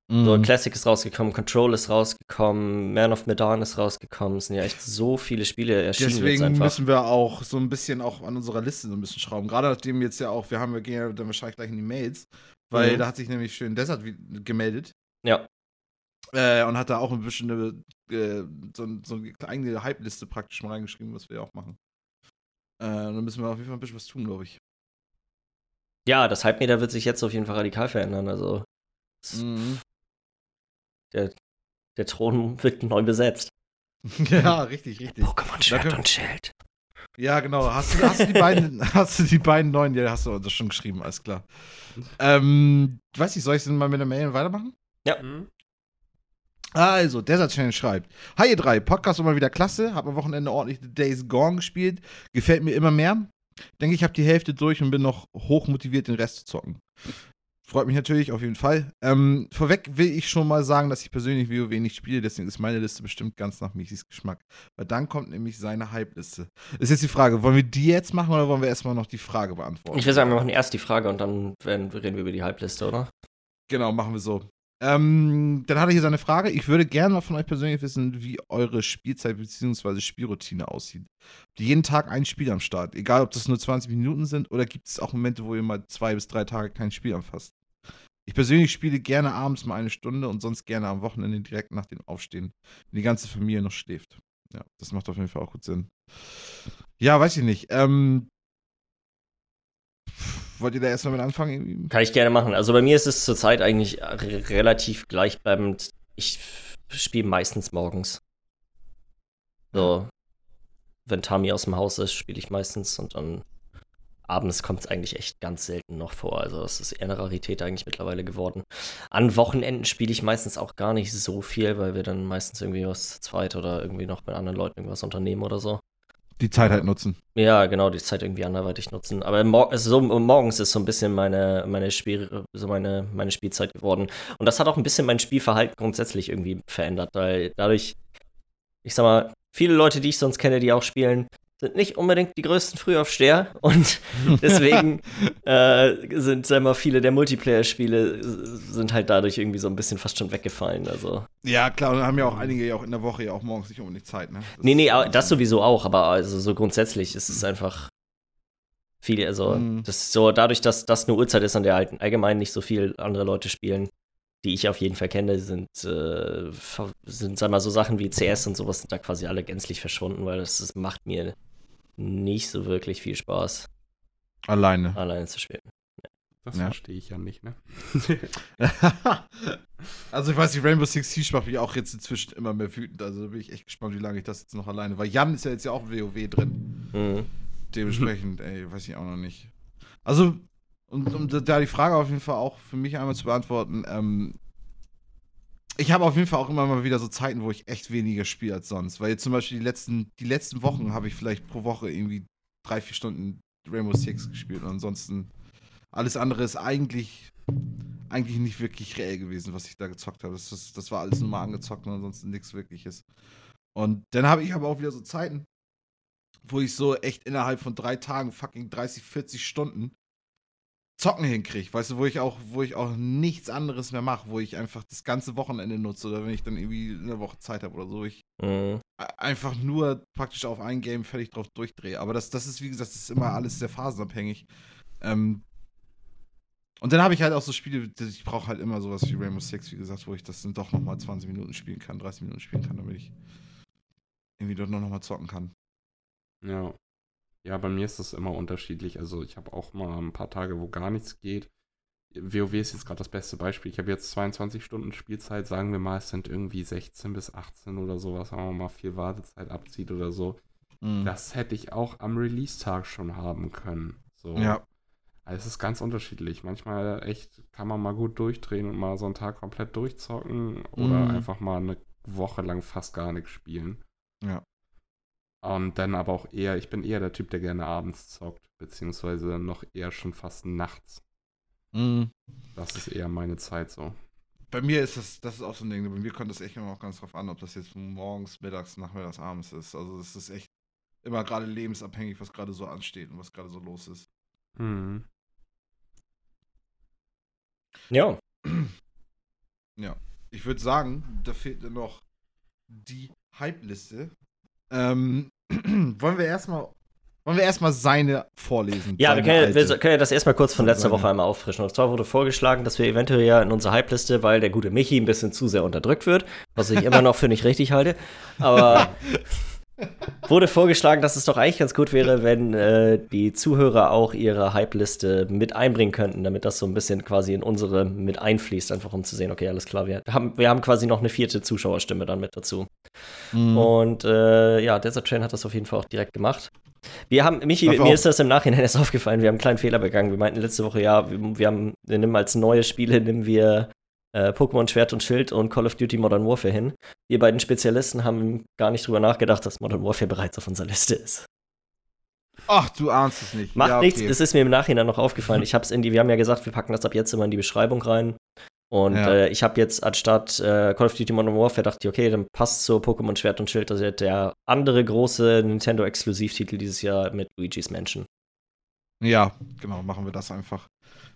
So, Mhm. Classic ist rausgekommen, Control ist rausgekommen, Man of Medan ist rausgekommen. Es sind ja echt so viele Spiele erschienen jetzt Deswegen einfach. müssen wir auch so ein bisschen auch an unserer Liste so ein bisschen schrauben. Gerade nachdem jetzt ja auch, wir haben, wir gehen ja dann wahrscheinlich gleich in die Mails, weil Mhm. da hat sich nämlich schön Desert wie- gemeldet Ja, äh, und hat da auch ein bisschen eine, äh, so, so eine eigene Hype-Liste praktisch mal reingeschrieben, was wir auch machen. Äh, dann müssen wir auf jeden Fall ein bisschen was tun, glaube ich. ja, das Hype-Meter wird sich jetzt auf jeden Fall radikal verändern. Also, es- Mhm. der, der Thron wird neu besetzt. Ja, richtig, richtig. Pokémon Schwert Danke. und Schild. Ja, genau. Hast du, hast du die beiden, hast du die beiden neuen, ja, hast du das schon geschrieben, alles klar. Ähm, weiß ich, soll ich denn mal mit der Mail weitermachen? Mhm. Also, Desert Channel schreibt: Hi ihr drei, Podcast immer wieder klasse, hab am Wochenende ordentlich The Days Gone gespielt, gefällt mir immer mehr. Denke, ich habe die Hälfte durch und bin noch hoch motiviert, den Rest zu zocken. Freut mich natürlich, auf jeden Fall. Ähm, vorweg will ich schon mal sagen, dass ich persönlich WoW nicht spiele, deswegen ist meine Liste bestimmt ganz nach Michis Geschmack. Weil dann kommt nämlich seine Hype-Liste. Ist jetzt die Frage, wollen wir die jetzt machen oder wollen wir erstmal noch die Frage beantworten? Ich würde sagen, wir machen erst die Frage und dann werden, reden wir über die Hype-Liste, oder? Genau, machen wir so. Ähm, dann hat er hier seine Frage. Ich würde gerne mal von euch persönlich wissen, wie eure Spielzeit bzw. Spielroutine aussieht. Habt ihr jeden Tag ein Spiel am Start? Egal, ob das nur zwanzig Minuten sind oder gibt es auch Momente, wo ihr mal zwei bis drei Tage kein Spiel anfasst? Ich persönlich spiele gerne abends mal eine Stunde und sonst gerne am Wochenende direkt nach dem Aufstehen, wenn die ganze Familie noch schläft. Ja, das macht auf jeden Fall auch gut Sinn. Ja, weiß ich nicht. Ähm, wollt ihr da erstmal mit anfangen? Kann ich gerne machen. Also bei mir ist es zurzeit eigentlich re- relativ gleichbleibend. Ich spiele meistens morgens. So, wenn Tami aus dem Haus ist, spiele ich meistens und dann abends kommt es eigentlich echt ganz selten noch vor. Also es ist eher eine Rarität eigentlich mittlerweile geworden. An Wochenenden spiele ich meistens auch gar nicht so viel, weil wir dann meistens irgendwie was zu zweit oder irgendwie noch mit anderen Leuten irgendwas unternehmen oder so. Die Zeit halt nutzen. Ja, genau, die Zeit irgendwie anderweitig nutzen. Aber mor also so, morgens ist so ein bisschen meine, meine, Spiel so meine, meine Spielzeit geworden. Und das hat auch ein bisschen mein Spielverhalten grundsätzlich irgendwie verändert, weil dadurch, ich sag mal, viele Leute, die ich sonst kenne, die auch spielen, sind nicht unbedingt die größten Frühaufsteher. Und deswegen äh, sind, sag mal, viele der Multiplayer-Spiele sind halt dadurch irgendwie so ein bisschen fast schon weggefallen. Also. Ja, klar, und dann haben ja auch einige ja auch in der Woche ja auch morgens nicht unbedingt Zeit, ne? Das Nee, nee, ist- aber das sowieso auch, aber also so grundsätzlich ist es einfach viel, also Mhm. das ist so, dadurch, dass das eine Uhrzeit ist, an der halt allgemein nicht so viel andere Leute spielen, die ich auf jeden Fall kenne, sind, äh, ver- sind, sag mal, so Sachen wie C S und sowas sind da quasi alle gänzlich verschwunden, weil das, das macht mir nicht so wirklich viel Spaß, Alleine. alleine zu spielen. Das Ja. verstehe ich ja nicht, ne? Also ich weiß nicht, Rainbow Six Siege macht mich auch jetzt inzwischen immer mehr wütend. Also da bin ich echt gespannt, wie lange ich das jetzt noch alleine. Weil Jan ist ja jetzt ja auch in WoW drin. Mhm. Dementsprechend, ey, weiß ich auch noch nicht. Also, um, um da die Frage auf jeden Fall auch für mich einmal zu beantworten, ähm, ich habe auf jeden Fall auch immer mal wieder so Zeiten, wo ich echt weniger spiele als sonst. Weil jetzt zum Beispiel die letzten, die letzten Wochen habe ich vielleicht pro Woche irgendwie drei, vier Stunden Rainbow Six gespielt. Und ansonsten alles andere ist eigentlich, eigentlich nicht wirklich reell gewesen, was ich da gezockt habe. Das, das, das war alles nur mal angezockt und ansonsten nichts Wirkliches. Und dann habe ich aber auch wieder so Zeiten, wo ich so echt innerhalb von drei Tagen fucking dreißig, vierzig Stunden Zocken hinkriege, weißt du, wo ich auch, wo ich auch nichts anderes mehr mache, wo ich einfach das ganze Wochenende nutze oder wenn ich dann irgendwie eine Woche Zeit habe oder so, ich Mhm. einfach nur praktisch auf ein Game fertig drauf durchdrehe. Aber das, das ist, wie gesagt, das ist immer alles sehr phasenabhängig. Ähm, und dann habe ich halt auch so Spiele, ich brauche halt immer sowas wie Rainbow Six, wie gesagt, wo ich das dann doch nochmal zwanzig Minuten spielen kann, dreißig Minuten spielen kann, damit ich irgendwie dort noch mal zocken kann. Ja. Ja, bei mir ist das immer unterschiedlich. Also ich habe auch mal ein paar Tage, wo gar nichts geht. WoW ist jetzt gerade das beste Beispiel. Ich habe jetzt zweiundzwanzig Stunden Spielzeit, sagen wir mal, es sind irgendwie sechzehn bis achtzehn oder sowas, wenn man mal viel Wartezeit abzieht oder so. Mhm. Das hätte ich auch am Release-Tag schon haben können. So. Ja. Also es ist ganz unterschiedlich. Manchmal echt kann man mal gut durchdrehen und mal so einen Tag komplett durchzocken oder Mhm. einfach mal eine Woche lang fast gar nichts spielen. Ja. Und dann aber auch eher, ich bin eher der Typ, der gerne abends zockt, beziehungsweise noch eher schon fast nachts. Mhm. Das ist eher meine Zeit so. Bei mir ist das, das ist auch so ein Ding, bei mir kommt das echt immer auch ganz drauf an, ob das jetzt morgens, mittags, nachmittags, abends ist. Also es ist echt immer gerade lebensabhängig, was gerade so ansteht und was gerade so los ist. Mhm. Ja. Ja. Ich würde sagen, da fehlt noch die Hype-Liste. Ähm, wollen wir erstmal wollen wir erstmal seine vorlesen? Ja, wir seine können, ja- alte. wir können ja das erstmal kurz von letzter Seine- Woche einmal auffrischen. Und zwar wurde vorgeschlagen, dass wir eventuell ja in unserer Hype-Liste, weil der gute Michi ein bisschen zu sehr unterdrückt wird, was ich immer noch für nicht richtig halte, aber wurde vorgeschlagen, dass es doch eigentlich ganz gut wäre, wenn äh, die Zuhörer auch ihre Hype-Liste mit einbringen könnten, damit das so ein bisschen quasi in unsere mit einfließt, einfach um zu sehen, okay, alles klar, wir haben, wir haben quasi noch eine vierte Zuschauerstimme dann mit dazu. Mhm. Und äh, ja, Desert Train hat das auf jeden Fall auch direkt gemacht. Wir haben, Michi, Darf mir auch- ist das im Nachhinein erst aufgefallen, wir haben einen kleinen Fehler begangen. Wir meinten letzte Woche, ja, wir, wir, haben, wir nehmen als neue Spiele, nehmen wir äh, Pokémon Schwert und Schild und Call of Duty Modern Warfare hin. Wir beiden Spezialisten haben gar nicht drüber nachgedacht, dass Modern Warfare bereits auf unserer Liste ist. Ach, du ahnst es nicht. Macht ja, nichts, okay. es ist mir im Nachhinein noch aufgefallen. Ich hab's in die, wir haben ja gesagt, wir packen das ab jetzt immer in die Beschreibung rein. Und Ja. äh, ich habe jetzt anstatt äh, Call of Duty Modern Warfare dachte ich, okay, dann passt zu Pokémon Schwert und Schild, das ist der andere große Nintendo-Exklusivtitel dieses Jahr mit Luigi's Mansion. Ja, genau, machen wir das einfach.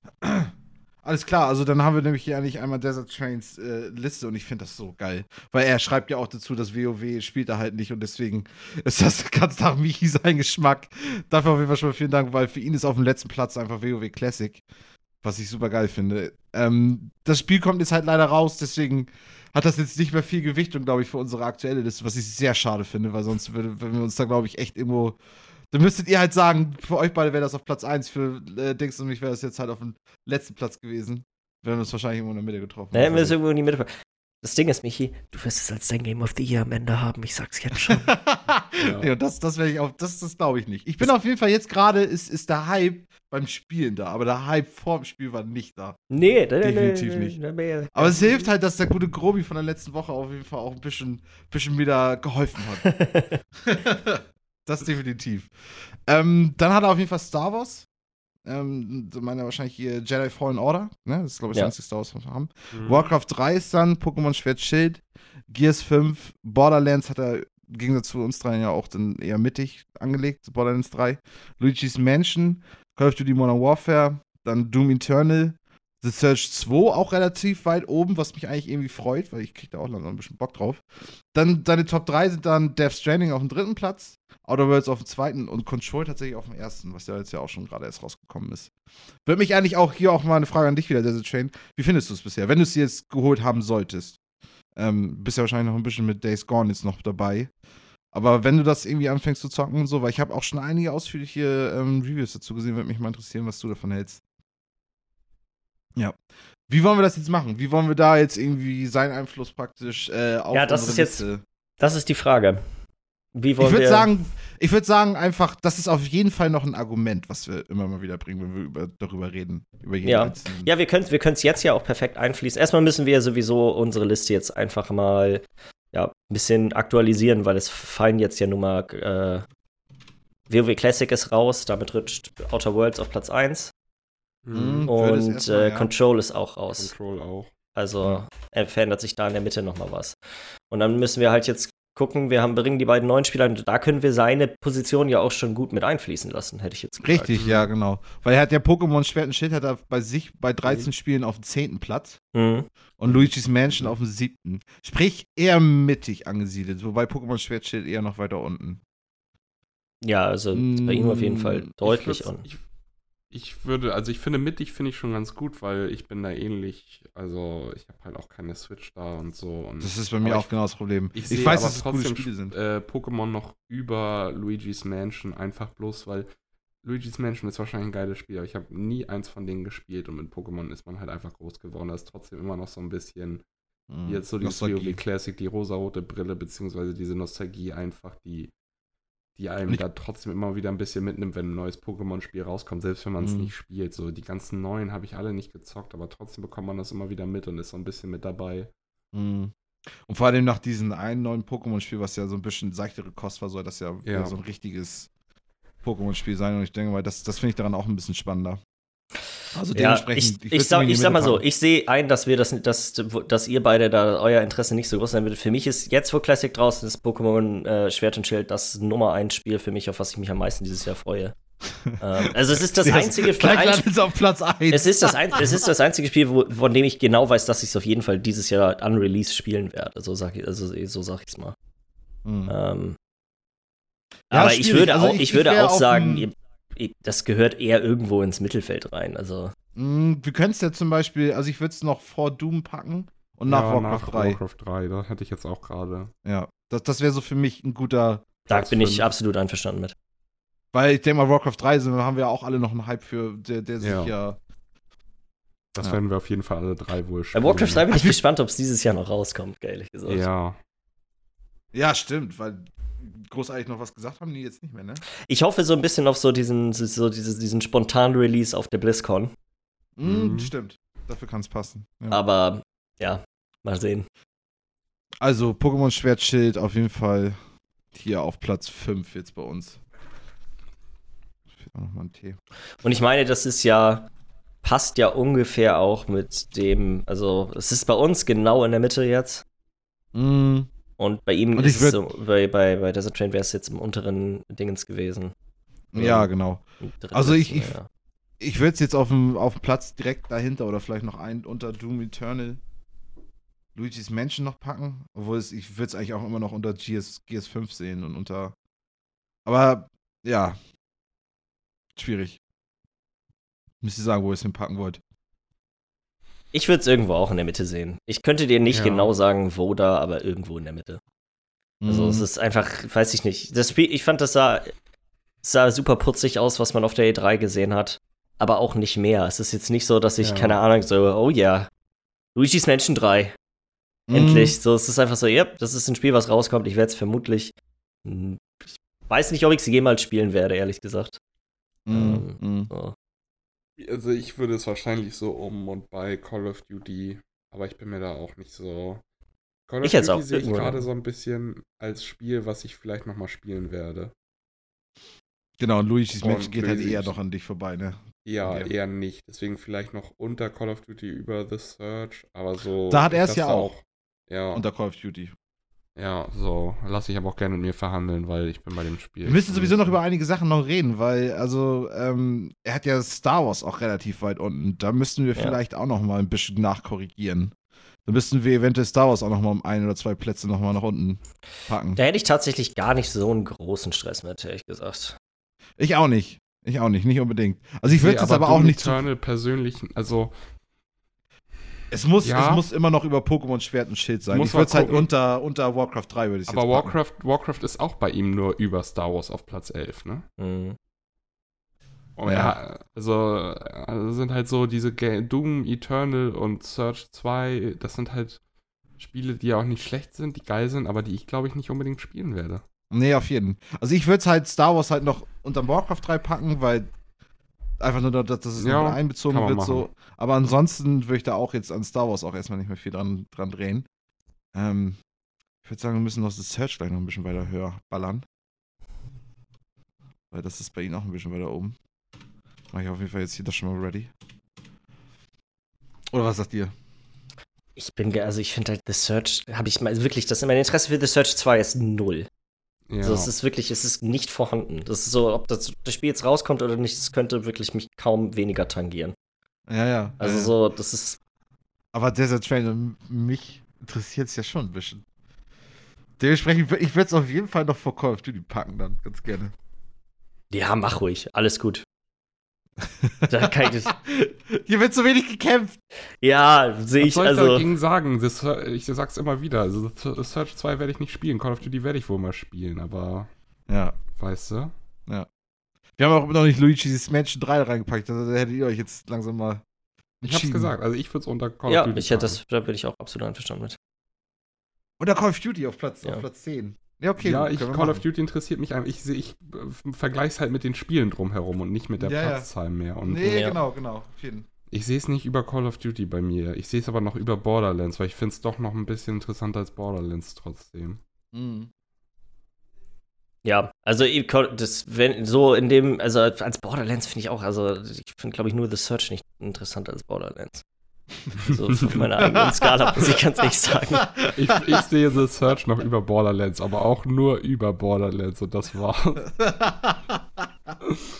Alles klar, also dann haben wir nämlich hier eigentlich einmal Desert Trains äh, Liste und ich finde das so geil. Weil er schreibt ja auch dazu, dass WoW spielt er halt nicht und deswegen ist das ganz nach Michi sein Geschmack. Dafür auf jeden Fall schon mal vielen Dank, weil für ihn ist auf dem letzten Platz einfach WoW Classic, was ich super geil finde. Ähm, das Spiel kommt jetzt halt leider raus, deswegen hat das jetzt nicht mehr viel Gewichtung, glaube ich, für unsere aktuelle Liste, was ich sehr schade finde, weil sonst würde, wenn wir uns da, glaube ich, echt irgendwo. Dann müsstet ihr halt sagen, für euch beide wäre das auf Platz eins, für äh, Dings und mich wäre das jetzt halt auf dem letzten Platz gewesen. Wir haben uns wahrscheinlich irgendwo in der Mitte getroffen. Ne, wir müssen irgendwo in die Mitte. Das Ding ist, Michi, du wirst es als dein Game of the Year am Ende haben, ich sag's jetzt schon. ja, das, das werde ich auch, das, das glaube ich nicht. Ich bin auf jeden Fall jetzt gerade, ist, ist der Hype beim Spielen da, aber der Hype vor dem Spiel war nicht da. Nee, nee, Definitiv nee, nicht. nee, nee. Aber es hilft halt, dass der gute Grobi von der letzten Woche auf jeden Fall auch ein bisschen, bisschen wieder geholfen hat. Das definitiv. Ähm, dann hat er auf jeden Fall Star Wars. Ähm, ich meine wahrscheinlich hier Jedi Fallen Order. Ne? Das ist, glaube ich, das Ja. einzige Star Wars, was wir haben. Mhm. Warcraft drei ist dann, Pokémon Schwert Schild, Gears fünf, Borderlands hat er im Gegensatz zu uns dreien ja auch dann eher mittig angelegt, Borderlands drei, Luigi's Mansion, Call of Duty Modern Warfare, dann Doom Eternal, The Surge zwei auch relativ weit oben, was mich eigentlich irgendwie freut, weil ich krieg da auch langsam ein bisschen Bock drauf. Dann deine Top drei sind dann Death Stranding auf dem dritten Platz, Outer Worlds auf dem zweiten und Control tatsächlich auf dem ersten, was ja jetzt ja auch schon gerade erst rausgekommen ist. Würde mich eigentlich auch hier auch mal eine Frage an dich wieder, Desert Train. Wie findest du es bisher, wenn du es jetzt geholt haben solltest? Ähm, bist ja wahrscheinlich noch ein bisschen mit Days Gone jetzt noch dabei. Aber wenn du das irgendwie anfängst zu zocken und so, weil ich habe auch schon einige ausführliche ähm, Reviews dazu gesehen, würde mich mal interessieren, was du davon hältst. Ja. Wie wollen wir das jetzt machen? Wie wollen wir da jetzt irgendwie seinen Einfluss praktisch äh, auf Ja, das unsere ist jetzt- Liste? Das ist die Frage. Wie wollen Ich würde wir sagen, ich würde sagen einfach, das ist auf jeden Fall noch ein Argument, was wir immer mal wieder bringen, wenn wir über, darüber reden. Über jeden Ja. einzelnen. Ja, wir können wir es jetzt ja auch perfekt einfließen. Erstmal müssen wir sowieso unsere Liste jetzt einfach mal ja, ein bisschen aktualisieren, weil es fallen jetzt ja nun mal äh, WoW Classic ist raus, damit rutscht Outer Worlds auf Platz eins Mhm. Würde es und erstmal, äh, ja. Control ist auch raus. Control auch. Also äh, verändert sich da in der Mitte noch mal was. Und dann müssen wir halt jetzt gucken, wir haben, bringen die beiden neuen Spieler und da können wir seine Position ja auch schon gut mit einfließen lassen, hätte ich jetzt gesagt. Richtig, ja, genau. Weil er hat ja Pokémon Schwert und Schild hat er bei sich bei dreizehn Spielen auf dem zehnten Platz Mhm. und Luigi's Mansion auf dem siebten. Sprich, eher mittig angesiedelt, wobei Pokémon Schwert Schild eher noch weiter unten. Ja, also bei ihm auf jeden Fall Mm, deutlich. Ich, Und würd's- ich, ich würde, also ich finde mittig finde ich schon ganz gut, weil ich bin da ähnlich, also ich habe halt auch keine Switch da und so. Und Das ist bei mir aber auch genau das Problem. Ich, Ich, ich sehe weiß, aber dass es gute trotzdem Spiele sind. äh, Pokémon noch über Luigi's Mansion, einfach bloß, weil Luigi's Mansion ist wahrscheinlich ein geiles Spiel, aber ich habe nie eins von denen gespielt und mit Pokémon ist man halt einfach groß geworden. Da ist trotzdem immer noch so ein bisschen, Mhm. jetzt so dieses Nostalgie. WoW Classic, die rosarote Brille, beziehungsweise diese Nostalgie einfach, die, die einem Ich- da trotzdem immer wieder ein bisschen mitnimmt, wenn ein neues Pokémon-Spiel rauskommt, selbst wenn man es Mhm. nicht spielt. So, die ganzen neuen habe ich alle nicht gezockt, aber trotzdem bekommt man das immer wieder mit und ist so ein bisschen mit dabei. Mhm. Und vor allem nach diesem einen neuen Pokémon-Spiel, was ja so ein bisschen seichtere Kost war, soll das ja, wieder Ja. so ein richtiges Pokémon-Spiel sein. Und ich denke mal, das, das finde ich daran auch ein bisschen spannender. Also ja, dementsprechend. ich, ich, würd's sag, irgendwie in die ich sag mal Mitte so, packen. ich sehe ein, dass wir das, dass, dass ihr beide da euer Interesse nicht so groß sein wird. Für mich ist jetzt, wo Classic draußen ist, Pokémon äh, Schwert und Schild das Nummer eins Spiel für mich, auf was ich mich am meisten dieses Jahr freue. ähm, also es ist das Ja, einzige Gleich ein, landet es auf Platz eins. es ist das ein, es ist das einzige Spiel, wo, von dem ich genau weiß, dass ich es auf jeden Fall dieses Jahr unreleased spielen werde. So sag ich, also so sag ich's mal. Hm. Ähm, Ja, aber ich schwierig. würde Also auch, ich- ich, ich würde wär auch auf sagen, dem- ihr- ihr- das gehört eher irgendwo ins Mittelfeld rein. Also Hm, wir können es ja zum Beispiel, also ich würde es noch vor Doom packen und nach ja, Warcraft nach drei. Warcraft drei, da hätte ich jetzt auch gerade. Ja, das, das wäre so für mich ein guter, da Platz bin ich fünf. absolut einverstanden mit. weil ich denke mal, Warcraft drei sind, haben wir auch alle noch einen Hype für, der, der sich Ja. ja. Das Ja. werden wir auf jeden Fall alle drei wohl Bei spielen. Warcraft drei bin ich Also- gespannt, ob es dieses Jahr noch rauskommt, ehrlich gesagt. Ja. Ja, stimmt, weil großartig noch was gesagt haben die jetzt nicht mehr, ne? Ich hoffe so ein bisschen auf so diesen, so dieses, diesen spontanen Release auf der BlizzCon. Hm, Mhm. stimmt. Dafür kann es passen. Ja. Aber ja, mal sehen. Also, Pokémon Schwertschild auf jeden Fall hier auf Platz fünf jetzt bei uns. Fehlt auch noch mal ein T. Und ich meine, das ist ja, passt ja ungefähr auch mit dem, also es ist bei uns genau in der Mitte jetzt. Mm, Und bei ihm Und ich ist es so, bei, bei, bei Desert Train wäre es jetzt im unteren Dingens gewesen. ja, genau. Im dritten Also ich- letzten, ich- ja. Ich würde es jetzt auf dem, auf dem Platz direkt dahinter oder vielleicht noch einen unter Doom Eternal Luigi's Mansion noch packen. Obwohl es, ich würde es eigentlich auch immer noch unter G S, G S fünf sehen und unter. Aber ja. Schwierig. Müsst ihr sagen, wo ihr es hinpacken wollt. Ich würde es irgendwo auch in der Mitte sehen. Ich könnte dir nicht Ja. genau sagen, wo da, aber irgendwo in der Mitte. Also Mhm. es ist einfach, weiß ich nicht. Das Spiel, ich fand, das sah, sah super putzig aus, was man auf der E drei gesehen hat. Aber auch nicht mehr. Es ist jetzt nicht so, dass ich, Ja. keine Ahnung, so, oh ja, Luigi's Mansion drei. Mhm. Endlich. So, es ist einfach so, ja, das ist ein Spiel, was rauskommt. Ich werde es vermutlich. hm, Ich weiß nicht, ob ich es jemals spielen werde, ehrlich gesagt. Mhm. Mhm. So. Also ich würde es wahrscheinlich so um und bei Call of Duty, aber ich bin mir da auch nicht so. Call of Ich hätt's Duty auch sehe ich irgendwo- gerade so ein bisschen als Spiel, was ich vielleicht nochmal spielen werde. Genau, und Luigi's Und Mansion geht halt Luigi- eher noch an dich vorbei, ne? Ja, Okay. eher nicht. Deswegen vielleicht noch unter Call of Duty über The Search, aber so. Da hat ich er es lasse ja da auch. Ja, Unter Call of Duty. ja, so. Lasse ich aber auch gerne mit mir verhandeln, weil ich bin bei dem Spiel. Wir müssen sowieso noch über einige Sachen noch reden, weil, also, ähm, er hat ja Star Wars auch relativ weit unten. Da müssten wir Ja. vielleicht auch noch mal ein bisschen nachkorrigieren. Da müssten wir eventuell Star Wars auch noch mal um ein oder zwei Plätze noch mal nach unten packen. Da hätte ich tatsächlich gar nicht so einen großen Stress mit, ehrlich gesagt. Ich auch nicht. Ich auch nicht, nicht unbedingt. Also ich würde Nee, es aber, Doom auch nicht zu. Eternal persönlich, also Es muss, Ja. es muss immer noch über Pokémon Schwert und Schild sein. Muss Ich würde es mal halt gucken. unter, unter Warcraft drei würde ich aber jetzt packen. Warcraft, Warcraft ist auch bei ihm nur über Star Wars auf Platz elf, ne? Mhm. Und Ja. ja, also, also sind halt so diese Ga- Doom Eternal und Search zwei, das sind halt Spiele, die ja auch nicht schlecht sind, die geil sind, aber die ich glaube ich nicht unbedingt spielen werde. Nee, auf jeden. Also ich würde es halt Star Wars halt noch unter Warcraft drei packen, weil einfach nur, dass, dass es Ja, noch einbezogen kann man wird. So. Aber ansonsten würde ich da auch jetzt an Star Wars auch erstmal nicht mehr viel dran, dran drehen. Ähm, ich würde sagen, wir müssen noch das Search gleich noch ein bisschen weiter höher ballern. Weil das ist bei Ihnen auch ein bisschen weiter oben. Mach ich auf jeden Fall jetzt hier das schon mal ready. Oder was sagt ihr? Ich bin, ge- also ich finde halt The Search, habe ich mal wirklich, das mein Interesse für The Search zwei ist null. Ja. Also es ist wirklich, es ist nicht vorhanden. Das ist so, ob das, das Spiel jetzt rauskommt oder nicht, das könnte wirklich mich kaum weniger tangieren. Ja, ja. Also äh, so, das ist, Aber Desert Train, mich interessiert es ja schon ein bisschen. Dementsprechend, ich würde es auf jeden Fall noch vor Call of Duty packen, dann ganz gerne. ja, mach ruhig, alles gut. Da kann ich das, Hier wird so wenig gekämpft. ja, sehe Was ich, soll ich also, dagegen sagen? Das, ich sag's immer wieder. Also The Search zwei werde ich nicht spielen. Call of Duty werde ich wohl mal spielen, aber Ja. weißt du? Wir haben auch noch nicht Luigi's Mansion drei reingepackt, also da hättet ihr euch jetzt langsam mal. Ich hab's entschieden. gesagt, also ich würde es unter Call ja, of Duty ich hätte packen. das, da bin ich auch absolut einverstanden mit. Oder Call of Duty auf Platz, Ja. auf Platz zehn. Ja, okay. Ja, ich, können wir Call of machen. Duty interessiert mich einfach. Ich, seh- ich äh, vergleiche es halt mit den Spielen drumherum und nicht mit der Ja, ja. Platzzahl mehr. Und Nee, Ja. genau, genau. Auf jeden. ich sehe es nicht über Call of Duty bei mir. Ich sehe es aber noch über Borderlands, weil ich finde es doch noch ein bisschen interessanter als Borderlands trotzdem. Mhm. Ja, also ich kon- das, wenn, so in dem, also als Borderlands finde ich auch, also ich finde, glaube ich, nur The Search nicht interessanter als Borderlands. So auf meiner eigenen Skala, muss ich ganz ehrlich sagen. Ich, ich sehe The Search noch über Borderlands, aber auch nur über Borderlands und das war's.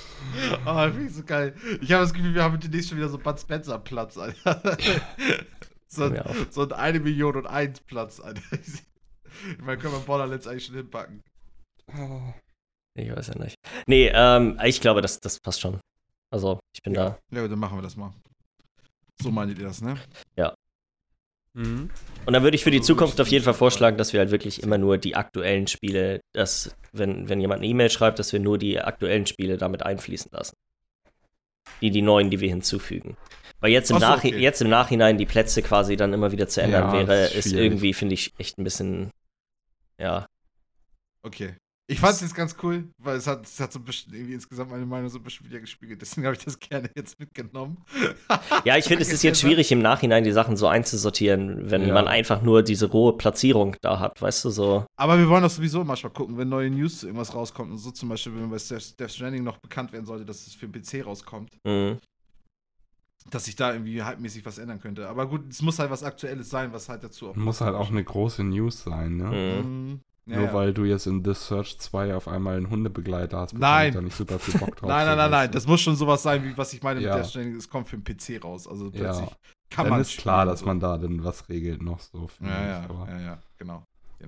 Oh, finde ich so geil. Ich habe das Gefühl, wir haben demnächst schon wieder so Bud Spencer Platz, Alter. so, ein, so ein eine Million und eins Platz, Alter. Ich meine, können wir Borderlands eigentlich schon hinpacken. Ich weiß ja nicht. Nee, ähm, ich glaube, das, das passt schon. Also, ich bin ja. da. Ja, dann machen wir das mal. So meintet ihr das, ne? Ja. Mhm. Und dann würde ich für die Zukunft auf jeden Fall vorschlagen, dass wir halt wirklich immer nur die aktuellen Spiele, dass, wenn, wenn jemand eine E-Mail schreibt, dass wir nur die aktuellen Spiele damit einfließen lassen. Die, die neuen, die wir hinzufügen. Weil jetzt im, Ach so, Nachhi- okay. jetzt im Nachhinein die Plätze quasi dann immer wieder zu ändern Ja, wäre, ist ist schwierig. irgendwie, finde ich, echt ein bisschen, ja. Okay. Ich fand es jetzt ganz cool, weil es hat, es hat so ein bisschen irgendwie insgesamt meine Meinung so ein bisschen wieder gespiegelt. Deswegen habe ich das gerne jetzt mitgenommen. Ja, ich finde, es ist jetzt schwierig, im Nachhinein die Sachen so einzusortieren, wenn Ja. man einfach nur diese rohe Platzierung da hat, weißt du, so. Aber wir wollen doch sowieso manchmal gucken, wenn neue News zu irgendwas rauskommt und so zum Beispiel, wenn bei Death Death Stranding noch bekannt werden sollte, dass es für den P C rauskommt, Mhm. dass sich da irgendwie halbmäßig was ändern könnte. Aber gut, es muss halt was Aktuelles sein, was halt dazu auch Muss halt auch eine große News sein, ne? Mhm. Mhm. Ja, Nur ja. weil du jetzt in The Search zwei auf einmal einen Hundebegleiter hast, Nein. ich da nicht super viel Bock drauf. Nein, nein, so, nein, nein. weißt Das muss schon sowas sein, wie was ich meine Ja. mit Death Stranding. Es kommt für den P C raus. Also du? plötzlich Ja, kann dann man ist klar, spielen, dass so. man da dann was regelt noch so. finde Ja, ich, ja, aber- ja, ja, genau.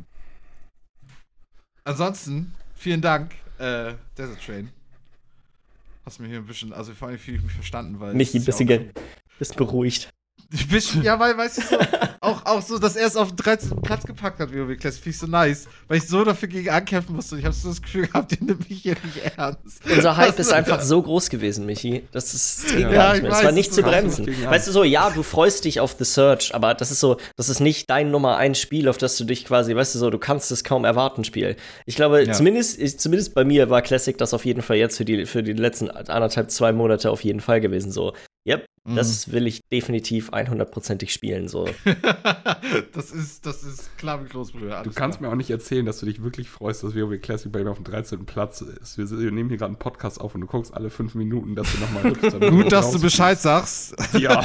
Ansonsten, vielen Dank, äh, Desert Train. Hast mir hier ein bisschen, also vor allem fühle ich mich verstanden, weil. Michi, ein es ist bisschen, ja ge- bisschen beruhigt. Ein bisschen, ja, weil, weißt du, so, auch, auch so, dass er es auf den dreizehnten Platz gepackt hat, WoW Classic, finde ich so nice, weil ich so dafür gegen ankämpfen musste und ich habe so das Gefühl gehabt, den nimmt mich hier nicht ernst. Unser Hype ist Also, einfach so groß gewesen, Michi. Das ist das ging Ja, gar nicht ich mehr. Es weiß, war nicht das zu ist bremsen. gegen Weißt du so, ja, du freust dich auf The Search, aber das ist so, das ist nicht dein Nummer eins Spiel, auf das du dich quasi, weißt du so, du kannst es kaum erwarten, Spiel. Ich glaube, Ja. zumindest, ich, zumindest bei mir war Classic das auf jeden Fall jetzt für die, für die letzten anderthalb, zwei Monate auf jeden Fall gewesen. So, yep, Mhm. das will ich definitiv hundertprozentig spielen. So. das ist, das ist klar wie Kloßbrühe. Du kannst mir auch nicht erzählen, dass du dich wirklich freust, dass WoW Classic bei mir auf dem dreizehnten Platz ist. Wir, wir nehmen hier gerade einen Podcast auf und du guckst alle fünf Minuten, dass du nochmal hüpfst. Gut, dass du Bescheid sagst. Ja.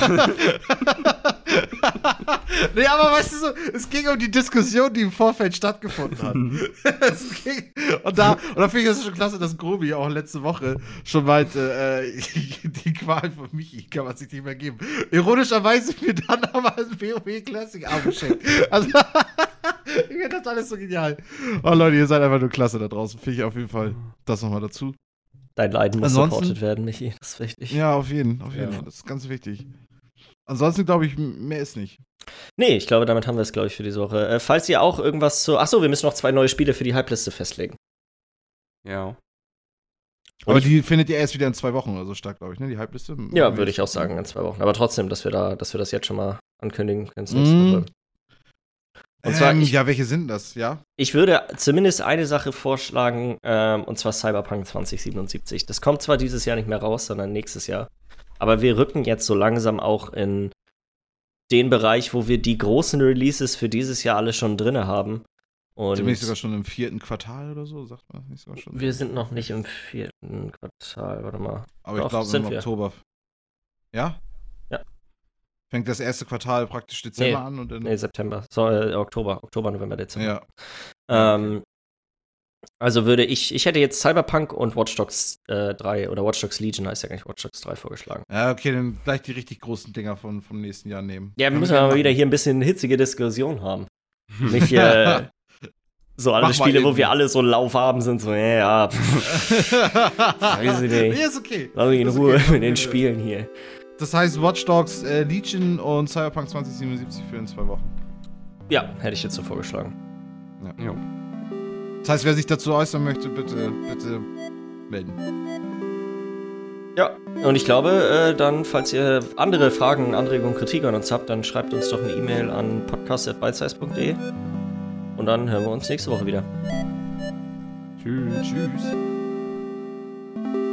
Nee, aber weißt du so, es ging um die Diskussion, die im Vorfeld stattgefunden hat. es ging, und da, und da finde ich das schon klasse, dass Grobi auch letzte Woche schon meinte, äh, die Qual von Michi kann man sich nicht mehr geben. Ironischerweise mir dann aber ein WoW Classic Abo geschenkt. Also, ich finde das alles so genial. Oh Leute, ihr seid einfach nur klasse da draußen. Finde ich auf jeden Fall das nochmal dazu. Dein Leiden muss Ansonsten- supportet werden, Michi. Das ist wichtig. Ja, auf jeden, auf jeden. Ja. Das ist ganz wichtig. Ansonsten glaube ich, mehr ist nicht. Nee, ich glaube, damit haben wir es, glaube ich, für diese Woche. Äh, falls ihr auch irgendwas zu. Achso, wir müssen noch zwei neue Spiele für die Hype-Liste festlegen. Ja. Aber ich- die findet ihr erst wieder in zwei Wochen oder so stark, glaube ich, ne? Die Hype-Liste. Ja, würde ich auch sagen, in zwei Wochen. Aber trotzdem, dass wir da, dass wir das jetzt schon mal ankündigen können. zur Mhm. nächsten Woche. Und zwar, ähm, ich, ja, welche sind das, ja? ich würde zumindest eine Sache vorschlagen, ähm, und zwar Cyberpunk zwanzig siebenundsiebzig. Das kommt zwar dieses Jahr nicht mehr raus, sondern nächstes Jahr. Aber wir rücken jetzt so langsam auch in den Bereich, wo wir die großen Releases für dieses Jahr alle schon drin haben. Und Demnächst sogar schon im vierten Quartal oder so, sagt man das nicht sogar schon? wir sind noch nicht im vierten Quartal, warte mal. Aber Doch, ich glaube sind im wir. Oktober. Ja? Ja. Fängt das erste Quartal praktisch Dezember Nee, an und dann. Nee, September. So, äh, Oktober. Oktober, November, Dezember. Ja. Ähm, also würde ich, ich hätte jetzt Cyberpunk und Watch Dogs äh, drei oder Watch Dogs Legion heißt ja gar nicht Watch Dogs drei vorgeschlagen. Ja, okay, dann gleich die richtig großen Dinger von, vom nächsten Jahr nehmen. Ja, wir Können müssen gerne aber machen. wieder hier ein bisschen hitzige Diskussion haben. Nicht äh, so alle Mach mal Spiele, wo irgendwie. wir alle so lauwarm sind, so, äh, ja, pff, weiß ich nicht. Nee, ist okay. Lass mich in Ist Ruhe okay. mit den Spielen hier. Das heißt Watch Dogs, äh, Legion und Cyberpunk zwanzig siebenundsiebzig für in zwei Wochen. Ja, hätte ich jetzt so vorgeschlagen. Jo. Das heißt, wer sich dazu äußern möchte, bitte, bitte melden. Ja, und ich glaube, äh, dann, falls ihr andere Fragen, Anregungen, Kritik an uns habt, dann schreibt uns doch eine E-Mail an podcast at bitesize punkt de und dann hören wir uns nächste Woche wieder. Tschüss. Tschüss.